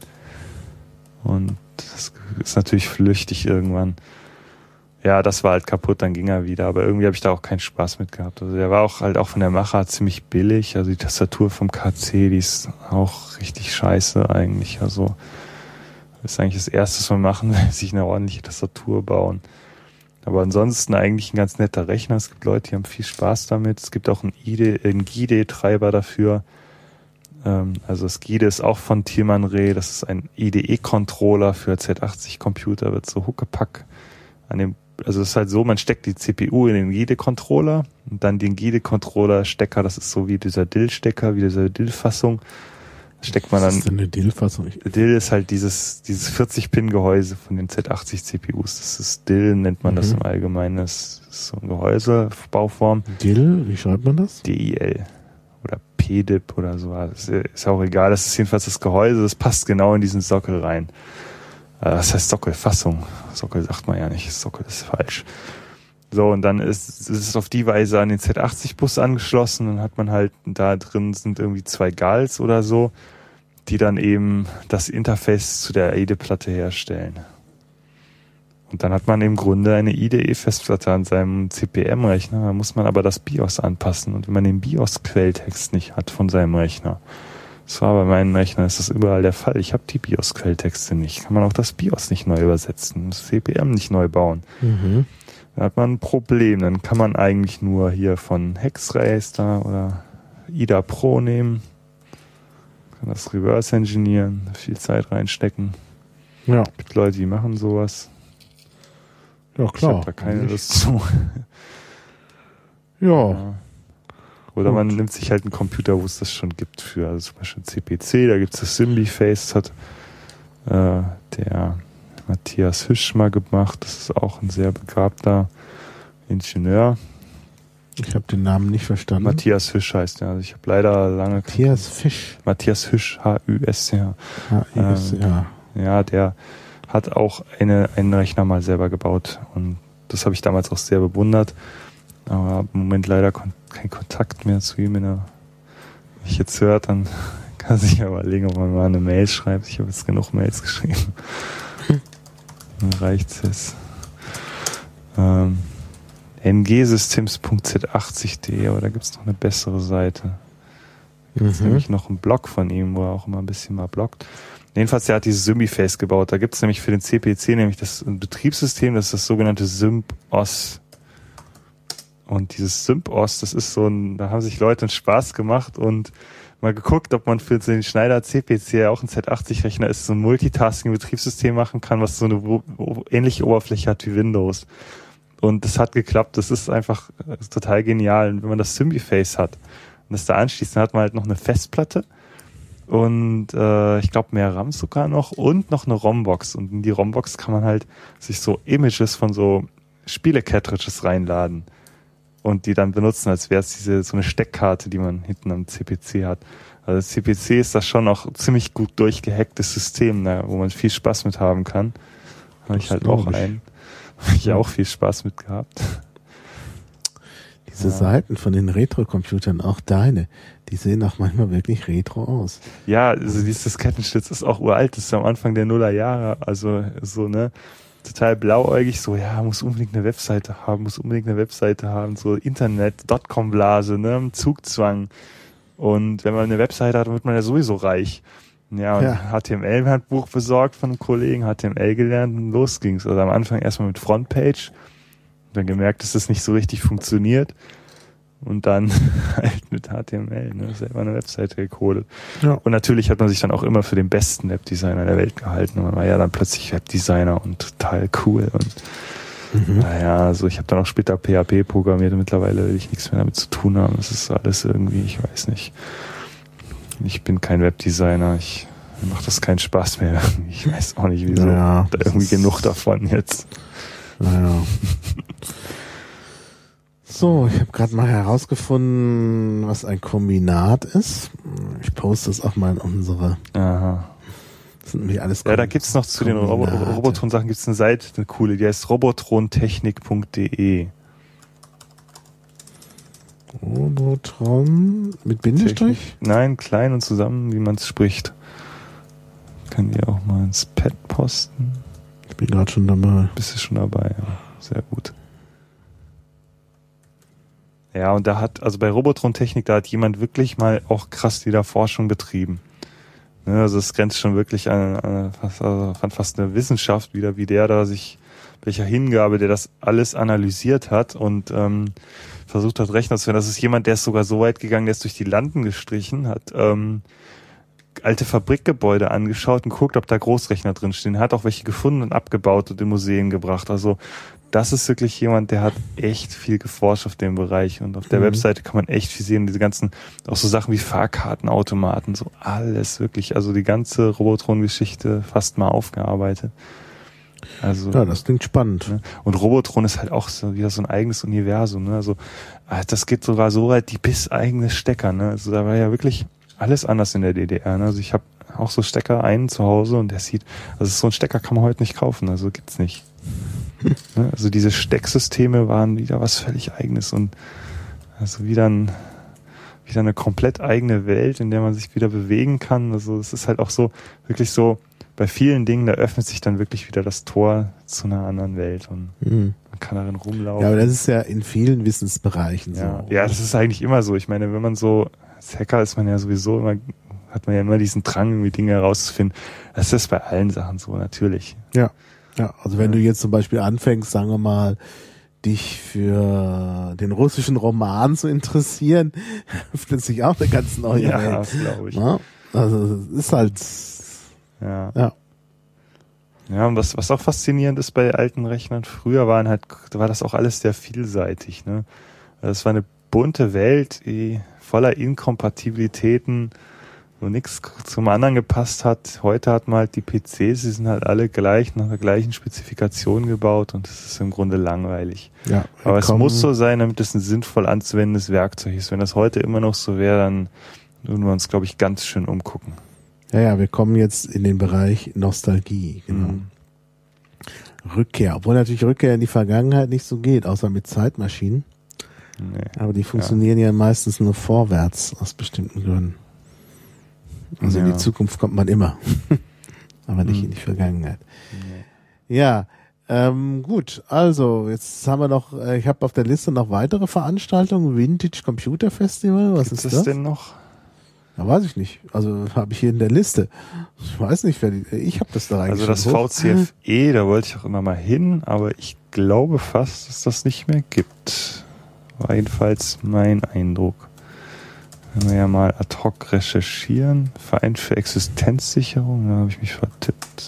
Und das ist natürlich flüchtig irgendwann. Ja, das war halt kaputt, dann ging er wieder, aber irgendwie habe ich da auch keinen Spaß mit gehabt. Also der war auch halt auch von der Machart ziemlich billig, also die Tastatur vom K C, die ist auch richtig scheiße eigentlich, also das ist eigentlich das Erste, was man machen will, sich eine ordentliche Tastatur bauen. Aber ansonsten eigentlich ein ganz netter Rechner, es gibt Leute, die haben viel Spaß damit, es gibt auch einen I D E, einen G I D E-Treiber dafür, ähm, also das G I D E ist auch von Tilman Reh, das ist ein I D E-Controller für Z achtzig Computer, wird so Huckepack an dem. Also es ist halt so, man steckt die C P U in den G I D E-Controller und dann den G I D E-Controller-Stecker, das ist so wie dieser D I L-Stecker, wie diese D I L-Fassung. Steckt man dann. Was ist denn eine D I L-Fassung? D I L ist halt dieses, dieses vierzig-Pin-Gehäuse von den Z achtzig C P Us. Das ist D I L, nennt man mhm. das im Allgemeinen. Das ist so ein Gehäuse, Bauform. D I L, wie schreibt man das? D I L. Oder P D I P oder so. Das ist auch egal. Das ist jedenfalls das Gehäuse, das passt genau in diesen Sockel rein. Das heißt Sockelfassung. Sockel sagt man ja nicht. Sockel ist falsch. So, und dann ist, ist es auf die Weise an den Z achtzig Bus angeschlossen. Dann hat man halt, da drin sind irgendwie zwei G A Ls oder so, die dann eben das Interface zu der I D E-Platte herstellen. Und dann hat man im Grunde eine I D E-Festplatte an seinem C P M-Rechner, da muss man aber das BIOS anpassen. Und wenn man den BIOS-Quelltext nicht hat von seinem Rechner, das war bei meinem Rechner, ist das überall der Fall. Ich habe die BIOS-Quelltexte nicht. Kann man auch das BIOS nicht neu übersetzen, das C P M nicht neu bauen. Mhm. Da hat man ein Problem. Dann kann man eigentlich nur hier von Hexracer oder I D A Pro nehmen, kann das reverse engineeren, viel Zeit reinstecken. Ja. Es gibt Leute, die machen sowas. Ja, klar. Ich habe da keine Lust zu. Ja. ja. Oder Gut. Man nimmt sich halt einen Computer, wo es das schon gibt für, also zum Beispiel C P C, da gibt es das Symbiface, das hat äh, der Matthias Hüsch mal gemacht. Das ist auch ein sehr begabter Ingenieur. Ich habe den Namen nicht verstanden. Matthias Hüsch heißt er. Also ich habe leider lange... Matthias Fisch. Matthias Hüsch, H Ü S C H. H Ü S C H. Ähm, ja, der hat auch eine, einen Rechner mal selber gebaut. Und das habe ich damals auch sehr bewundert. Aber im Moment leider kon- kein Kontakt mehr zu ihm. Wenn er mich jetzt hört, dann kann er sich ja überlegen, ob man mal eine Mail schreibt. Ich habe jetzt genug Mails geschrieben. Dann reicht's jetzt. Ähm, n g systems punkt z achtzig punkt d, aber da gibt es noch eine bessere Seite. Da gibt es mhm. nämlich noch einen Blog von ihm, wo er auch immer ein bisschen mal bloggt. Jedenfalls, der hat dieses Symbiface gebaut. Da gibt es nämlich für den C P C nämlich das Betriebssystem, das ist das sogenannte SymbOS. Und dieses SymbOS, das ist so ein, da haben sich Leute einen Spaß gemacht und mal geguckt, ob man für den Schneider C P C, der auch ein Z achtzig-Rechner ist, so ein Multitasking-Betriebssystem machen kann, was so eine wo, wo, ähnliche Oberfläche hat wie Windows. Und das hat geklappt. Das ist einfach das ist total genial. Und wenn man das Symbiface hat und das da anschließt, dann hat man halt noch eine Festplatte und äh, ich glaube mehr RAM sogar noch und noch eine ROM-Box. Und in die ROM-Box kann man halt sich so Images von so Spiele-Cartridges reinladen und die dann benutzen, als wäre es diese so eine Steckkarte, die man hinten am C P C hat. Also das C P C ist das schon auch ziemlich gut durchgehacktes System, ne, wo man viel Spaß mit haben kann. Habe ich halt auch einen. Habe ich ja auch viel Spaß mit gehabt. Diese ja. Seiten von den Retro-Computern, auch deine, die sehen auch manchmal wirklich retro aus. Ja, also dieses Kettenschlitz ist auch uralt, das ist am Anfang der Nullerjahre, also so, ne, total blauäugig, so, ja, muss unbedingt eine Webseite haben, muss unbedingt eine Webseite haben, so Internet, Dotcom-Blase, ne, Zugzwang. Und wenn man eine Webseite hat, dann wird man ja sowieso reich. Ja, und ja. H T M L-Handbuch besorgt von einem Kollegen, H T M L gelernt und los ging's. Also am Anfang erstmal mit Frontpage, dann gemerkt, dass das nicht so richtig funktioniert und dann halt mit H T M L, ne, selber eine Webseite gecodet. Ja. Und natürlich hat man sich dann auch immer für den besten Webdesigner der Welt gehalten und man war ja dann plötzlich Webdesigner und total cool und mhm. naja, also ich habe dann auch später P H P programmiert und mittlerweile will ich nichts mehr damit zu tun haben. Das ist alles irgendwie, ich weiß nicht. Ich bin kein Webdesigner, ich mir macht das keinen Spaß mehr. Ich weiß auch nicht, wieso. Naja, da irgendwie genug davon jetzt. Naja. So, ich habe gerade mal herausgefunden, was ein Kombinat ist. Ich poste es auch mal in unsere. Aha. Das sind nämlich alles Ja, da gibt's noch zu den Robo- Robotron-Sachen gibt's eine Seite, eine coole, die heißt robotrontechnik punkt de. Robotron mit Bindestrich? Technik. Nein, klein und zusammen, wie man es spricht. Kann die auch mal ins Pad posten. Ich bin gerade schon dabei. Bist du schon dabei, ja. Sehr gut. Ja, und da hat, also bei Robotron-Technik, da hat jemand wirklich mal auch krass die da Forschung betrieben. Ne, also es grenzt schon wirklich an, an, fast, also an fast eine Wissenschaft wieder, wie der da sich, welcher Hingabe, der das alles analysiert hat und ähm, versucht hat, Rechner zu werden. Das ist jemand, der ist sogar so weit gegangen, der ist durch die Landen gestrichen, hat ähm, alte Fabrikgebäude angeschaut und guckt, ob da Großrechner drinstehen. Er hat auch welche gefunden und abgebaut und in Museen gebracht. Also das ist wirklich jemand, der hat echt viel geforscht auf dem Bereich. Und auf der mhm. Webseite kann man echt viel sehen. Diese ganzen, auch so Sachen wie Fahrkartenautomaten, so alles wirklich. Also die ganze Robotron-Geschichte fast mal aufgearbeitet. Also, ja, das klingt spannend. Ne? Und Robotron ist halt auch so wieder so ein eigenes Universum. Ne? Also das geht sogar so weit, die bis eigene Stecker. Ne? Also da war ja wirklich alles anders in der D D R. Ne? Also ich habe auch so Stecker, einen zu Hause und der sieht, also so ein Stecker kann man heute nicht kaufen, also gibt's nicht. Hm. Ne? Also diese Stecksysteme waren wieder was völlig Eigenes und also wieder ein wieder eine komplett eigene Welt, in der man sich wieder bewegen kann. Also es ist halt auch so, wirklich so bei vielen Dingen, da öffnet sich dann wirklich wieder das Tor zu einer anderen Welt und mhm. man kann darin rumlaufen. Ja, aber das ist ja in vielen Wissensbereichen ja. so. Ja, das ist eigentlich immer so. Ich meine, wenn man so, als Hacker ist man ja sowieso immer, hat man ja immer diesen Drang, irgendwie Dinge herauszufinden. Das ist bei allen Sachen so, natürlich. Ja, ja. Also wenn ja. du jetzt zum Beispiel anfängst, sagen wir mal, dich für den russischen Roman zu interessieren, öffnet sich auch eine ganz neue ja, Welt. Ja, das glaube ich. Ja? Also es ist halt ja. ja. Ja, und was, was auch faszinierend ist bei alten Rechnern, früher waren halt, da war das auch alles sehr vielseitig, ne? Das war eine bunte Welt, die voller Inkompatibilitäten, wo nichts zum anderen gepasst hat. Heute hat man halt die P Cs, die sind halt alle gleich, nach der gleichen Spezifikation gebaut und das ist im Grunde langweilig. Ja, aber es muss so sein, damit es ein sinnvoll anzuwendendes Werkzeug ist. Wenn das heute immer noch so wäre, dann würden wir uns, glaube ich, ganz schön umgucken. Ja, ja, wir kommen jetzt in den Bereich Nostalgie, genau. Mhm. Rückkehr, obwohl natürlich Rückkehr in die Vergangenheit nicht so geht, außer mit Zeitmaschinen. Nee, aber die funktionieren ja. ja meistens nur vorwärts, aus bestimmten Gründen. Also ja. in die Zukunft kommt man immer, aber nicht mhm. in die Vergangenheit. Nee. Ja, ähm, gut, also jetzt haben wir noch, äh, ich habe auf der Liste noch weitere Veranstaltungen, Vintage Computer Festival, was Gibt's ist das? denn noch? Ja, weiß ich nicht. Also habe ich hier in der Liste. Ich weiß nicht, wer die, ich habe das da eigentlich. Also das V C F E, da wollte ich auch immer mal hin, aber ich glaube fast, dass das nicht mehr gibt. War jedenfalls mein Eindruck. Wenn wir ja mal ad hoc recherchieren. Verein für Existenzsicherung, da habe ich mich vertippt.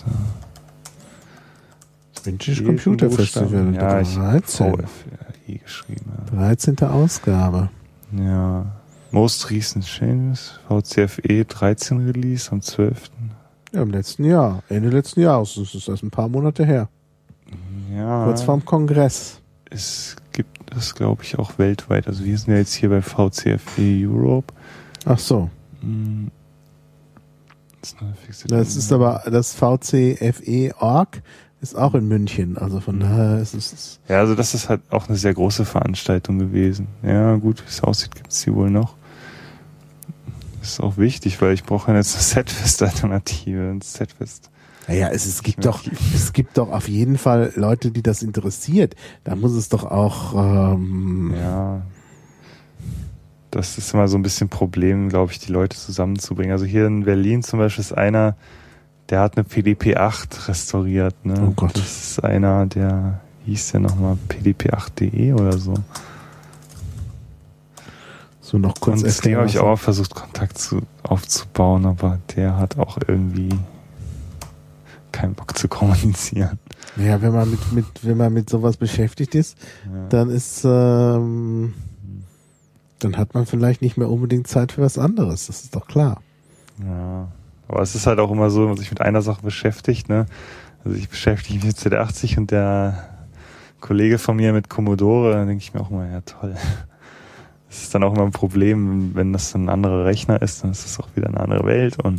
Vintage Computer Festival. Ja, ich habe V F E geschrieben. dreizehnte Ausgabe. Ja. Most Recent Changes, V C F E dreizehn Release am zwölften Ja, im letzten Jahr, Ende letzten Jahres. Das ist erst ein paar Monate her. Ja. Kurz vorm Kongress. Es gibt das, glaube ich, auch weltweit. Also wir sind ja jetzt hier bei V C F E Europe. Ach so. Das ist, das ist aber das V C F E Punkt org ist auch in München. Also von mhm. daher ist es... Ja, also das ist halt auch eine sehr große Veranstaltung gewesen. Ja, gut, wie es aussieht, gibt es die wohl noch. Das ist auch wichtig, weil ich brauche jetzt eine Setfest-Alternative. Ein Setfest. Naja, es, es gibt doch, es gibt doch auf jeden Fall Leute, die das interessiert. Da muss es doch auch, ähm ja. Das ist immer so ein bisschen Problem, glaube ich, die Leute zusammenzubringen. Also hier in Berlin zum Beispiel ist einer, der hat eine P D P acht restauriert, ne? Oh Gott. Das ist einer, der, wie hieß der nochmal, P D P acht punkt de oder so. So noch kurz. Und dem habe ich auch versucht, Kontakt zu, aufzubauen, aber der hat auch irgendwie keinen Bock zu kommunizieren. Ja, wenn man mit, mit, wenn man mit sowas beschäftigt ist, ja. dann ist, ähm, dann hat man vielleicht nicht mehr unbedingt Zeit für was anderes. Das ist doch klar. Ja. Aber es ist halt auch immer so, wenn man sich mit einer Sache beschäftigt, ne? Also ich beschäftige mich mit Z achtzig und der Kollege von mir mit Commodore, dann denke ich mir auch immer, ja toll. Das ist dann auch immer ein Problem, wenn das ein anderer Rechner ist, dann ist das auch wieder eine andere Welt und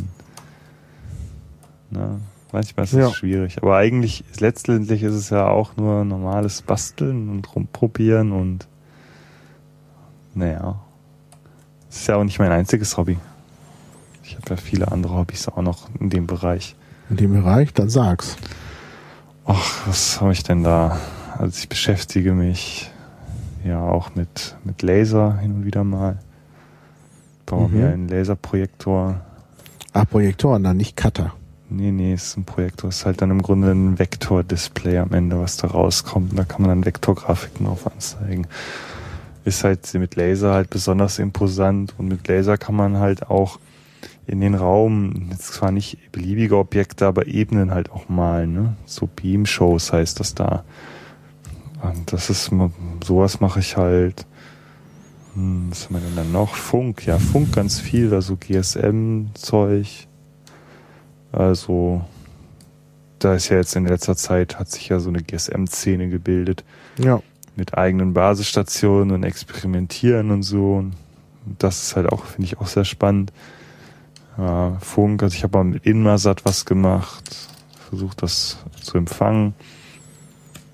na, manchmal ist es ja. schwierig. Aber eigentlich, letztendlich ist es ja auch nur normales Basteln und rumprobieren und naja, das ist ja auch nicht mein einziges Hobby. Ich habe ja viele andere Hobbys auch noch in dem Bereich. In dem Bereich? Dann sag's. Ach, was habe ich denn da? Also ich beschäftige mich ja auch mit, mit Laser hin und wieder mal. Baue mhm. mir einen Laserprojektor. Ah, Projektor, dann nicht Cutter. Nee, nee, es ist ein Projektor. Es ist halt dann im Grunde ein Vektor-Display am Ende, was da rauskommt. Und da kann man dann Vektorgrafiken drauf anzeigen. Ist halt mit Laser halt besonders imposant. Und mit Laser kann man halt auch in den Raum, jetzt zwar nicht beliebige Objekte, aber Ebenen halt auch malen, ne? So Beam-Shows heißt das da. Und das ist, sowas mache ich halt. Hm, was haben wir denn dann noch? Funk, ja, Funk ganz viel, also G S M-Zeug. Also, da ist ja jetzt in letzter Zeit, hat sich ja so eine G S M-Szene gebildet. Ja. Mit eigenen Basisstationen und Experimentieren und so. Und das ist halt auch, finde ich auch sehr spannend. Ja, Funk, also ich habe mal mit Inmarsat was gemacht, versucht das zu empfangen.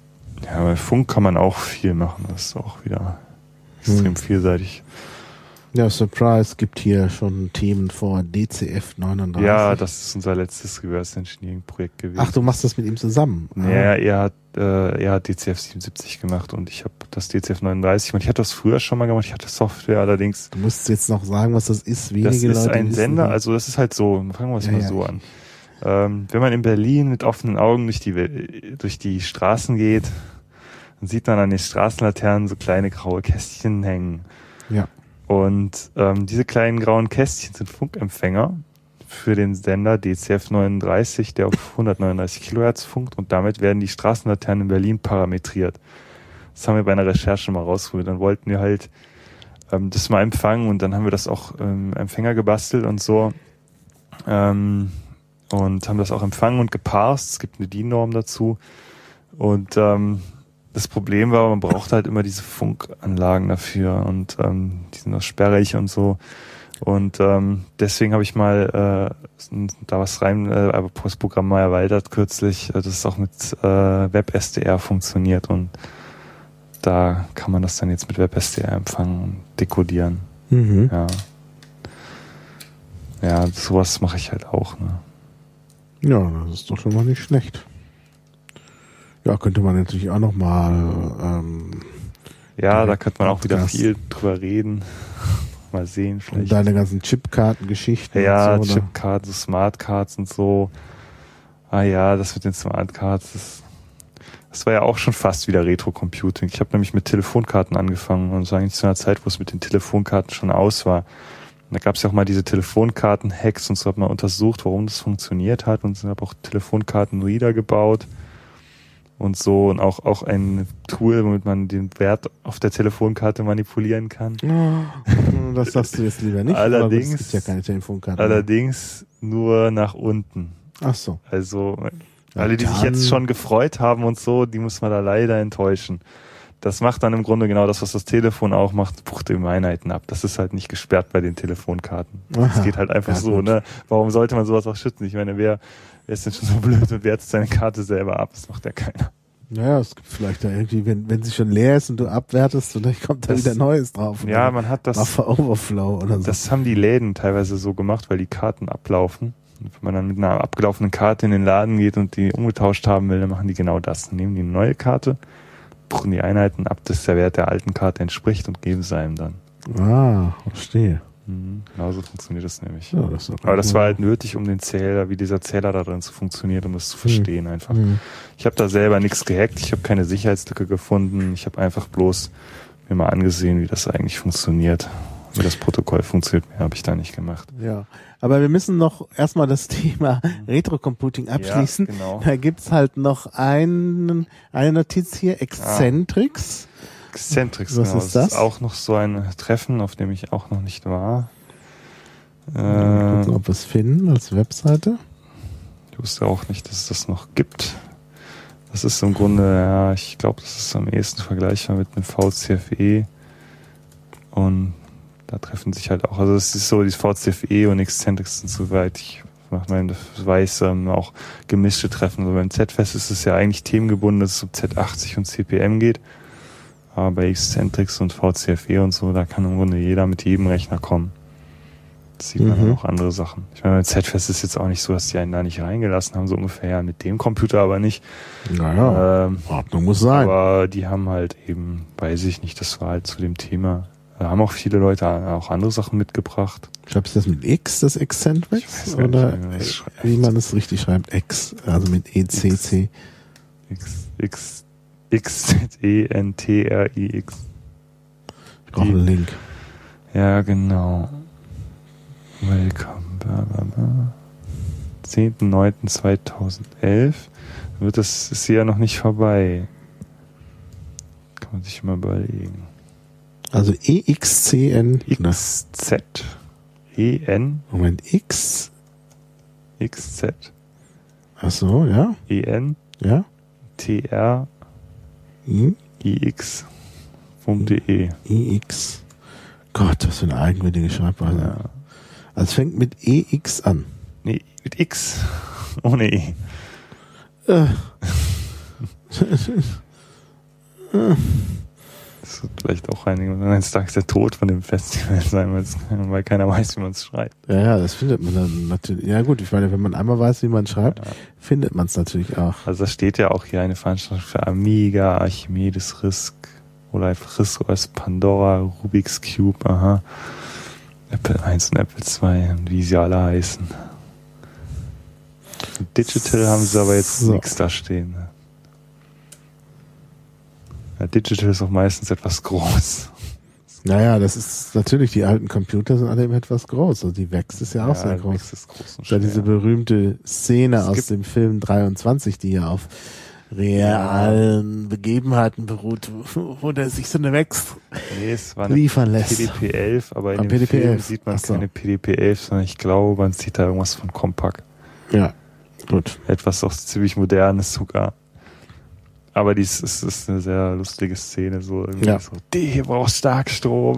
Ja, bei Funk kann man auch viel machen, das ist auch wieder extrem hm. vielseitig. Ja, Surprise gibt hier schon Themen vor D C F neununddreißig. Ja, das ist unser letztes Reverse Engineering Projekt gewesen. Ach, du machst das mit ihm zusammen? Ja, naja, er hat, äh, er hat D C F siebenundsiebzig gemacht und ich habe das D C F neununddreißig. Und ich hatte das früher schon mal gemacht. Ich hatte Software allerdings. Du musst jetzt noch sagen, was das ist. Wenige das ist Leute ein Sender. Also das ist halt so. Fangen wir es ja, mal ja, so an. Ähm, wenn man in Berlin mit offenen Augen durch die durch die Straßen geht, dann sieht man an den Straßenlaternen so kleine graue Kästchen hängen. Ja. Und ähm, diese kleinen grauen Kästchen sind Funkempfänger für den Sender D C F neununddreißig, der auf hundertneununddreißig Kilohertz funkt, und damit werden die Straßenlaternen in Berlin parametriert. Das haben wir bei einer Recherche mal rausgeholt. Dann wollten wir halt ähm, das mal empfangen und dann haben wir das auch ähm, Empfänger gebastelt und so ähm, und haben das auch empfangen und geparst. Es gibt eine D I N-Norm dazu und ähm, das Problem war, man braucht halt immer diese Funkanlagen dafür und ähm, die sind auch sperrig und so. Und ähm, deswegen habe ich mal äh, da was rein, äh, aber das Programm mal erweitert kürzlich, äh, dass es auch mit äh, WebS D R funktioniert und da kann man das dann jetzt mit WebS D R empfangen und dekodieren. Mhm. Ja. Ja, sowas mache ich halt auch. Ne? Ja, das ist doch schon mal nicht schlecht. Ja, könnte man natürlich auch noch mal ähm, ja, da könnte man auch wieder viel drüber reden. Mal sehen vielleicht. Und deine ganzen Chipkarten-Geschichten. Ja, und so, Chipkarten, so Smartcards und so. Ah ja, das mit den Smartcards, das, das war ja auch schon fast wieder Retro-Computing. Ich habe nämlich mit Telefonkarten angefangen und das war eigentlich zu einer Zeit, wo es mit den Telefonkarten schon aus war. Und da gab es ja auch mal diese Telefonkarten-Hacks und so, hat man untersucht, warum das funktioniert hat und habe auch Telefonkarten-Reader gebaut. Und so, und auch, auch ein Tool, womit man den Wert auf der Telefonkarte manipulieren kann. Oh, das sagst du jetzt lieber nicht. Allerdings, aber es gibt ja keine Telefonkarte. Allerdings nur nach unten. Ach so. Also, alle, die sich jetzt schon gefreut haben und so, die muss man da leider enttäuschen. Das macht dann im Grunde genau das, was das Telefon auch macht, bucht eben Einheiten ab. Das ist halt nicht gesperrt bei den Telefonkarten. Aha. Das geht halt einfach ja, so, gut. Ne? Warum sollte man sowas auch schützen? Ich meine, wer Wer ist denn schon so blöd und wertet seine Karte selber ab? Das macht ja keiner. Naja, es gibt vielleicht da irgendwie, wenn, wenn sie schon leer ist und du abwertest, und dann kommt da das, wieder Neues drauf. Ja, man hat das. Buffer Overflow oder so. Das haben die Läden teilweise so gemacht, weil die Karten ablaufen. Und wenn man dann mit einer abgelaufenen Karte in den Laden geht und die umgetauscht haben will, dann machen die genau das. Dann nehmen die eine neue Karte, buchen die Einheiten ab, dass der Wert der alten Karte entspricht und geben sie einem dann. Ah, verstehe. Mhm, genau so funktioniert das nämlich. Ja, das Aber das war halt nötig, um den Zähler, wie dieser Zähler da drin zu funktionieren, um das zu verstehen mhm. einfach. Mhm. Ich habe da selber nichts gehackt, ich habe keine Sicherheitslücke gefunden, ich habe einfach bloß mir mal angesehen, wie das eigentlich funktioniert. Wie das Protokoll funktioniert, mehr habe ich da nicht gemacht. Ja, aber wir müssen noch erstmal das Thema Retro-Computing abschließen. Ja, genau. Da gibt's halt noch einen, eine Notiz hier, Excentrix. Ja. Excentrix, Was genau. ist das? Das ist auch noch so ein Treffen, auf dem ich auch noch nicht war. Äh, Mal gucken, ob wir es finden als Webseite. Ich wusste auch nicht, dass es das noch gibt. Das ist im Grunde, ja, ich glaube, das ist am ehesten vergleichbar mit einem V C F E. Und da treffen sich halt auch, also es ist so, die V C F E und Excentrix sind, soweit ich weiß, ähm, auch gemischte Treffen. Also beim Z-Fest ist es ja eigentlich themengebunden, dass es um Z achtzig und C P M geht. Aber bei Excentrix und V C F E und so, da kann im Grunde jeder mit jedem Rechner kommen. Das sieht man mhm. auch andere Sachen. Ich meine, beim Z-Fest ist jetzt auch nicht so, dass die einen da nicht reingelassen haben, so ungefähr. Ja, mit dem Computer aber nicht. Naja, ähm, Ordnung muss sein. Aber die haben halt eben, weiß ich nicht, das war halt zu dem Thema. Da haben auch viele Leute auch andere Sachen mitgebracht. Schreibst du das mit X, das Excentrix? Oder nicht, wie, wie man es richtig schreibt? X, also mit E C C. X, X. X Z E N T R I X. Ich brauche einen Link. Ja, genau. Welcome. zehnten neunten zweitausendelf. Wird das ist ja noch nicht vorbei. Kann man sich mal überlegen. Also E X C N. X Z E N. Moment, X. X Z. Ach so, ja. E N. Ja. T R I X punkt de. I X. Gott, was für eine eigenwillige Schreibweise. Ja. Also es fängt mit E X an. Nee, mit X. Ohne E. Äh. Das wird vielleicht auch einigen eines Tages der Tod von dem Festival sein, weil keiner weiß, wie man es schreibt. Ja, ja, das findet man dann natürlich. Ja gut, ich meine, wenn man einmal weiß, wie man schreibt, ja. findet man es natürlich auch. Also da steht ja auch hier eine Veranstaltung für Amiga, Archimedes, Risk, Olive Risk O S, Pandora, Rubik's Cube, aha, Apple eins und Apple zwei und wie sie alle heißen. Digital haben sie aber jetzt so. nichts da stehen. Ja, Digital ist auch meistens etwas groß. Naja, das ist natürlich, die alten Computer sind alle immer etwas groß. Also die Vex ist ja auch ja, sehr groß. Vex ist groß und schwer. Da diese berühmte Szene es aus dem Film dreiundzwanzig, die ja auf realen ja. Begebenheiten beruht, wo der sich so eine Vex nee, es war eine liefern lässt. P D P elf, aber in Am dem P D P elf. Film sieht man so. keine P D P elf, sondern ich glaube, man sieht da irgendwas von Compaq. Ja, gut. Etwas auch ziemlich Modernes sogar. Aber dies ist, ist eine sehr lustige Szene, so irgendwie ja. so, die hier braucht Starkstrom.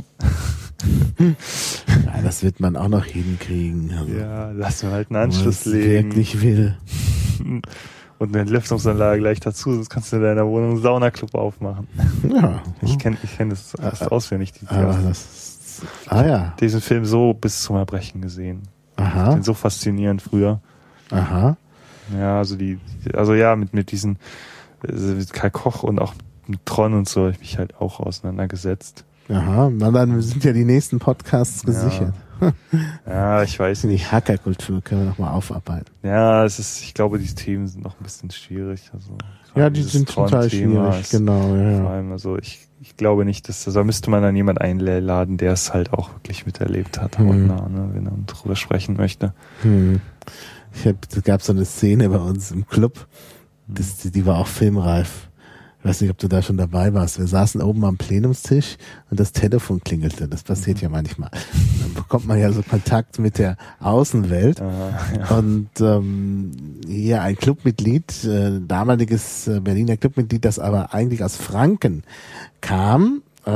Ja, das wird man auch noch hinkriegen. Also, ja, lass mir halt einen Anschluss legen. Wirklich will. Und eine Lüftungsanlage gleich dazu, sonst kannst du in deiner Wohnung einen Saunaclub aufmachen. Ja. Ich kenne ich kenn das fast ah, auswendig. Die aber das ist, ah ja. Diesen Film so bis zum Erbrechen gesehen. Aha. Den so faszinierend früher. Aha. Ja, also die, also ja, mit, mit diesen mit Kai Koch und auch mit Tron und so habe ich mich halt auch auseinandergesetzt. Aha, na dann sind ja die nächsten Podcasts gesichert. Ja, ja ich weiß die nicht. Die Hackerkultur können wir nochmal aufarbeiten. Ja, es ist, ich glaube, die Themen sind noch ein bisschen schwierig. Also ja, die sind total schwierig, ist, genau. Ja, vor allem, also ich, ich glaube nicht, dass da müsste man dann jemand einladen, der es halt auch wirklich miterlebt hat, hm. nah, ne, wenn er drüber sprechen möchte. Hm. Ich hab, es gab so eine Szene bei uns im Club. Das, die, die war auch filmreif. Ich weiß nicht, ob du da schon dabei warst. Wir saßen oben am Plenumstisch und das Telefon klingelte. Das passiert mhm. ja manchmal. Dann bekommt man ja so Kontakt mit der Außenwelt. Aha, ja. Und ähm, hier ein Clubmitglied, äh, damaliges äh, Berliner Clubmitglied, das aber eigentlich aus Franken kam, äh,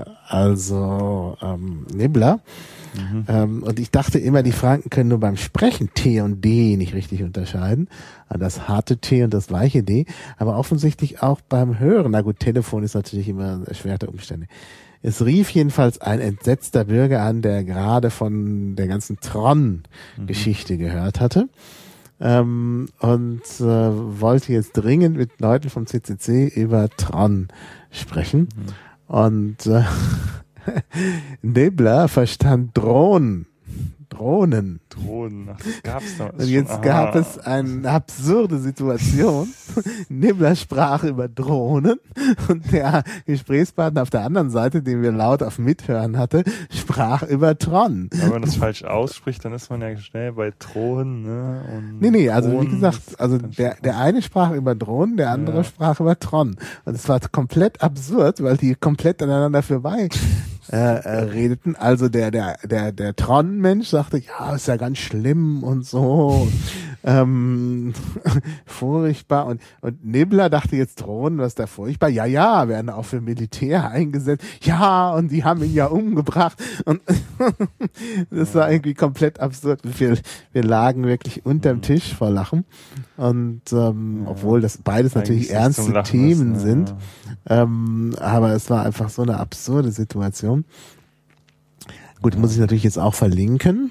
also ähm, Nibbler. Mhm. Ähm, und ich dachte immer, die Franken können nur beim Sprechen T und D nicht richtig unterscheiden. Das harte T und das weiche D. Aber offensichtlich auch beim Hören. Na gut, Telefon ist natürlich immer erschwerte Umstände. Es rief jedenfalls ein entsetzter Bürger an, der gerade von der ganzen Tron-Geschichte mhm. gehört hatte. Ähm, und äh, wollte jetzt dringend mit Leuten vom C C C über Tron sprechen. Mhm. Und äh, Nibbler verstand Drohnen. Drohnen. Drohnen, ach, das gab's noch. Und jetzt schon, gab es eine absurde Situation. Nibbler sprach über Drohnen und der Gesprächspartner auf der anderen Seite, den wir laut auf Mithören hatte, sprach über Tron. Wenn man das falsch ausspricht, dann ist man ja schnell bei Drohnen, ne? Und nee, nee, also Drohnen, wie gesagt, also der, der eine sprach über Drohnen, der andere ja. sprach über Tron. Und es war komplett absurd, weil die komplett aneinander vorbei Äh, äh, redeten. Also der der der der Tron-Mensch sagte, ja, ist ja ganz schlimm und so, ähm, furchtbar. Und und Nibbler dachte jetzt, Drohnen, was ist da furchtbar? Ja, ja, werden auch für Militär eingesetzt. Ja, und die haben ihn ja umgebracht. Und das war irgendwie komplett absurd. Wir wir lagen wirklich unterm Tisch vor Lachen. Und ähm, ja, obwohl das beides natürlich ernste Themen ist, ne? sind, ähm, aber es war einfach so eine absurde Situation. Gut, ja. muss ich natürlich jetzt auch verlinken.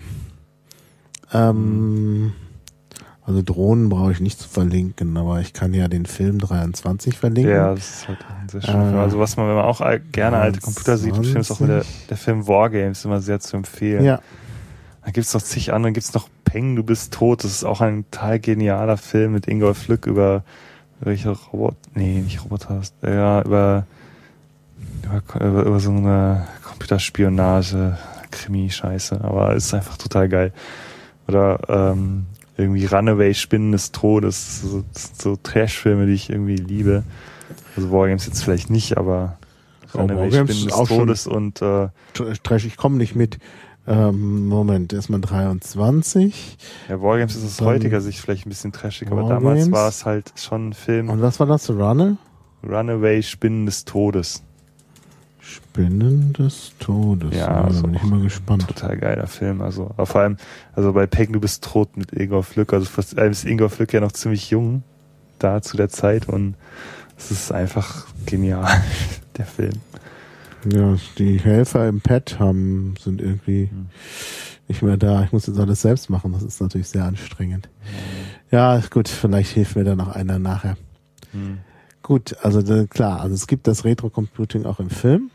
Ähm, also Drohnen brauche ich nicht zu verlinken, aber ich kann ja den Film dreiundzwanzig verlinken. Ja, das ist halt ein sehr schöner Film. Also was man, wenn man auch gerne alte Computer sieht, und ist auch mit der, der Film Wargames immer sehr zu empfehlen. Ja. Da gibt's noch zig andere, gibt's noch Peng, du bist tot. Das ist auch ein total genialer Film mit Ingolf Lück über welche Roboter, nee, nicht Roboter, ja, über, über, über, über so eine Computerspionage, Krimi-Scheiße, aber ist einfach total geil. Oder ähm, irgendwie Runaway, Spinnen des Todes, so, so Trash-Filme, die ich irgendwie liebe. Also Wargames jetzt vielleicht nicht, aber oh, Runaway, Spinnen des Todes und äh, Trash, ich komme nicht mit. Ähm, Moment, erstmal dreiundzwanzig. Ja, Wargames ist aus heutiger Sicht vielleicht ein bisschen trashig, aber damals war es halt schon ein Film. Und was war das? Runner? Runaway, Spinnen des Todes. Spinnen des Todes. Ja, ja also da bin ich immer gespannt. Total geiler Film. Also, aber vor allem, also bei Peng, du bist tot mit Ingolf Lück. Also fast, ist Ingolf Lück ja noch ziemlich jung da zu der Zeit und es ist einfach genial, der Film. Ja, die Helfer im Pad haben, sind irgendwie hm. nicht mehr da. Ich muss jetzt alles selbst machen. Das ist natürlich sehr anstrengend. Hm. Ja, gut, vielleicht hilft mir da noch einer nachher. Hm. Gut, also klar, also es gibt das Retro-Computing auch im Film.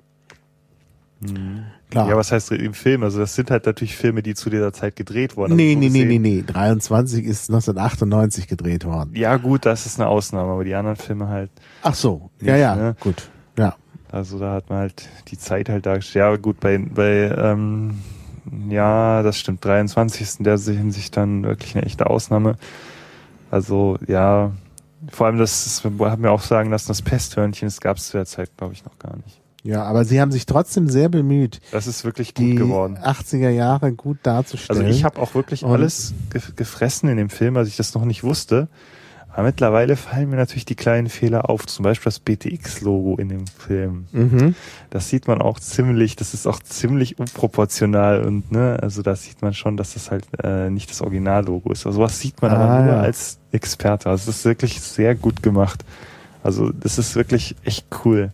Hm. Klar. Ja, was heißt im Film? Also das sind halt natürlich Filme, die zu dieser Zeit gedreht wurden. Nee, nee, nee, nee, nee. dreiundzwanzig ist neunzehnhundertachtundneunzig gedreht worden. Ja gut, das ist eine Ausnahme, aber die anderen Filme halt. Ach so, nicht, ja, ja, ne? Gut, ja. Also da hat man halt die Zeit halt dargestellt. Ja gut, bei, bei ähm, ja, das stimmt, dreiundzwanzig ist in der Hinsicht dann wirklich eine echte Ausnahme. Also ja, vor allem das, das haben wir auch sagen lassen, das Pesthörnchen, das gab es zu der Zeit, glaube ich, noch gar nicht. Ja, aber sie haben sich trotzdem sehr bemüht. Das ist wirklich gut die geworden. achtziger Jahre gut darzustellen. Also ich habe auch wirklich und alles ge- gefressen in dem Film, als ich das noch nicht wusste. Aber mittlerweile fallen mir natürlich die kleinen Fehler auf. Zum Beispiel das B T X-Logo in dem Film. Mhm. Das sieht man auch ziemlich, das ist auch ziemlich unproportional und ne, also da sieht man schon, dass das halt äh, nicht das Originallogo ist. Also sowas sieht man ah, aber nur ja. als Experte. Also das ist wirklich sehr gut gemacht. Also das ist wirklich echt cool.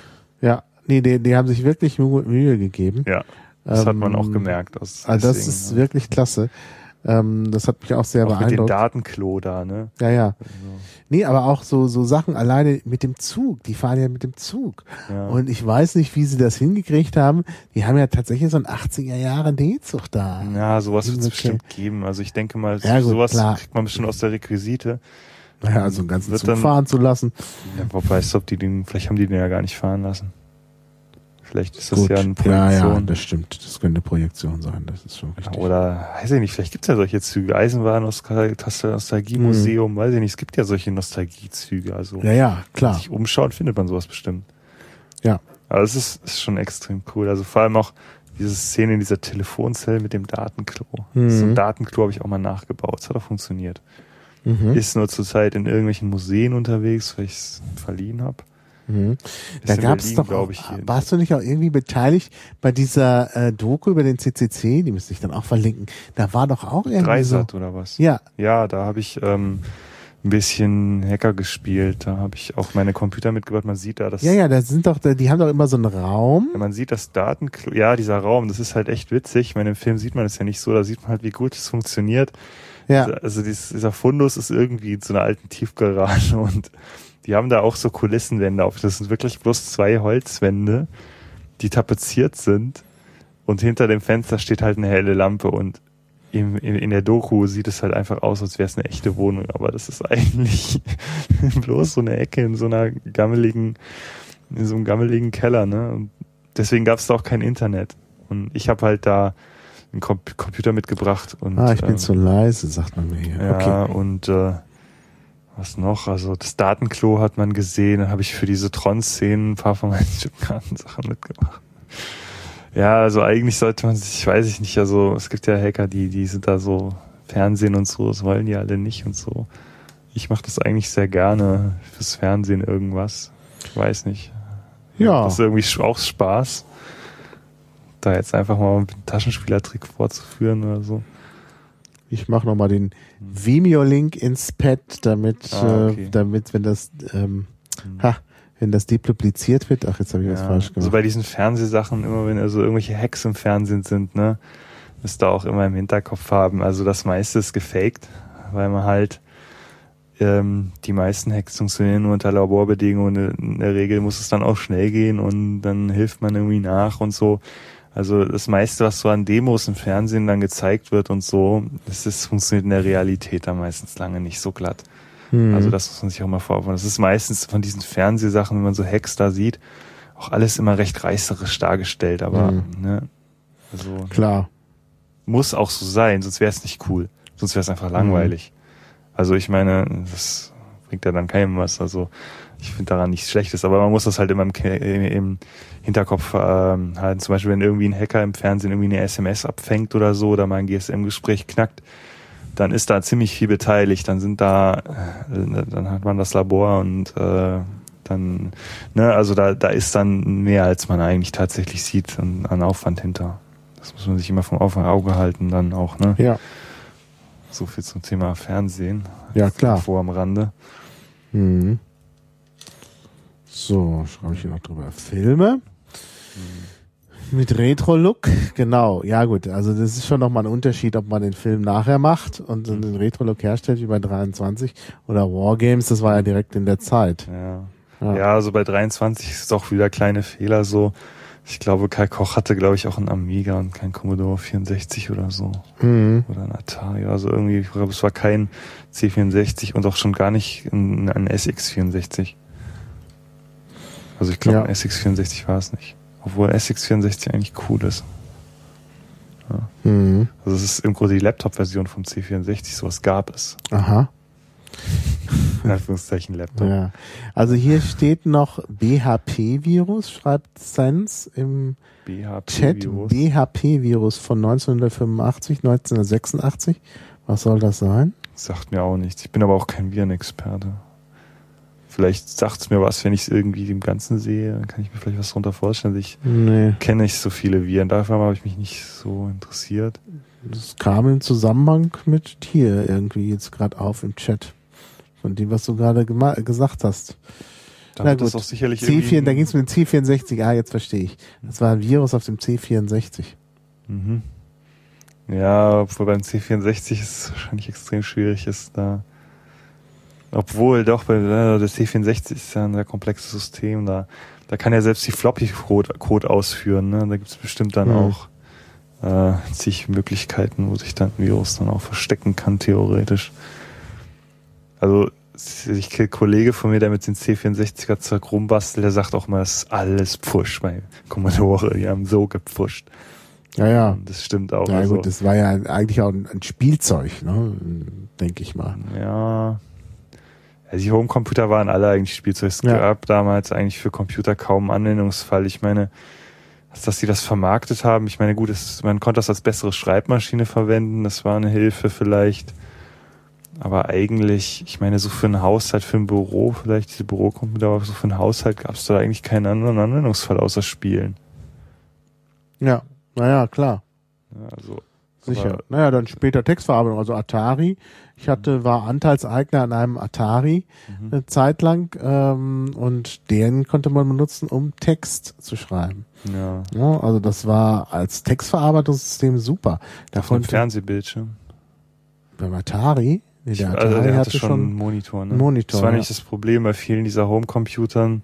Ja. Nee, die, die haben sich wirklich Mühe gegeben. Ja, das ähm, hat man auch gemerkt. Das also das deswegen, ist ja. wirklich klasse. Ähm, das hat mich auch sehr auch beeindruckt. Mit dem Datenklo da, ne? Ja, ja. Also. Nee, aber auch so so Sachen alleine mit dem Zug. Die fahren ja mit dem Zug. Ja. Und ich weiß nicht, wie sie das hingekriegt haben. Die haben ja tatsächlich so einen achtziger Jahre D-Zug da. Ja, sowas wird es bestimmt geben. Also ich denke mal, ja, gut, sowas klar. kriegt man bestimmt aus der Requisite. Naja, also einen ganzen Zug dann, fahren zu lassen. Ja, wobei, weißt du, ob die den, vielleicht haben die den ja gar nicht fahren lassen. Vielleicht ist das Gut. ja eine Projektion. Ja, ja, das stimmt. Das könnte eine Projektion sein. Das ist schon richtig. Oder, weiß ich nicht, vielleicht gibt es ja solche Züge. Eisenbahn, Nostalgie-Museum, hm. weiß ich nicht. Es gibt ja solche Nostalgiezüge. Also, ja, ja, klar. Wenn man sich umschaut, findet man sowas bestimmt. Ja. Aber es ist, ist schon extrem cool. Also vor allem auch diese Szene in dieser Telefonzelle mit dem Datenklo. Mhm. So ein Datenklo habe ich auch mal nachgebaut. Das hat auch funktioniert. Mhm. Ist nur zurzeit in irgendwelchen Museen unterwegs, weil ich es verliehen habe. Mhm. Da gab es doch, auch, ich, warst du nicht auch irgendwie beteiligt bei dieser äh, Doku über den C C C? Die müsste ich dann auch verlinken. Da war doch auch irgendwie Dreisat so, oder was? Ja. Ja, da habe ich ähm, ein bisschen Hacker gespielt. Da habe ich auch meine Computer mitgebracht. Man sieht da das. Ja, ja, da sind doch, die haben doch immer so einen Raum. Ja, man sieht das Datenklo. Ja, dieser Raum, das ist halt echt witzig. Ich meine, im Film sieht man das ja nicht so. Da sieht man halt, wie gut es funktioniert. Ja. Also dieser Fundus ist irgendwie in so einer alten Tiefgarage und die haben da auch so Kulissenwände auf. Das sind wirklich bloß zwei Holzwände, die tapeziert sind. Und hinter dem Fenster steht halt eine helle Lampe. Und in, in, in der Doku sieht es halt einfach aus, als wäre es eine echte Wohnung. Aber das ist eigentlich bloß so eine Ecke in so einer gammeligen, in so einem gammeligen Keller, ne? Und deswegen gab es da auch kein Internet. Und ich habe halt da einen Com- Computer mitgebracht. Und, ah, ich bin ähm, zu leise, sagt man mir hier. Ja, okay. und äh, was noch? Also das Datenklo hat man gesehen. Dann habe ich für diese Tron-Szenen ein paar von meinen Chipkarten-Sachen mitgebracht. Ja, also eigentlich sollte man sich, weiß ich nicht, also es gibt ja Hacker, die die sind da so Fernsehen und so, das wollen die alle nicht und so. Ich mache das eigentlich sehr gerne fürs Fernsehen irgendwas. Ich weiß nicht. Ja. Das ist irgendwie auch Spaß, da jetzt einfach mal einen Taschenspielertrick vorzuführen oder so. Ich mache nochmal den Vimeo-Link ins Pad, damit, ah, okay. äh, damit, wenn das, ähm, hm. ha, wenn das depubliziert wird, ach, jetzt habe ich ja, was falsch gemacht. Also bei diesen Fernsehsachen, immer wenn also irgendwelche Hacks im Fernsehen sind, ne, müsst ihr auch immer im Hinterkopf haben. Also das meiste ist gefaked, weil man halt, ähm, die meisten Hacks funktionieren nur unter Laborbedingungen. In der Regel muss es dann auch schnell gehen und dann hilft man irgendwie nach und so. Also das meiste, was so an Demos im Fernsehen dann gezeigt wird und so, das ist, funktioniert in der Realität dann meistens lange nicht so glatt. Hm. Also das muss man sich auch mal vorstellen. Das ist meistens von diesen Fernsehsachen, wenn man so Hacks da sieht, auch alles immer recht reißerisch dargestellt. Aber hm. ne, also klar, muss auch so sein, sonst wäre es nicht cool. Sonst wäre es einfach langweilig. Hm. Also ich meine, das bringt ja dann keinem was. Also ich finde daran nichts Schlechtes, aber man muss das halt immer im, im Hinterkopf ähm, halten. Zum Beispiel, wenn irgendwie ein Hacker im Fernsehen irgendwie eine S M S abfängt oder so, oder mal ein G S M-Gespräch knackt, dann ist da ziemlich viel beteiligt. Dann sind da, äh, dann hat man das Labor und äh, dann, ne, also da, da ist dann mehr, als man eigentlich tatsächlich sieht, an, an Aufwand hinter. Das muss man sich immer vom Auge halten, dann auch, ne? Ja. So viel zum Thema Fernsehen. Ja, klar. Vor am Rande. Mhm. So, schreibe ich hier noch drüber. Filme. Mit Retro-Look, genau. Ja gut, also das ist schon nochmal ein Unterschied, ob man den Film nachher macht und den Retro-Look herstellt wie bei dreiundzwanzig oder Wargames, das war ja direkt in der Zeit. Ja, ja. ja also bei dreiundzwanzig ist es auch wieder kleine Fehler so. Ich glaube, Kai Koch hatte, glaube ich, auch einen Amiga und kein Commodore vierundsechzig oder so. Mhm. Oder ein Atari. Also irgendwie, ich glaube, es war kein C vierundsechzig und auch schon gar nicht ein, ein S X vierundsechzig. Also ich glaube, ja. ein S X vierundsechzig war es nicht. Obwohl S X vierundsechzig eigentlich cool ist. Ja. Mhm. Also es ist im Grunde die Laptop-Version vom C vierundsechzig, sowas gab es. Aha. In Anführungszeichen Laptop. Ja. Also hier steht noch B H P-Virus, schreibt Sense im B H P Chat. Virus. B H P-Virus von neunzehnhundertfünfundachtzig, neunzehnhundertsechsundachtzig. Was soll das sein? Das sagt mir auch nichts. Ich bin aber auch kein Virenexperte. Vielleicht sagt es mir was, wenn ich es irgendwie im Ganzen sehe, dann kann ich mir vielleicht was darunter vorstellen. Ich nee. kenne nicht so viele Viren, dafür habe ich mich nicht so interessiert. Das kam im Zusammenhang mit dir irgendwie jetzt gerade auf im Chat. Von dem, was du gerade gema- gesagt hast. Da Na gut, das auch sicherlich C vier, da ging es mit dem C vierundsechzig, ah, jetzt verstehe ich. Das war ein Virus auf dem C vierundsechzig. Mhm. Ja, obwohl beim C vierundsechzig es wahrscheinlich extrem schwierig ist, da. Obwohl, doch, bei äh, der C vierundsechzig ist ja ein sehr komplexes System, da, da kann ja selbst die Floppy-Code Code ausführen, ne? Da gibt es bestimmt dann mhm. auch äh, zig Möglichkeiten, wo sich dann ein Virus dann auch verstecken kann, theoretisch. Also, ich kenne einen Kollege von mir, der mit den C vierundsechziger Zeug rumbastelt, der sagt auch mal, das ist alles Pfusch bei Commodore, die haben so gepfuscht. Ja, ja. Und das stimmt auch. Ja, also, gut, das war ja eigentlich auch ein, ein Spielzeug, ne? Denke ich mal. Ja. Also die Homecomputer waren alle eigentlich Spielzeug. Es ja. gab damals eigentlich für Computer kaum einen Anwendungsfall. Ich meine, dass die das vermarktet haben, ich meine, gut, es, man konnte das als bessere Schreibmaschine verwenden, das war eine Hilfe vielleicht. Aber eigentlich, ich meine, so für einen Haushalt, für ein Büro, vielleicht diese Bürocomputer, aber so für einen Haushalt gab es da eigentlich keinen anderen Anwendungsfall außer Spielen. Ja, naja, klar. Ja, also, sicher. Naja, dann später Textverarbeitung, also Atari. Ich hatte, war Anteilseigner an einem Atari mhm. eine Zeit lang ähm, und den konnte man benutzen, um Text zu schreiben. Ja. Ja, also das war als Textverarbeitungssystem super. Da konnte Fernsehbildschirm. Beim Atari? Nee, der Atari also der hatte, hatte schon einen Monitor. Ne? Monitor. Das war ja. nicht das Problem bei vielen dieser Homecomputern,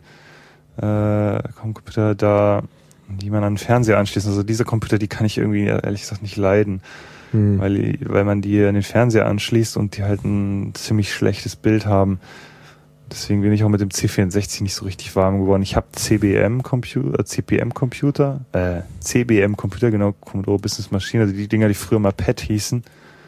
äh, Computer da, die man an den Fernseher anschließt. Also diese Computer, die kann ich irgendwie ehrlich gesagt nicht leiden. Hm. Weil, weil man die an den Fernseher anschließt und die halt ein ziemlich schlechtes Bild haben. Deswegen bin ich auch mit dem C vierundsechzig nicht so richtig warm geworden. Ich habe C B M-Computer, C P M-Computer, äh, C B M-Computer, genau, Commodore Business Machine, also die Dinger, die früher mal P E T hießen,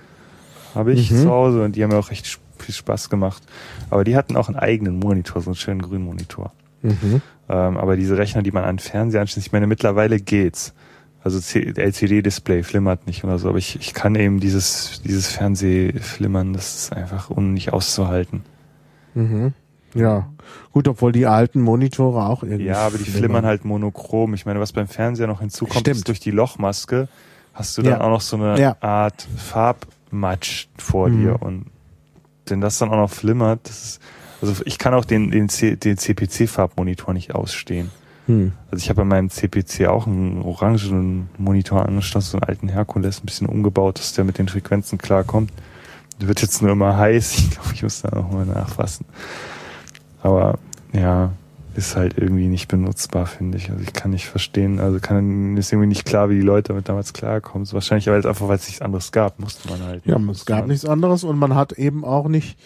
habe ich mhm. zu Hause und die haben mir auch recht viel Spaß gemacht. Aber die hatten auch einen eigenen Monitor, so einen schönen grünen Monitor. Mhm. Ähm, aber diese Rechner, die man an den Fernseher anschließt, ich meine, mittlerweile geht's. Also L C D-Display flimmert nicht oder so, aber ich, ich kann eben dieses, dieses Fernsehflimmern, das ist einfach un nicht auszuhalten. Mhm. Ja, gut, obwohl die alten Monitore auch irgendwie Ja, aber die flimmern, flimmern halt monochrom. Ich meine, was beim Fernseher noch hinzukommt, Stimmt. ist durch die Lochmaske hast du dann ja. auch noch so eine ja. Art Farbmatsch vor mhm. dir und wenn das dann auch noch flimmert, das ist, also ich kann auch den, den, C, den C P C-Farbmonitor nicht ausstehen. Hm. Also ich habe bei meinem C P C auch einen orangen Monitor anstatt so einen alten Herkules, ein bisschen umgebaut, dass der mit den Frequenzen klarkommt. Der wird jetzt nur immer heiß. Ich glaube, ich muss da noch mal nachfassen. Aber ja, ist halt irgendwie nicht benutzbar, finde ich. Also ich kann nicht verstehen, also kann ist irgendwie nicht klar, wie die Leute damit damals klarkommen. So wahrscheinlich weil es einfach, weil es nichts anderes gab, musste man halt. Ja, es gab man. nichts anderes und man hat eben auch nicht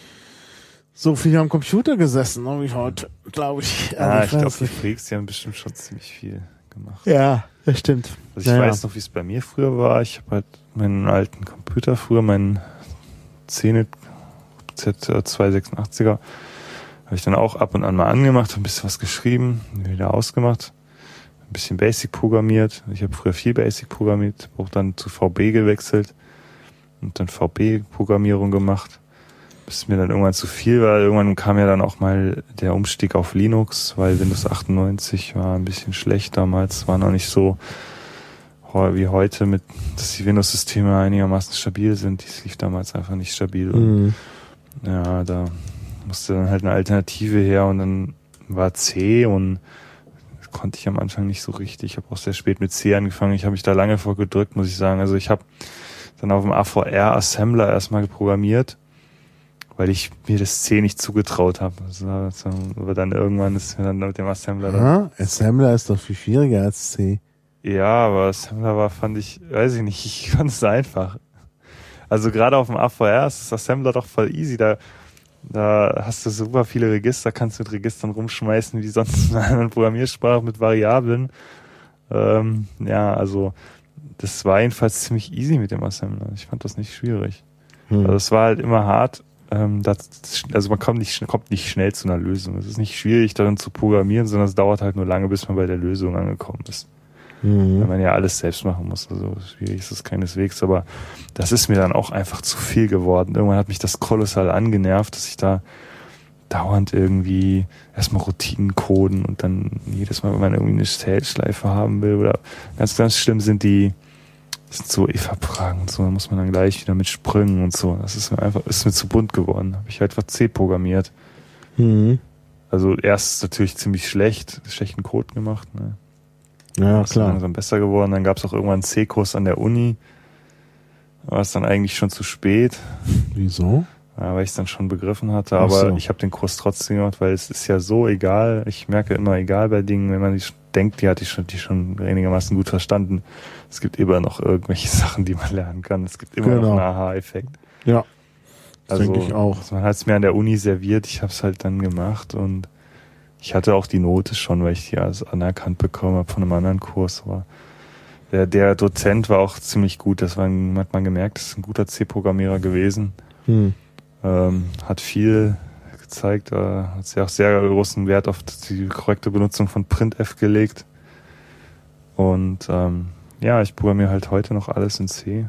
so viel am Computer gesessen, wie heute, glaube ich. Ja, also ich, ich glaube, die Freaks, die haben bestimmt schon ziemlich viel gemacht. Ja, das stimmt. Also ich ja, weiß ja. noch, wie es bei mir früher war. Ich habe halt meinen alten Computer früher, meinen Zenit Z zweihundertsechsundachtziger, habe ich dann auch ab und an mal angemacht, ein bisschen was geschrieben, wieder ausgemacht, ein bisschen Basic programmiert. Ich habe früher viel Basic programmiert, auch dann zu V B gewechselt und dann V B-Programmierung gemacht. Bis mir dann irgendwann zu viel war. Irgendwann kam ja dann auch mal der Umstieg auf Linux, weil Windows achtundneunzig war ein bisschen schlecht damals. War noch nicht so wie heute, mit, dass die Windows-Systeme einigermaßen stabil sind. Die lief damals einfach nicht stabil. Und mhm. ja, da musste dann halt eine Alternative her und dann war C und konnte ich am Anfang nicht so richtig. Ich habe auch sehr spät mit C angefangen. Ich habe mich da lange vor gedrückt, muss ich sagen. Also ich habe dann auf dem A V R-Assembler erstmal programmiert, weil ich mir das C nicht zugetraut habe. Also, aber dann irgendwann ist mir dann mit dem Assembler dann... Aha, Assembler ist doch viel schwieriger als C. Ja, aber Assembler war, fand ich, weiß ich nicht, ich fand es einfach. Also gerade auf dem A V R ist das Assembler doch voll easy. Da, da hast du super viele Register, kannst mit Registern rumschmeißen, wie sonst in einer anderen Programmiersprache mit Variablen. Ähm, ja, also das war jedenfalls ziemlich easy mit dem Assembler. Ich fand das nicht schwierig. Hm. Also es war halt immer hart. Ähm, das, also man kommt nicht, kommt nicht schnell zu einer Lösung. Es ist nicht schwierig, darin zu programmieren, sondern es dauert halt nur lange, bis man bei der Lösung angekommen ist. Mhm. Wenn man ja alles selbst machen muss. Also schwierig ist es keineswegs, aber das ist mir dann auch einfach zu viel geworden. Irgendwann hat mich das kolossal angenervt, dass ich da dauernd irgendwie erstmal Routinen coden und dann jedes Mal, wenn man irgendwie eine Zählschleife haben will oder ganz, ganz schlimm sind die sind so E V A-Fragen und so, da muss man dann gleich wieder mit Sprüngen und so. Das ist mir einfach, ist mir zu bunt geworden. Habe ich halt einfach C programmiert. Mhm. Also erst natürlich ziemlich schlecht, schlechten Code gemacht, ne? Ja, ist klar. langsam besser geworden. Dann gab es auch irgendwann einen C-Kurs an der Uni. War es dann eigentlich schon zu spät. Wieso? Ja, weil ich es dann schon begriffen hatte. Aber so. Ich habe den Kurs trotzdem gemacht, weil es ist ja so egal. Ich merke immer, egal bei Dingen, wenn man die denkt, die hatte ich schon, die schon einigermaßen gut verstanden. Es gibt immer noch irgendwelche Sachen, die man lernen kann. Es gibt immer genau. noch einen Aha-Effekt. Ja, das also, denke ich auch. Also man hat es mir an der Uni serviert. Ich habe es halt dann gemacht und ich hatte auch die Note schon, weil ich die alles anerkannt bekommen habe von einem anderen Kurs. Aber der, der Dozent war auch ziemlich gut. Das war, hat man gemerkt, das ist ein guter C-Programmierer gewesen. Hm. Ähm, hat viel gezeigt, äh, hat sehr auch sehr großen Wert auf die korrekte Benutzung von printf gelegt. Und ähm, ja, ich programmiere halt heute noch alles in C.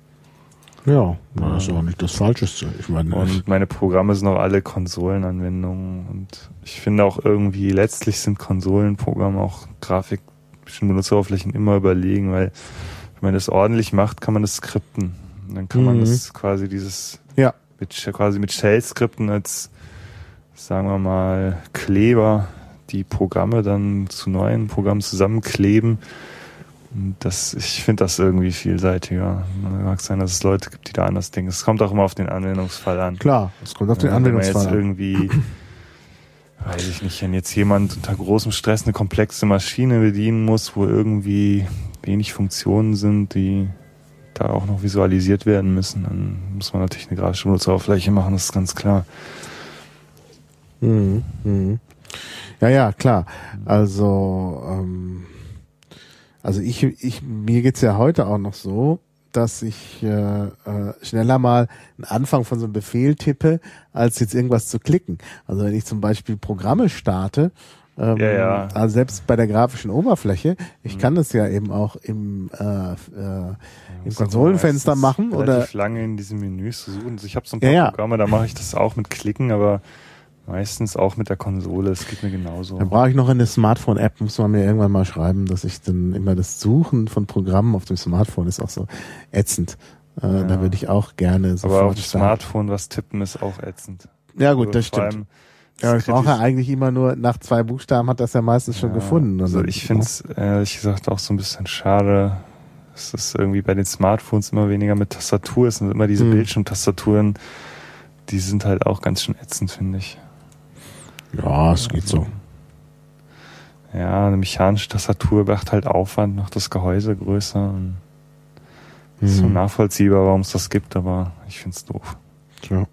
Ja, das ist auch nicht das Falscheste. Ich meine, und meine Programme sind auch alle Konsolenanwendungen und ich finde auch irgendwie, letztlich sind Konsolenprogramme auch Grafik, Benutzeroberflächen immer überlegen, weil wenn man das ordentlich macht, kann man das skripten. Und dann kann mhm. man das quasi dieses, ja. mit, quasi mit Shell-Skripten als, sagen wir mal, Kleber die Programme dann zu neuen Programmen zusammenkleben. Das, ich finde das irgendwie vielseitiger. Mag sein, dass es Leute gibt, die da anders denken. Es kommt auch immer auf den Anwendungsfall an. Klar, es kommt auf den ja, Anwendungsfall an. Wenn man jetzt irgendwie, weiß ich nicht, wenn jetzt jemand unter großem Stress eine komplexe Maschine bedienen muss, wo irgendwie wenig Funktionen sind, die da auch noch visualisiert werden müssen, dann muss man natürlich eine grafische Benutzeroberfläche machen, das ist ganz klar. Mhm. Mhm. Ja, ja, klar. Also, ähm, Also ich, ich, mir geht's ja heute auch noch so, dass ich äh, äh, schneller mal einen Anfang von so einem Befehl tippe, als jetzt irgendwas zu klicken. Also wenn ich zum Beispiel Programme starte, ähm, ja, ja. also selbst bei der grafischen Oberfläche, ich mhm. kann das ja eben auch im, äh, äh, im Konsolenfenster machen oder relativ lange in diesen Menüs zu suchen. Also ich habe so ein paar ja, ja. Programme, da mache ich das auch mit Klicken, aber meistens auch mit der Konsole, es geht mir genauso. Dann brauche ich noch eine Smartphone-App, muss man mir irgendwann mal schreiben, dass ich dann immer das Suchen von Programmen auf dem Smartphone ist auch so ätzend. Äh, ja. Da würde ich auch gerne sofort aber auf dem starten. Smartphone was tippen ist auch ätzend. Ja gut, das stimmt. Ja, ich brauche ja eigentlich immer nur, nach zwei Buchstaben hat das ja meistens schon ja, gefunden. Also ich finde es ehrlich gesagt auch so ein bisschen schade, dass es irgendwie bei den Smartphones immer weniger mit Tastatur ist und immer diese hm. Bildschirmtastaturen, die sind halt auch ganz schön ätzend, finde ich. Ja, es geht so. Ja, eine mechanische Tastatur macht halt Aufwand, macht das Gehäuse größer. Und mhm. ist so nachvollziehbar, warum es das gibt, aber ich finde es doof. Ja.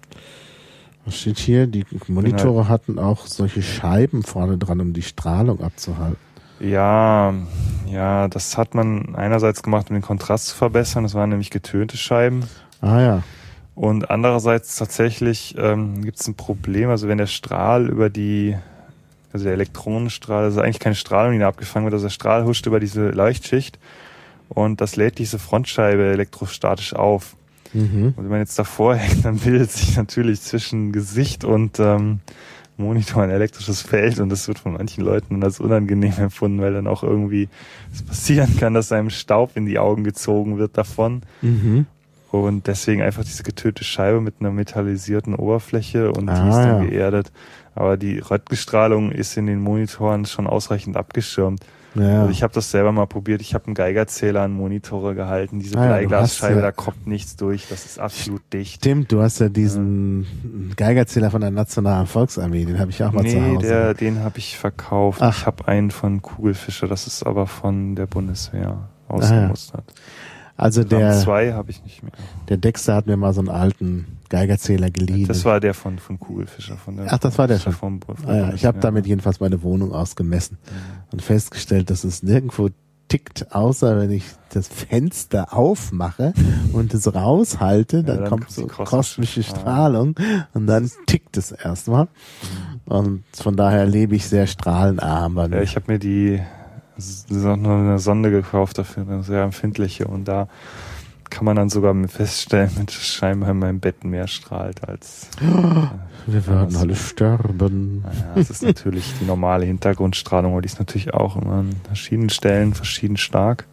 Was steht hier? Die Monitore halt hatten auch solche Scheiben vorne dran, um die Strahlung abzuhalten. Ja, ja, das hat man einerseits gemacht, um den Kontrast zu verbessern. Das waren nämlich getönte Scheiben. Ah ja. Und andererseits tatsächlich ähm, gibt es ein Problem, also wenn der Strahl über die, also der Elektronenstrahl, das ist eigentlich keine Strahlung, die da abgefangen wird, also der Strahl huscht über diese Leuchtschicht und das lädt diese Frontscheibe elektrostatisch auf. Mhm. Und wenn man jetzt davor hängt, dann bildet sich natürlich zwischen Gesicht und ähm, Monitor ein elektrisches Feld und das wird von manchen Leuten als unangenehm empfunden, weil dann auch irgendwie es passieren kann, dass einem Staub in die Augen gezogen wird davon. Mhm. Und deswegen einfach diese getönte Scheibe mit einer metallisierten Oberfläche und ah, die ist dann ja. geerdet. Aber die Röntgenstrahlung ist in den Monitoren schon ausreichend abgeschirmt. Ja. Also ich habe das selber mal probiert. Ich habe einen Geigerzähler an Monitore gehalten. Diese ah, Bleiglasscheibe, ja, da kommt nichts durch. Das ist absolut dicht. Stimmt, du hast ja diesen ja. Geigerzähler von der Nationalen Volksarmee. Den habe ich auch mal nee, zu Hause. Der, den habe ich verkauft. Ach. Ich habe einen von Kugelfischer. Das ist aber von der Bundeswehr ausgemustert. Ah, ja. Also der zwei habe ich nicht mehr. Der Dexter hat mir mal so einen alten Geigerzähler geliehen. Das war der von, von Kugelfischer. Von der Ach, das war der schon. Von, von ah, ja. Ich habe ja. damit jedenfalls meine Wohnung ausgemessen ja. und festgestellt, dass es nirgendwo tickt, außer wenn ich das Fenster aufmache und es raushalte, dann, ja, dann kommt so kosmische Strahlung und dann tickt es erstmal. Mhm. Und von daher lebe ich sehr strahlenarm. Bei mir. Ja, ich habe mir die eine Sonde gekauft dafür, eine sehr empfindliche, und da kann man dann sogar feststellen, dass scheinbar mein Bett mehr strahlt als äh, wir werden alle sterben. Naja, das ist natürlich die normale Hintergrundstrahlung, aber die ist natürlich auch immer an verschiedenen Stellen verschieden stark.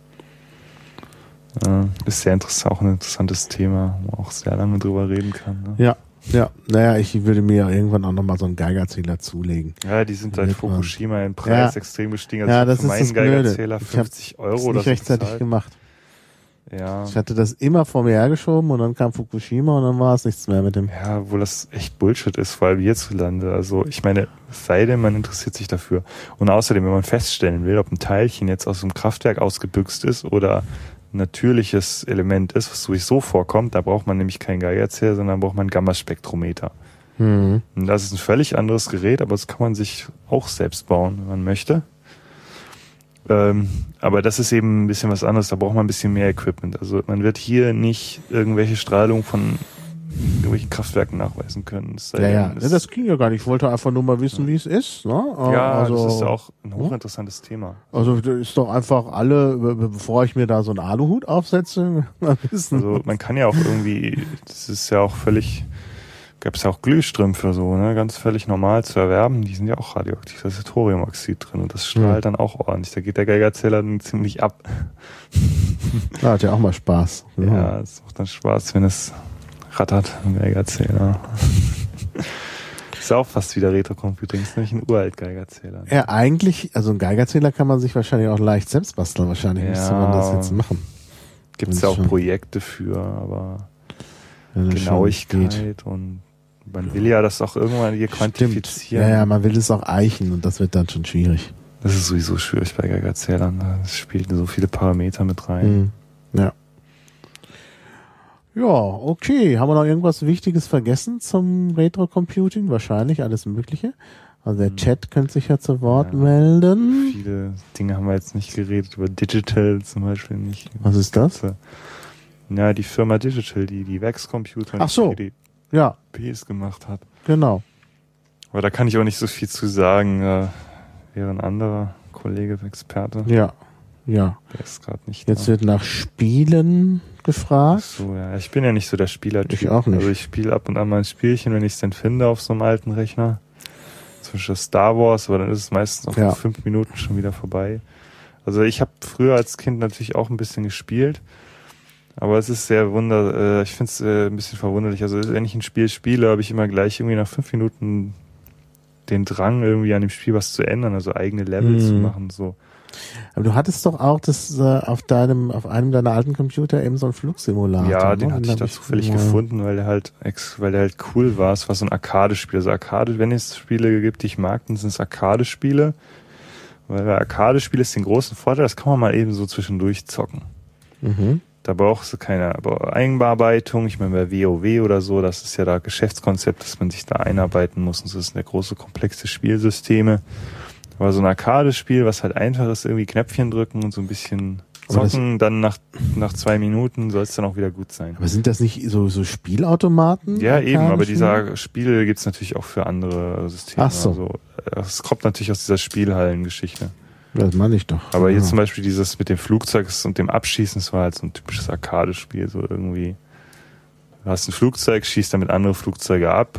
Äh, ist sehr interessant, auch ein interessantes Thema, wo man auch sehr lange drüber reden kann. Ne? Ja. Ja, naja, ich würde mir irgendwann auch nochmal so einen Geigerzähler zulegen. Ja, die sind seit Fukushima im Preis ja. extrem gestiegen. Also ja, das für meinen ist das Geigerzähler fünfzig Euro oder so. Nicht rechtzeitig bezahlt. gemacht. Ja. Ich hatte das immer vor mir hergeschoben und dann kam Fukushima und dann war es nichts mehr mit dem. Ja, wo das echt Bullshit ist, vor allem hierzulande. Also ich meine, es sei denn, man interessiert sich dafür. Und außerdem, wenn man feststellen will, ob ein Teilchen jetzt aus einem Kraftwerk ausgebüxt ist oder natürliches Element ist, was sowieso vorkommt, da braucht man nämlich keinen Geigerzähler, sondern braucht man einen Gammaspektrometer. Mhm. Und das ist ein völlig anderes Gerät, aber das kann man sich auch selbst bauen, wenn man möchte. Ähm, aber das ist eben ein bisschen was anderes, da braucht man ein bisschen mehr Equipment. Also man wird hier nicht irgendwelche Strahlung von irgendwelchen Kraftwerken nachweisen können. Das ja, ja, das, das ging ja gar nicht. Ich wollte einfach nur mal wissen, ja. wie es ist. Ne? Ja, also, das ist ja auch ein hochinteressantes ja. Thema. Also das ist doch einfach alle, bevor ich mir da so einen Aluhut aufsetze, mal wissen. Also man kann ja auch irgendwie, das ist ja auch völlig, gab es ja auch Glühstrümpfe so, ne, ganz völlig normal zu erwerben. Die sind ja auch radioaktiv, da ist ja Thoriumoxid drin und das strahlt mhm. dann auch ordentlich. Da geht der Geigerzähler dann ziemlich ab. Ja, hat ja auch mal Spaß. Ja, ja, es macht dann Spaß, wenn es rattert, ein Geigerzähler. Ist auch fast wieder Retro-Computing, ist nämlich ein uralt Geigerzähler. Ja, eigentlich, also ein Geigerzähler kann man sich wahrscheinlich auch leicht selbst basteln, wahrscheinlich ja, müsste man das jetzt machen. Gibt es ja auch schon Projekte für, aber ja, Genauigkeit und man will ja das auch irgendwann hier quantifizieren. Ja, ja, man will es auch eichen und das wird dann schon schwierig. Das ist sowieso schwierig bei Geigerzählern, da spielen so viele Parameter mit rein. Mhm. Ja. Ja, okay. Haben wir noch irgendwas Wichtiges vergessen zum Retro-Computing? Wahrscheinlich alles Mögliche. Also der Chat könnte sich ja zu Wort ja, melden. Viele Dinge haben wir jetzt nicht geredet, über Digital zum Beispiel nicht. Was ist das? Ja, die Firma Digital, die die Wax-Computer Ach so. und die ja. P Cs gemacht hat. Genau. Aber da kann ich auch nicht so viel zu sagen. Äh, wäre ein anderer Kollege, Experte. Ja. Ja. Der ist gerade nicht Jetzt da. wird nach Spielen gefragt. Ach so, ja. Ich bin ja nicht so der Spielertyp. Ich auch nicht. Also ich spiele ab und an mal ein Spielchen, wenn ich es denn finde auf so einem alten Rechner. Zum Beispiel Star Wars, aber dann ist es meistens auch ja. nach fünf Minuten schon wieder vorbei. Also ich habe früher als Kind natürlich auch ein bisschen gespielt, aber es ist sehr wunder, äh, ich finde es äh, ein bisschen verwunderlich. Also wenn ich ein Spiel spiele, habe ich immer gleich irgendwie nach fünf Minuten den Drang, irgendwie an dem Spiel was zu ändern, also eigene Level hm. zu machen, so. Aber du hattest doch auch das äh, auf deinem, auf einem deiner alten Computer eben so einen Flugsimulator. Ja, den ne? hatte ich da zufällig gefunden, weil der halt ex, weil der halt cool war. Es war so ein Arcade-Spiel. Also Arcade, wenn es Spiele gibt, die ich mag, dann sind es Arcade-Spiele. Weil bei Arcade-Spiel ist den großen Vorteil, das kann man mal eben so zwischendurch zocken. Mhm. Da brauchst du keine Einarbeitung. Ich meine, bei WoW oder so, das ist ja da Geschäftskonzept, dass man sich da einarbeiten muss. Und das sind ja große, komplexe Spielsysteme. Aber so ein Arcade-Spiel, was halt einfach ist, irgendwie Knöpfchen drücken und so ein bisschen zocken, dann nach nach zwei Minuten soll es dann auch wieder gut sein. Aber sind das nicht so so Spielautomaten? Ja, eben, aber diese Spiele gibt's natürlich auch für andere Systeme. Ach so. Also, es kommt natürlich aus dieser Spielhallengeschichte. Das meine ich doch. Aber ja. jetzt zum Beispiel dieses mit dem Flugzeug und dem Abschießen, das war halt so ein typisches Arcade-Spiel, so irgendwie. Du hast ein Flugzeug, schießt damit andere Flugzeuge ab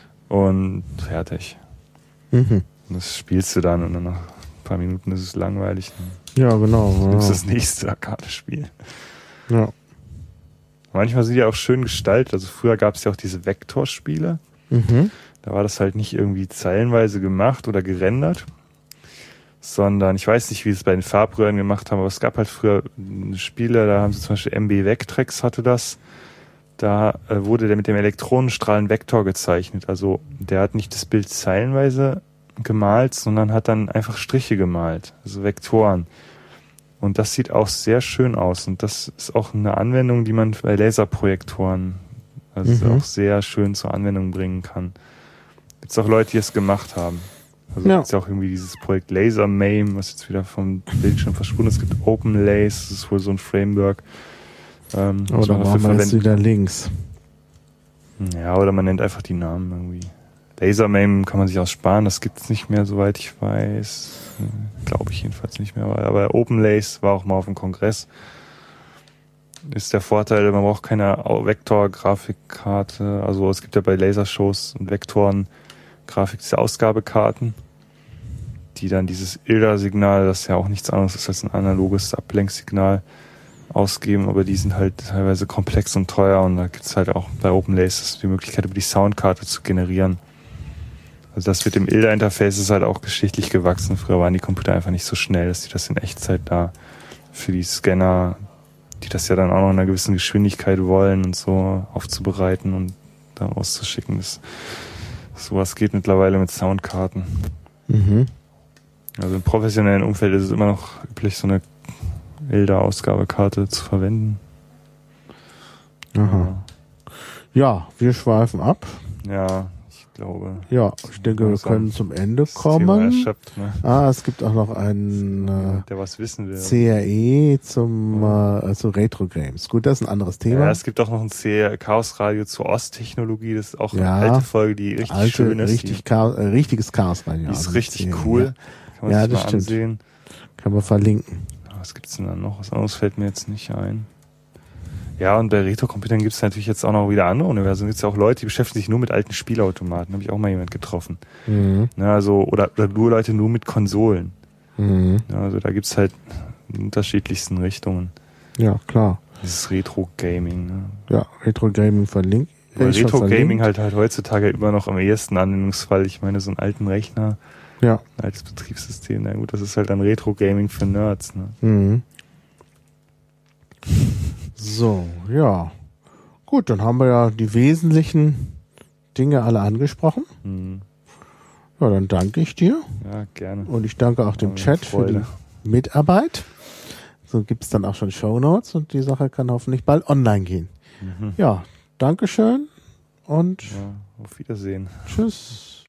und fertig. Mhm. Und das spielst du dann und dann nach ein paar Minuten ist es langweilig. Ja, genau. Du ja. nimmst das nächste Arcade-Spiel. Ja. Manchmal sind die auch schön gestaltet. Also früher gab es ja auch diese Vektorspiele. Mhm. Da Da war das halt nicht irgendwie zeilenweise gemacht oder gerendert, sondern ich weiß nicht, wie sie es bei den Farbröhren gemacht haben, aber es gab halt früher Spiele, da haben sie zum Beispiel M B Vectrex hatte das, da äh, wurde der mit dem Elektronenstrahlen Vektor gezeichnet, also der hat nicht das Bild zeilenweise gemalt, sondern hat dann einfach Striche gemalt, also Vektoren. Und das sieht auch sehr schön aus und das ist auch eine Anwendung, die man bei Laserprojektoren also mhm. auch sehr schön zur Anwendung bringen kann. Gibt es auch Leute, die es gemacht haben. Also ja. gibt es ja auch irgendwie dieses Projekt Laser Mame, was jetzt wieder vom Bildschirm verschwunden ist. Es gibt OpenLace, das ist wohl so ein Framework. Ähm, oder warum man jetzt wieder links? Ja, oder man nennt einfach die Namen irgendwie. Laser Mame kann man sich auch sparen, das gibt es nicht mehr, soweit ich weiß. Glaube ich jedenfalls nicht mehr. Aber OpenLace war auch mal auf dem Kongress. Ist der Vorteil, man braucht keine Vektor-Grafikkarte. Also es gibt ja bei Lasershows und Vektoren Grafik, diese Ausgabekarten, die dann dieses I L D A-Signal, das ja auch nichts anderes ist als ein analoges Ablenksignal, ausgeben, aber die sind halt teilweise komplex und teuer und da gibt es halt auch bei OpenLace die Möglichkeit, über die Soundkarte zu generieren. Also das mit dem I L D A-Interface ist halt auch geschichtlich gewachsen. Früher waren die Computer einfach nicht so schnell, dass die das in Echtzeit da für die Scanner, die das ja dann auch noch in einer gewissen Geschwindigkeit wollen und so aufzubereiten und dann auszuschicken. Das, sowas geht mittlerweile mit Soundkarten. Mhm. Also im professionellen Umfeld ist es immer noch üblich, so eine I L D A-Ausgabekarte zu verwenden. Aha. Ja, wir schweifen ab. Ja, ich glaube. Ja, ich denke, wir können zum Ende kommen. Erschöpft, ne? Ah, es gibt auch noch einen äh, der was wissen will. C R E zum äh, zu Retro Games. Gut, das ist ein anderes Thema. Ja, es gibt auch noch ein C R Chaos Radio zur Osttechnologie. Das ist auch ja, eine alte Folge, die richtig alte, schön ist. Richtig Chaos, äh, richtiges Chaos Radio. Die ist also richtig C R E, cool. Ja, Kann man ja sich das mal stimmt. ansehen. Kann man verlinken. Was gibt's denn da noch? Was anderes fällt mir jetzt nicht ein. Ja, und bei Retro-Computern gibt es natürlich jetzt auch noch wieder andere Universen. Es gibt ja auch Leute, die beschäftigen sich nur mit alten Spielautomaten. Habe ich auch mal jemand getroffen. Mhm. Ja, also, oder, oder nur Leute nur mit Konsolen. Mhm. Ja, also da gibt's halt in unterschiedlichsten Richtungen. Ja, klar. Dieses Retro-Gaming. Ne? Ja, Retro-Gaming verlinkt. Weil Retro-Gaming halt halt heutzutage immer noch am ehesten Anwendungsfall. Ich meine, so einen alten Rechner, ja. ein altes Betriebssystem, na gut, das ist halt dann Retro-Gaming für Nerds. Ne? Mhm. So, ja. Gut, dann haben wir ja die wesentlichen Dinge alle angesprochen. Mhm. Ja, dann danke ich dir. Ja, gerne. Und ich danke auch dem ja, Chat Freude. für die Mitarbeit. So gibt's dann auch schon Shownotes und die Sache kann hoffentlich bald online gehen. Mhm. Ja, Dankeschön und ja, auf Wiedersehen. Tschüss.